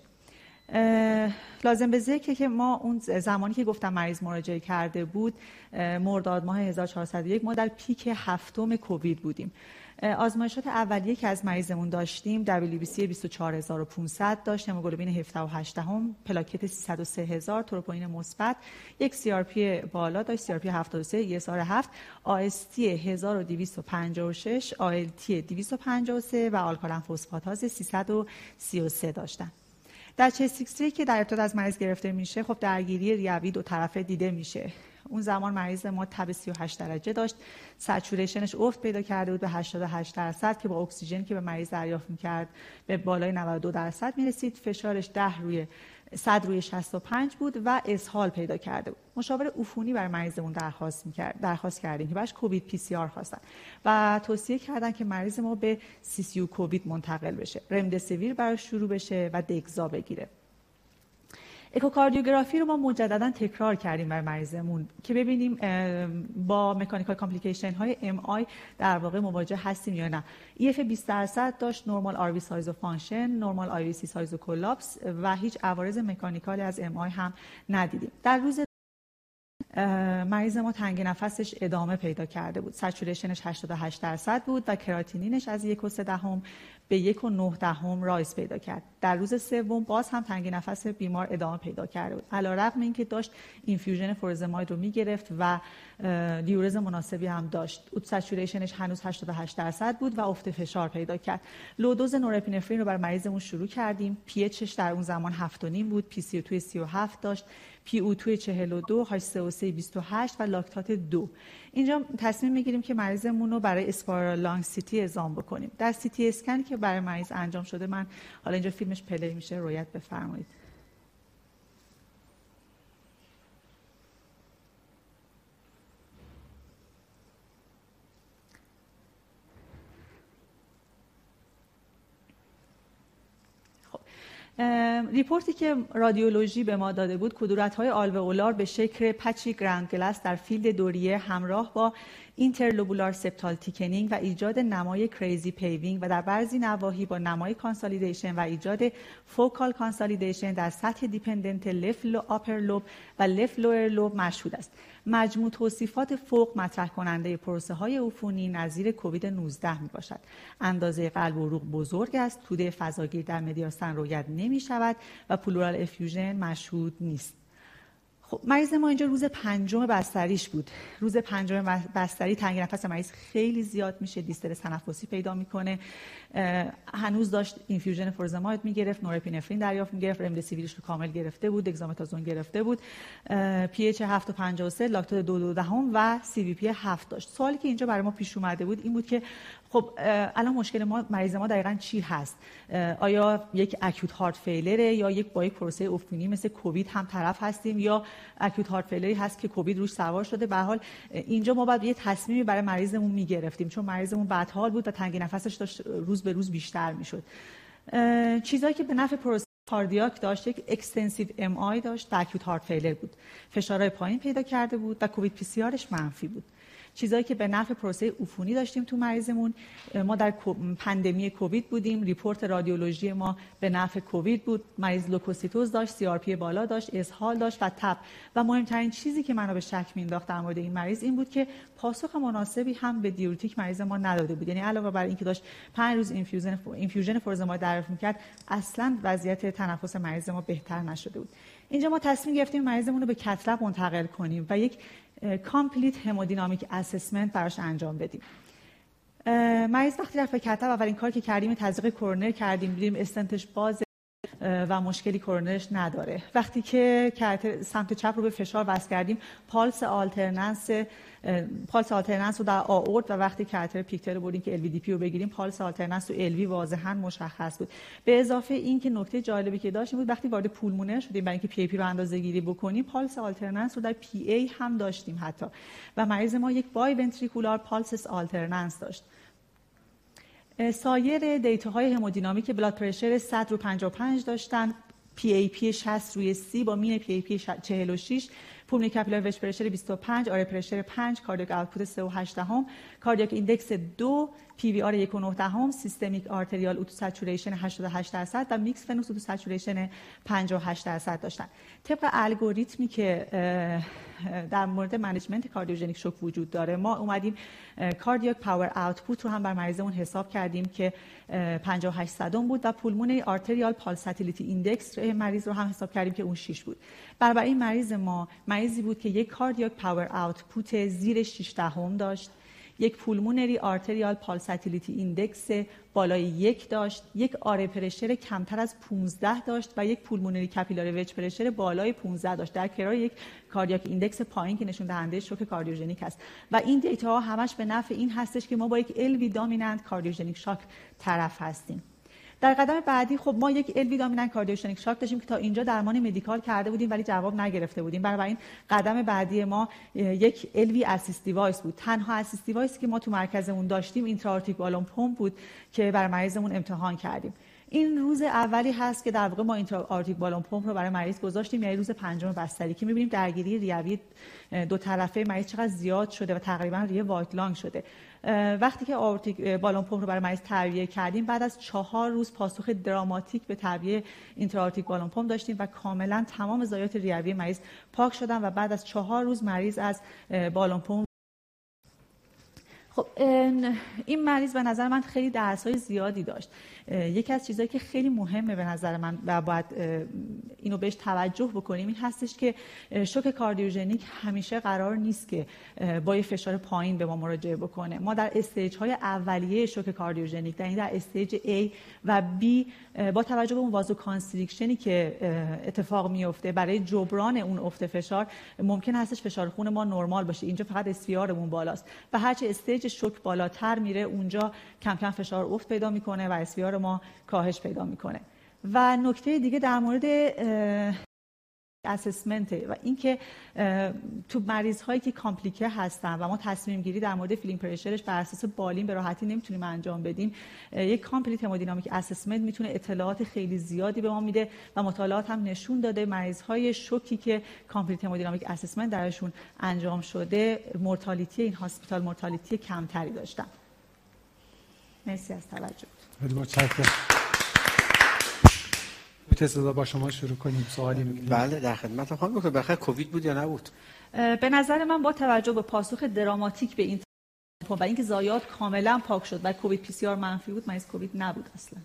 I: لازم به ذکر که ما اون زمانی که گفتم مریض مراجعه کرده بود، مرداد ماه هزار و چهارصد و یک، ما در پیک هفتم کووید بودیم. آزمایشات اولیه که از مریضمون داشتیم دبلیو بی سی بیست و چهار هزار و پانصد داشت، هموگلوبین هفده و هشت دهم، پلاکت سیصد و سه هزار، تروپونین مثبت، یک سی آر پی بالا داشت، سی آر پی هفتاد و سه، ای اس آر هفت، آ اس تی هزار و دویست و پنجاه و شش، آ ال تی دویست و پنجاه و سه و آلکالن فسفاتاز سیصد و سی و سه داشتن. در چست ایکس-ری که در ابتدا از مریض گرفته میشه، خب درگیری ریوی دو طرفه دیده میشه. اون زمان مریض ما تب سی و هشت درجه داشت، سچوریشنش افت پیدا کرده بود به هشتاد و هشت درصد که با اکسیژن که به مریض دریافت میکرد به بالای نود و دو درصد میرسید. فشارش ده روی صد روی شصت و پنج بود و اسهال پیدا کرده بود. مشاور عفونی برای مریضمون درخواست می‌کرد درخواست کردیم که براش کووید پی سی آر خواستن و توصیه کردن که مریض ما به سی سی یو کووید منتقل بشه، رمدسیویر براش شروع بشه و دگزا بگیره. اکوکاردیوگرافی رو ما مجددا تکرار کردیم برای مریضمون که ببینیم با مکانیکال کامپلیکیشن های ام آی در واقع مواجه هستیم یا نه. ای اف بیست درصد داشت، نورمال آر وی سایز و فانکشن، نورمال آی وی سی سایز و کلاپس و هیچ عوارض مکانیکالی از ام آی هم ندیدیم. در روز مریض ما تنگ نفسش ادامه پیدا کرده بود، سچوریشنش هشتاد و هشت درصد بود و کراتینینش از یک و سه دهم به یک و نه دهم رایز پیدا کرد. در روز سوم باز هم تنگی نفس بیمار ادامه پیدا کرده بود، علیرغم اینکه داشت اینفیوژن فورزماید رو میگرفت و دیورز مناسبی هم داشت. اوت سچوریشنش هنوز هشتاد و هشت درصد بود و افت فشار پیدا کرد. لو دوز نورپینفرین رو بر مریضمون شروع کردیم. پی اچش در اون زمان هفت و نیم بود، پی سی او تو سی و هفت داشت، پی او تو چهل و دو، هاش سی او سی بیست و هشت و لاکتات دو. اینجا تصمیم میگیریم که مریضمون رو برای اسپایرال لانگ سی تی اعزام بکنیم. در سی تی اسکن که برای مریض انجام شده، من حالا اینجا فیلمش پلی میشه، رویت بفرمایید. ریپورتی که رادیولوژی به ما داده بود، کدورت‌های آلوئولار به شکل پچی گراند گلاس در فیلد دوریه همراه با اینترلوبولار سپتال تیکنینگ و ایجاد نمای کریزی پیوینگ و در بعضی نواحی با نمای کانسالیدیشن و ایجاد فوکال کانسالیدیشن در سطح دیپندنت لفت آپر لوب و لفت لوئر لوب مشهود است. مجموع توصیفات فوق مطرح کننده پروسه های عفونی نظیر کووید نوزده می باشد. اندازه قلب و عروق بزرگ است، توده فضاگیر در مدیاستن رویت نمی شود و پلورال افیوژن مشهود نیست. خب مریض ما اینجا روز پنجم بستریش بود. روز پنجم بستری تنگی نفس مریض خیلی زیاد میشه، دیسترس تنفسی پیدا میکنه، هنوز داشت اینفیوژن فورزماید میگرفت، نورپینفرین دریافت میگرفت، رمدسیویرش رو کامل گرفته بود، دگزامتازون گرفته بود، پی اچ هفت و پنجاه و سه، لاکتات دو دو دهم و سی وی پی هفت داشت. سوالی که اینجا برای ما پیش اومده بود این بود که خب الان مشکل ما مریض ما دقیقاً چی هست؟ آیا یک اکوت هارت فیلره یا یک با یک پروسه عفونی مثل کووید هم طرف هستیم یا اکوت هارت فیلری هست که کووید روش سوار شده. به هر حال اینجا ما باید یه تصمیمی برای مریضمون میگرفتیم، چون مریضمون بدحال بود و تنگی نفسش داشت روز به روز بیشتر میشد. چیزایی که به نفع پروسه کاردیاک داشت، یک اکستنسیو ام آی داشت و اکوت هارت فیلر بود، فشارهای پایین پیدا کرده بود و کووید پی سی آرش منفی بود. چیزایی که به نفع پروسه عفونی داشتیم تو مریضمون، ما در پندمی کووید بودیم، ریپورت رادیولوژی ما به نفع کووید بود، مریض لوکوسیتوز داشت، سی آر پی بالا داشت، اسهال داشت و تب. و مهمترین چیزی که منو به شک مینداخت در مورد این مریض این بود که پاسخ مناسبی هم به دیورتیک مریض ما نداده بود. یعنی علاوه بر اینکه داشت پنج روز اینفیوژن اینفیوژن فورزماید دریافت می‌کرد، اصلا وضعیت تنفس مریض ما بهتر نشده بود. اینجا ما تصمیم گرفتیم مریضمون رو به کتلب منتقل کنیم و یک کامپلیت همودینامیک اسسمنت براش انجام بدیم. مریض وقتی رفت به کتلب، اولین کاری که کردیم تزریق کورونر کردیم، دیدیم استنتش باز و مشکلی کورونرش نداره. وقتی که سمت چپ رو به فشار وصل کردیم، پالس آلترننس پالس آلترننس رو در آورد و وقتی کاتر پیکتر رو بردیم که ال وی دی پی رو بگیریم، پالس آلترننس و ال وی واضحا مشخص بود. به اضافه این که نکته جالبی که داشتیم بود وقتی وارد پولمونر شدیم برای اینکه پی ای پی رو اندازه‌گیری بکنیم، پالس آلترننس رو در پی ای هم داشتیم حتی، و مریض ما یک بای ونتریکولار پالس آلترننس داشت. سایر دیتاهای همودینامیک بلاد پرشر صد رو پنجاه و پنج داشتن، پی ای پی شصت روی سی با مین پی ای پی چهل و شش، پولمونری کاپیلار وچ پرشر بیست و پنج، آر پرشر پنج، کاردیاک آوتپوت سه و هشت دهم، کاردیاک ایندکس دو، پی وی آر یک و نه دهم، سیستمیک آرتریال اوتو سچوریشن هشتاد و هشت درصد و میکس فنوس اوتو سچوریشن پنجاه و هشت درصد داشتن. طبق الگوریتمی که در مورد منیجمنت کاردیوژنیک شوک وجود داره، ما اومدیم کاردیاک پاور آوتپوت رو هم بر مریضمون حساب کردیم که پنجاه و هشت صدم بود و پولمونری آرتریال پالساتیلیتی ایندکس مریض رو هم حساب کردیم که اون شش بود. برای این مریض ما مریضی بود که یک کاردیاک پاور آوتپوت زیر شش دهم داشت، یک پولمونری آرتریال پالساتیلیتی ایندکس بالای یک داشت، یک آر پرشر کمتر از پانزده داشت و یک پولمونری کاپیلار وچ پرشر بالای پانزده داشت، در کنار یک کاردیاک ایندکس پایین که نشون دهنده شوک کاردیوژنیک است. و این دیتا ها همش به نفع این هستش که ما با یک ال وی دامیننت کاردیوژنیک شاک طرف هستیم. در قدم بعدی خب ما یک ال وی دامیننت کاردیوژنیک شاک داشتیم که تا اینجا درمان مدیکال کرده بودیم ولی جواب نگرفته بودیم. برای این قدم بعدی ما یک ال وی اسیست دیوایس بود. تنها اسیست دیوایسی که ما تو مرکزمون داشتیم اینتراآورتیک بالون پمپ بود که برای مریضمون امتحان کردیم. این روز اولی هست که در واقع ما اینتراآورتیک بالون پمپ رو برای مریض گذاشتیم، یعنی روز پنجم بستری، که می‌بینیم درگیری ریوی دو طرفه مریض چقدر زیاد شده و تقریبا ریه وایت لانگ شده. وقتی که آورتیک بالون پمپ رو برای مریض تعبیه کردیم، بعد از چهار روز پاسخ دراماتیک به تعبیه اینتراآورتیک بالون پمپ داشتیم و کاملا تمام ضایعات ریوی مریض پاک شدن و بعد از چهار روز مریض از بالون پمپ. خب این مریض به نظر من خیلی درس‌های زیادی داشت. یکی از چیزایی که خیلی مهمه به نظر من و باید اینو بهش توجه بکنیم این هستش که شوک کاردیوژنیک همیشه قرار نیست که با یه فشار پایین به ما مراجعه بکنه. ما در استیج‌های اولیه شوک کاردیوژنیک، یعنی در استیج A و B، با توجه به اون وازو کانستریکشنی که اتفاق میفته برای جبران اون افت فشار، ممکن هستش فشار خون ما نرمال باشه. اینجا فقط اس وی آرمون بالاست و هرچه استیج شوک بالاتر میره اونجا کم کم فشار افت پیدا میکنه و اس وی آر ما کاهش پیدا میکنه. و نکته دیگه در مورد اسسمنت و اینکه تو مریض هایی که کامپلیکه هستن و ما تصمیم گیری در مورد فیلینگ پرشرش بر اساس بالین به راحتی نمیتونیم انجام بدیم، یک کامپلیت همودینامیک اسسمنت میتونه اطلاعات خیلی زیادی به ما میده و مطالعات هم نشون داده مریض های شوکی که کامپلیت همودینامیک اسسمنت درشون انجام شده مورتالیتی این هاسپیتال مورتالیتی کمتری داشتن. مرسی از توجه.
A: خیلی متشکرم. میتونید با شما شروع کنیم سوالی میگیریم؟
D: بله در خدمت خانم دکتر. بخیر کووید بود یا نبود؟
I: به نظر من با توجه به پاسخ دراماتیک به این و اینکه ضایعات کاملا پاک شد و کووید پی سی آر منفی بود، مریض کووید نبود اصلا.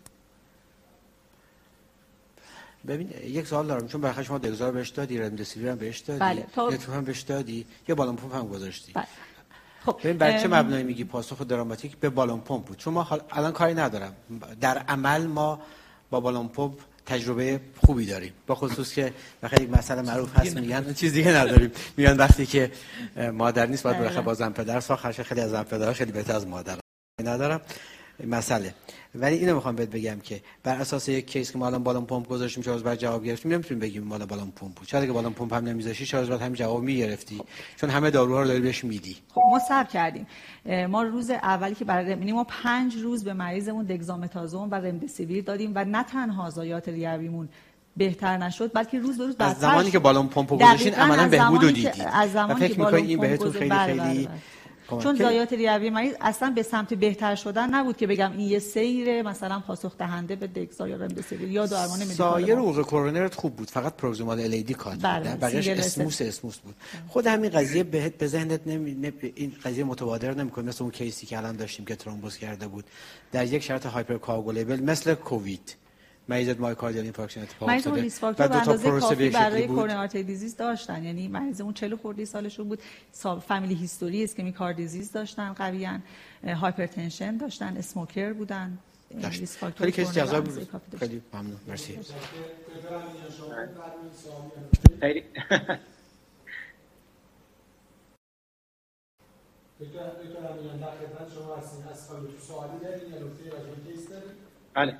D: ببین یک سوال دارم، چون برای شما دگزار بهش دادی، رمدسیویر هم بهش دادی،
I: بله. تا...
D: تو هم بهش دادی، یه بالون پمپ هم گذاشتی.
I: بله. خب
D: ببین بر چه مبنایی میگی پاسخ دراماتیک به بالون پمپ بود؟ چون ما الان کاری ندارم، در عمل ما با بالون پمپ تجربه خوبی داریم، با خصوص که بخاطر یک مسئله معروف هست میگن چیز دیگه نداریم، میگن وقتی که مادر نیست باید بخواد با زن پدر ساخت، خیلی از زن پدرها خیلی بهتر از مادر ندارم مسئله. ولی اینو میخوام بهت بگم که بر اساس یک کیس که ما الان بالون پمپ گذاشتیم چهار روز بعد جواب گرفتیم، نمیتونیم بگیم مال بالون پمپ بود. چرا که بالون پمپ هم نمیذاشی چهار روز بعد هم جواب میگرفتی، چون همه داروها رو داری بهش میدی.
I: خب ما صبر کردیم. ما روز اولی که برای یعنی ما پنج روز به مریضمون دگزامتازون و رمدسیویر دادیم و نه تنها ضایعات ریویمون بهتر نشد بلکه روز به روز بدتر.
D: از زمانی که بالون پمپ گذاشتین عملاً بهبود رو دیدی.
I: از زمانی که بالون پمپ بهتون خیلی خیلی چون ضایعات ریوی مریض اصلا به سمت بهتر شدن نبود که بگم این یه سیر مثلا پاسخ دهنده به دگزا یا رمدسیویر یا درمان مدیکال.
D: سایر عروق کرونرت خوب بود، فقط پروگزیمال ال ای دی کات بود، بقیه‌اش اسموس اسموس بود. خود همین قضیه بهت به ذهنت نمی... این قضیه متبادر نمی‌کنه، مثل اون کیسی که الان داشتیم که ترومبوز کرده بود در یک شرط هایپرکواگولیبل مثل کووید، مریض مایوکاردیال اینفارکشن اتفاق افتاده.
I: مریض ریس فاکتور به اندازه کافی برای کورونری آرتری دیزیز داشتن، یعنی مریضمون چهل خورده سالشون بود، فامیلی هیستوری اسکمیک هارت دیزیز داشتن، قویان هایپرتنشن داشتن، اسموکر بودن.
D: ریس فاکتور خیلی کیس جذاب بود. خیلی ممنون، مرسی.
B: خیلی بله.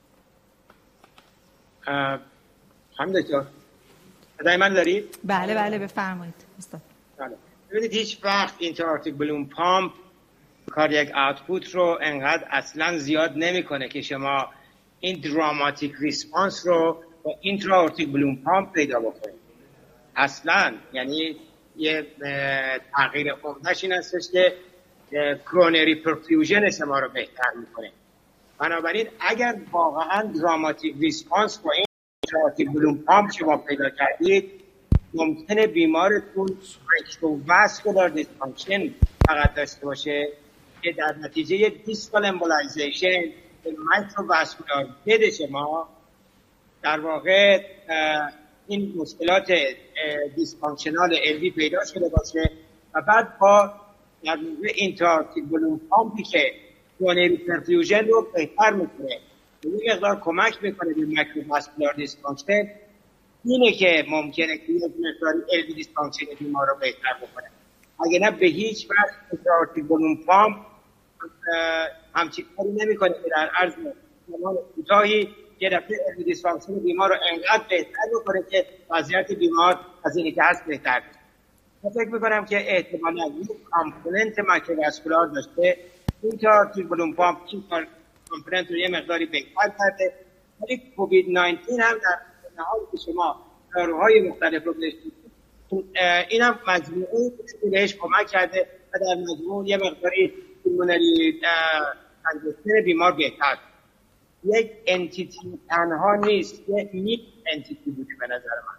B: خانم دکتر صدای من دارید؟
I: بله بله بفرمایید استاد.
B: بله. ببینید هیچ وقت اینترآرتیک بلوم پامپ کاردیاک آوتپوت رو انقدر اصلا زیاد نمیکنه که شما این دراماتیک ریسپانس رو با اینترآرتیک بلوم پامپ پیدا بکنید. اصلا یعنی یه تغییر عمده‌اش این هستش که کرونری پرفیوژن شما رو بهتر میکنه. بنابراین اگر واقعا دراماتیک ریسپانس با این اینترآرتیک بلوم پامپ شما پیدا کردید، ممکنه بیمارتون ریکتوواسکولار دیسفانکشن فقط داشته باشه که در نتیجه دیسکال امبولایزیشن به مایکروواسکولار بد شما در واقع این مشکلات دیسفانکشنال الوی پیدا شده باشه و بعد با در موقع اینترآرتیک بلوم پامپی که کرونری پرفیوژن رو بهتر میکنه، این مقدار کمک میکنه به مایکروواسکولار دیسفانکشن، اینه که ممکنه که یک مقدار الوی دیسفانکشن بیمار رو بهتر بکنه. اگه نه به هیچ وجه اینترآرتیک بلوم پامپ همچین کاری نمیکنه که در عرض زمان کوتاهی یه دفعه الوی دیسفانکشن بیمار رو انقدر بهتر بکنه که وضعیت بیمار از اینی که هست بهتر بشه. من فکر میکنم که احتمالاً یک کامپوننت مایکروواسکولار داشته، اینترآرتیک بلوم پامپ این کامپوننت رو یه مقداری بهتر کرده، ولی کووید نوزده هم در حالی که شما داروهای مختلف رو بهش این هم مجموعه بهش کمک کرده و در مجموع یه مقداری پولمونری کنجستن بیمار بهتر. یک انتیتی تنها نیست، یک میک انتیتی بوده به نظر من.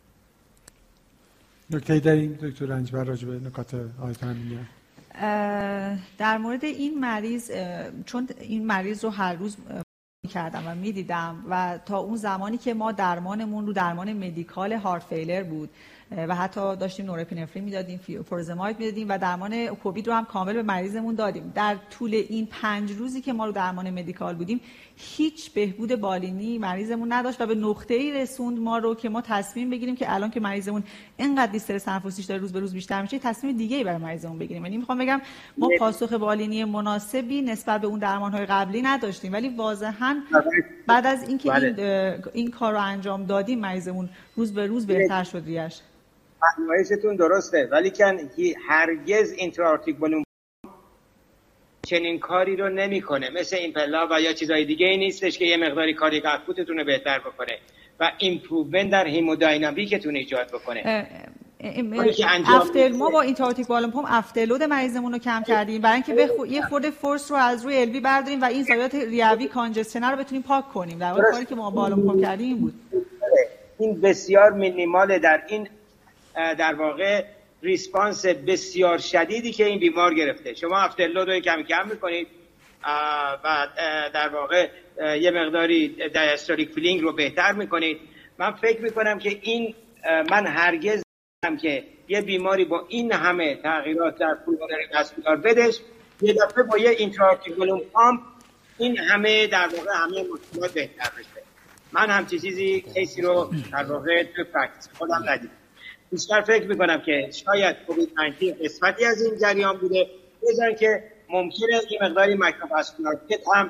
A: نکته داریم دکتر رنجبر راجع به نکات آیتون میگن؟
I: در مورد این مریض، چون این مریض رو هر روز کردم و میدیدم و تا اون زمانی که ما درمانمون رو درمان مدیکال هارت فیلر بود و حتی داشتیم نورپینفرین میدادیم، فورزماید میدادیم و درمان کووید رو هم کامل به مریضمون دادیم. در طول این پنج روزی که ما رو درمان مدیکال بودیم هیچ بهبود بالینی مریضمون نداشت و به نقطه‌ای رسوند ما رو که ما تصمیم بگیریم که الان که مریضمون اینقدر دیسترس تنفسیش داره روز به روز بیشتر میشه تصمیم دیگه‌ای برای مریضمون بگیریم. یعنی میخوام بگم ما پاسخ بالینی مناسبی نسبت به اون درمان‌های قبلی نداشتیم، ولی واضحاً بعد از اینکه این این کار رو انجام دادیم مریضمون روز به روز بهتر شد ریش.
B: فرمایشتون درسته، ولی کن هرگز اینترآرتیک بلوم چنین کاری رو نمیکنه مثل این پلا و یا چیزای دیگه ای نیستش که یه مقداری کاردیاک آوتپوتتون رو بهتر بکنه و ایمپروومنت در هیمودینامیکتون ایجاد بکنه.
I: افتل ما با اینترآرتیک بلوم پمپ افتلود مریضمون رو کم کردیم برای اینکه بخو... یه خورده فورس رو از روی الوی برداریم و این ضایعات ریوی کانجستن رو بتونیم پاک کنیم. در واقع کاری که ما بلوم پمپ کردیم این بود.
B: این بسیار مینیماله در این در واقع ریسپانس بسیار شدیدی که این بیمار گرفته. شما افترلود رو کم کم میکنید و در واقع یه مقداری دیاستولیک فیلینگ رو بهتر میکنید. من فکر میکنم که این من هرگز نمی‌دونم که یه بیماری با این همه تغییرات در پولمونری واسکولار بدش یه دفعه با یه اینترآرتیک بلوم پامپ این همه در واقع همه مشکلات بهتر بشه. من همچین چیزی کیسی رو در واقع تو پرکتیس خودم ندیدم. بیشتر فکر میکنم که شاید کووید نوزده قسمتی از این جریان بوده، بذارن که ممکنه این مقداری مایکروواسکولار پت هم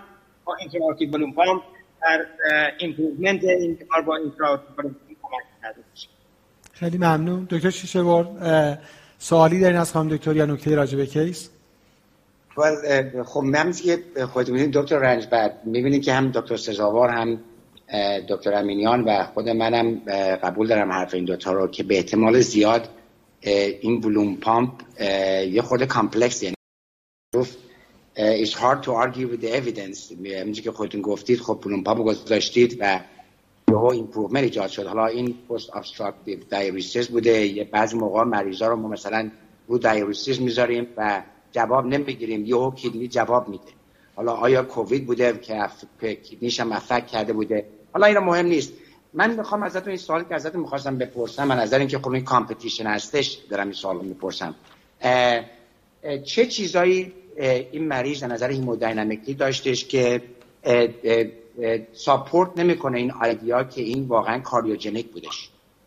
B: با اینتراورتیک بلوم پامپ در ایمپروومنت این بیمار با اینتراورتیک بلوم پامپ کمک کرده باشه.
A: خیلی ممنون. دکتر شیشه‌بر سوالی دارین از خانم دکتر یا نکته راجع به کیس؟
E: خب من که خودتون می‌بینید دکتر رنجبر، می‌بینید که هم دکتر سزاوار هم دکتر امینیان و خود منم قبول دارم حرف این دوتا رو که به احتمال زیاد این بلوم پامپ یه خود کامپلکس، یعنی it's hard to argue with the evidence. همونجوری که خودتون گفتید خب بلوم پامپ گذاشتید و یهو ایمپروومنت ایجاد شد. حالا این پست ابستراکتیو دایوریسیس بوده، یه بعضی موقع مریضا رو ما مثلا رو دایوریسیس میذاریم و جواب نمیگیریم، یهو کدنی جواب میده. حالا آیا کووید بوده که کدنیش هم افکت کرده بوده؟ حالا اینا مهم نیست. من میخوام ازتون این سوالی که ازتون میخواستم بپرسم، من نظر اینکه خب این کامپتیشن هستش دارم این سوالو میپرسم، چه چیزایی این مریض از نظر هیمودینامیکی داشتش که ساپورت نمیکنه این ایدیا که این واقعا کاردیوجنیک بودش؟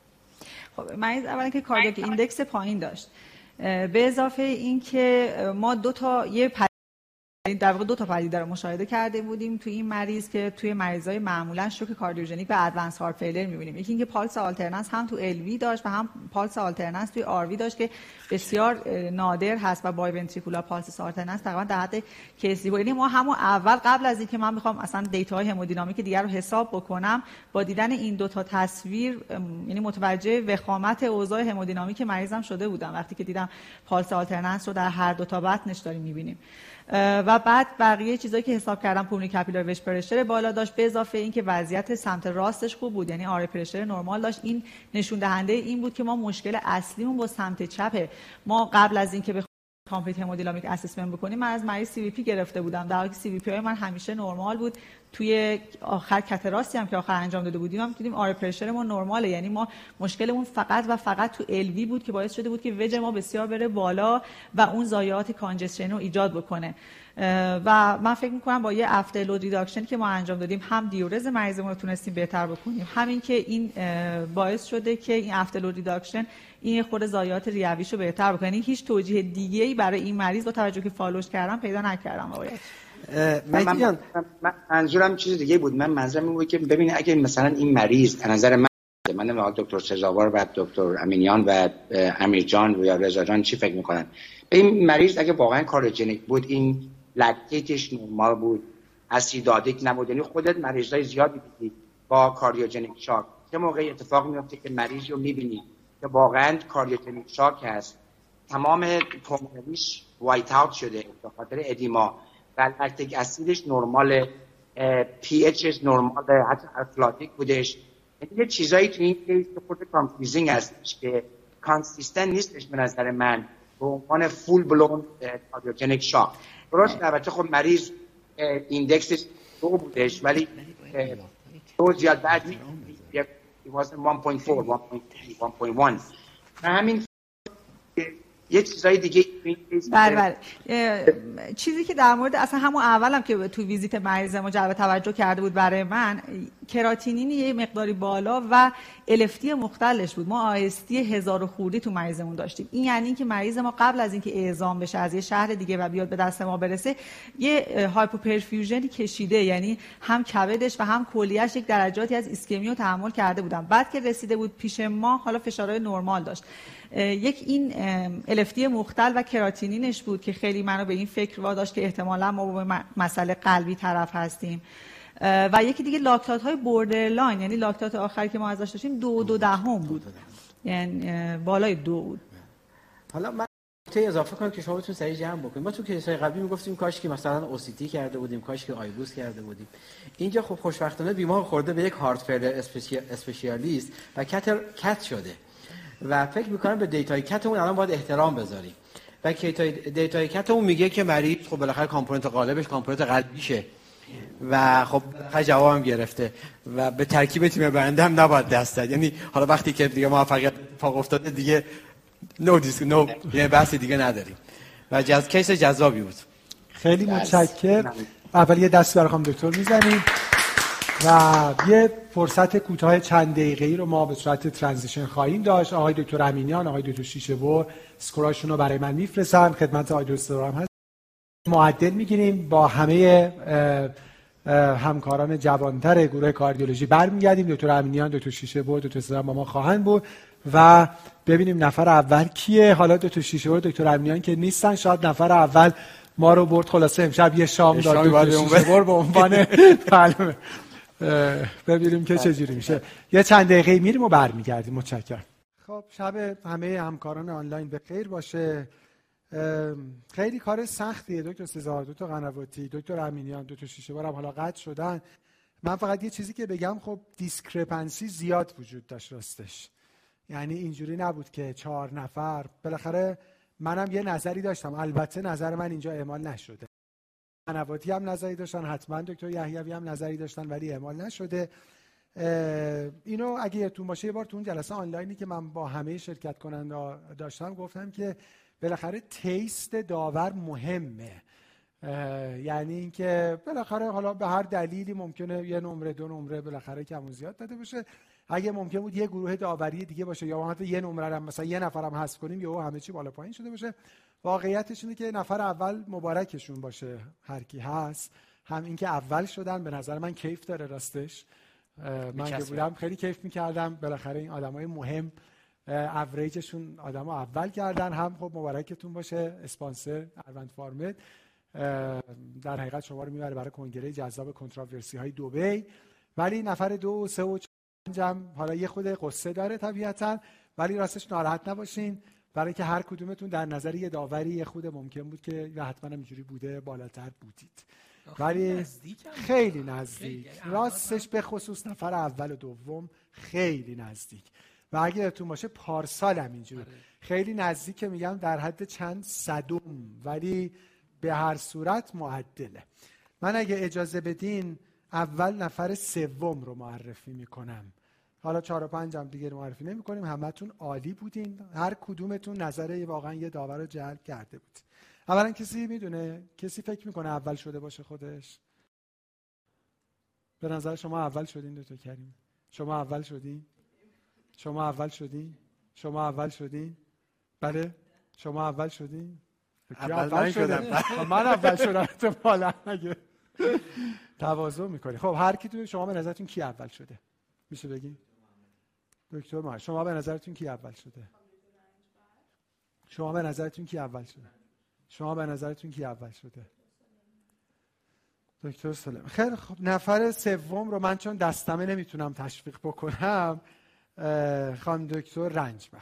I: خب مریض اولا که کاردیاک ایندکس پایین داشت، به اضافه این که ما دو تا یه در واقع دو تا پدیده رو مشاهده کرده بودیم توی این مریض که توی مریضای معمولا شوک کاردیوژنیک و ادوانس هارت فیلر می‌بینیم. یکی اینکه پالس آلترننس هم تو ال وی داشت و هم پالس آلترننس توی آر وی داشت که بسیار نادر هست و بای ونتریکولار پالس آلترننس تقریبا در حد کیسی بود. یعنی ما همون اول قبل از اینکه من بخوام اصلا دیتاهای همودینامیک دیگر رو حساب بکنم، با دیدن این دو تا تصویر یعنی متوجه وخامت اوضاع همودینامیک مریضم شده بودم وقتی که دیدم پالس آلترننس رو در هر دو تا بطنش داریم می‌بینیم. و بعد بقیه چیزایی که حساب کردم پولمونری کاپیلار وش پرشر بالا داشت، به اضافه این که وضعیت سمت راستش خوب بود، یعنی آر پرشر نرمال داشت. این نشون دهنده این بود که ما مشکل اصلیمون با سمت چپه. ما قبل از اینکه بخوایم کامپلیت همودینامیک اسسمنت بکنیم من از مریض سی وی پی گرفته بودم، در حالی که سی وی پی های من همیشه نرمال بود. توی آخر کت راستی هم که آخر انجام داده بودیم هم دیدیم آر پرشر ما نرماله، یعنی ما مشکلمون فقط و فقط تو ال وی بود که باعث شده بود که وج ما بسیار بره بالا و اون ضایعات کانجستشن رو ایجاد بکنه. و من فکر می‌کنم با یه افتر لود ریداکشن که ما انجام دادیم هم دیورز مریضمون رو تونستیم بهتر بکنیم، همین که این باعث شده که این افتر لود ریداکشن این خود ضایعات ریویش رو بهتر بکنه. یعنی هیچ توجیه دیگه‌ای برای این مریض با توجه که فالوش کردم پیدا نکردم. واقعا
E: من, من, من منظورم چیز دیگه بود. من منظورم این بود که ببینید اگه مثلا این مریض از نظر من من نمیدونم دکتر سزاوار و دکتر امینیان و امیر جان یا رضا جان چی فکر میکنن، به این مریض اگه واقعا کاردیوجنیک بود، این لکتیتش نرمال بود، اسیدادیک نبود، یعنی خودت مریضای زیادی دیدی با کاردیوجنیک شاک، چه موقعی اتفاق میفته که مریض رو میبینی که واقعا کاردیوجنیک شاک هست، تمام پلمونریش وایت اوت شده به خاطر ادیما و لکتیک اسیدش نرمال، پی اچش نرمال، حتی افلاتیک بودش. یعنی یه چیزایی تو این کیس خود کانفیوزینگ هستش که کانسیستنت نیستش به نظر من به عنوان فول بلون کاردیوجنیک شاک. درست البته خب مریض ایندکسش دو بودش ولی دو زیاد بعد نیست، it was one point four one point one و همین یه چیزای دیگه.
I: بله بله چیزی که در مورد اصلا همون اولم که تو ویزیت مریض ما جلب توجه کرده بود برای من، کراتینین یه مقداری بالا و الفتی مختلش بود. ما آیستی هزار خوردی تو مریضمون داشتیم. این یعنی که مریض ما قبل از اینکه اعزام بشه از یه شهر دیگه و بیاد به دست ما برسه یه هایپوپرفیوژنی کشیده، یعنی هم کبدش و هم کلیه‌اش یک درجاتی از ایسکمی رو تحمل کرده بودن. بعد که رسیده بود پیش ما حالا فشارهای نرمال داشت. یک این الفتی مختل و کراتینینش بود که خیلی منو به این فکر واداشت که احتمالاً ما با مسئله قلبی طرف هستیم. و یکی دیگه لاکتات های بوردرلاین، یعنی لاکتات آخری که ما ازش داشتیم دو دو دهم بود، یعنی بالای دو بود.
D: حالا من نکته اضافه کنم که شما بتونید سریع جمع بکنید. ما تو کیس‌های قبلی میگفتیم کاش که مثلا اوسیتی کرده بودیم، کاش که آیبوس کرده بودیم. اینجا خب خوشبختانه بیمار خورده به یک هارت فیلر اسپشیالیست و کتر کت شده و فکر میکنم به دیتای کتمون الان باید احترام بذاریم و دیتای کتمون میگه که مریض خب بالاخره کامپوننت غالبش کامپوننت قلبیشه و خب بالاخره جوابم گرفته و به ترکیب تیم برنده هم نباید دست داد. یعنی حالا وقتی که دیگه موفقیت اتفاق افتاده دیگه نو دیسک نو یعنی بحثی دیگه نداریم و جز کیس جذابی بود.
A: خیلی متشکرم. اول یه دست برای خانم دکتر میزنیم و یه فرصت کوتاه چند دقیقه‌ای رو ما به صورت ترانزیشن خواهیم داشت. آقای دکتر امینیان، آقای دکتر شیشه‌بر اسکوراشون رو برای من میفرستن، خدمت آقای دکتر هم هست. معدل میگیریم با همه همکاران جوانتر گروه کاردیولوژی برمیگردیم. دکتر امینیان، دکتر شیشه بود، دکتر سلام با ما خواهند بود و ببینیم نفر اول کیه. حالا دکتر شیشه بود، دکتر امینیان که نیستن، شاید نفر اول ما رو برد. خلاصه امشب یه شام داد دکتر شیشه بود به عنوان معلومه. ببینیم که چه جوری میشه. یه چند دقیقه میریم و برمیگردیم. متشکرم. خب شب همه همکاران آنلاین به خیر باشه. خیلی کار سختیه دکتر سزار، دکتر قنواتی، دکتر امینیان، دکتر شیشه بارم حالا قطع شدن. من فقط یه چیزی که بگم، خب دیسکرپنسی زیاد وجود داشت راستش. یعنی اینجوری نبود که چهار نفر، بالاخره منم یه نظری داشتم، البته نظر من اینجا اعمال نشده. قنواتی هم نظری داشتن، حتما دکتر یحیوی هم نظری داشتن ولی اعمال نشده. اینو اگه یادتون باشه یه بار تو اون جلسه آنلاینی که من با همه شرکت کننده داشتم گفتم که بالاخره تیست داور مهمه. یعنی اینکه بالاخره حالا به هر دلیلی ممکنه یه نمره دو نمره بالاخره کم و زیاد داده باشه. اگه ممکن بود یه گروه داوری دیگه باشه یا حتی یه نمره هم مثلا یه نفرم حذف کنیم یا همه چی بالا پایین شده باشه. واقعیتش اینه که نفر اول مبارکشون باشه هر کی هست. هم این که اول شدن به نظر من کیف داره راستش. من که بودم خیلی کیف می‌کردم. بالاخره این آدمای مهم اوریجشون آدمو اول کردن. هم خب مبارکتون باشه اسپانسر اروند فارمد. در حقیقت شما رو میبره برای کنگره جذاب کنتراورسی های دبی. ولی نفر دو و سه و چهارم حالا یه خود قصه داره طبیعتا، ولی راستش ناراحت نباشین برای که هر کدومتون در نظر یه داوری یه خود ممکن بود که حتما اینجوری بوده بالاتر بودید. ولی خیلی نزدیک راستش، به خصوص نفر اول و دوم خیلی نزدیک. و اگه یادتون باشه پارسال هم اینجور خیلی نزدیک، میگم در حد چند صدم، ولی به هر صورت معدله. من اگه اجازه بدین اول نفر سوم رو معرفی میکنم. حالا چهار و پنج هم دیگه معرفی نمی کنیم. همتون عالی بودین، هر کدومتون نظره واقعا یه داور رو جلب کرده بود. اولا کسی میدونه، کسی فکر میکنه اول شده باشه خودش؟ به نظر شما اول شدین دکتر کریم؟ شما اول شدین؟ شما اول شدین؟ شما اول شدین؟ بله؟ شما اول شدین؟
D: اول,
A: اول شدم. من اول شدم احتمالاً. اگه تواضع میکنی. خب هر کی تو شما به نظرتون کی اول شده؟ میشه بگین؟ دکتر ما شما به نظرتون کی اول شده؟ شما به نظرتون کی اول شده؟ شما به نظرتون کی اول شده؟ دکتر سلیم. خیلی خب نفر سوم رو من چون دستمه نمیتونم تشویق بکنم، خانم دکتر رنجبر.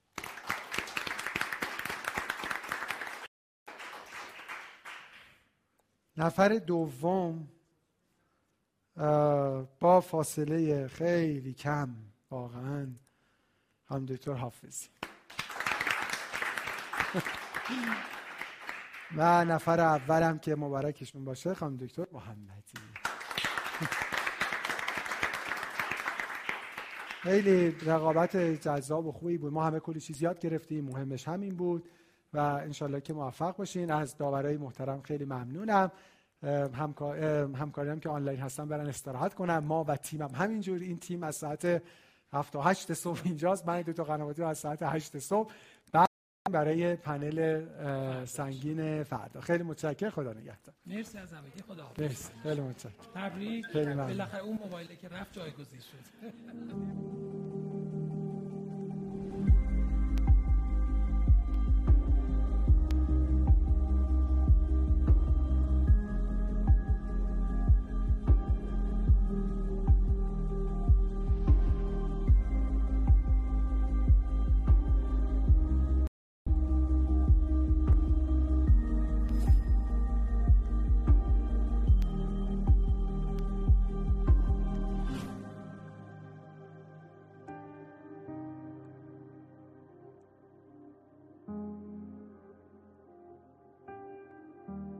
A: نفر دوم با فاصله خیلی کم واقعا خانم دکتر حافظی. و نفر اولم که مبارکشون باشه خانم دکتر محمدی. خیلی رقابت جذاب و خوبی بود. ما همه کلی چیز یاد گرفتیم، مهمش همین بود و انشالله که موفق باشین. از داورای محترم خیلی ممنونم. همکار همکاری هم که آنلاین هستن برن استراحت کنم. ما و تیمم همینجور. این تیم از ساعت هفت و هشت صبح اینجاست. من دو تا قنواتی از ساعت هشت صبح بعد برای پنل سنگین فردا. خیلی متشکرم. خدا نگهدار.
J: مرسی از همگی. خدا حافظ.
A: مرسی. خیلی متشکرم.
J: تبریک. بالاخره اون موبایلی که رفت جایگزین شد.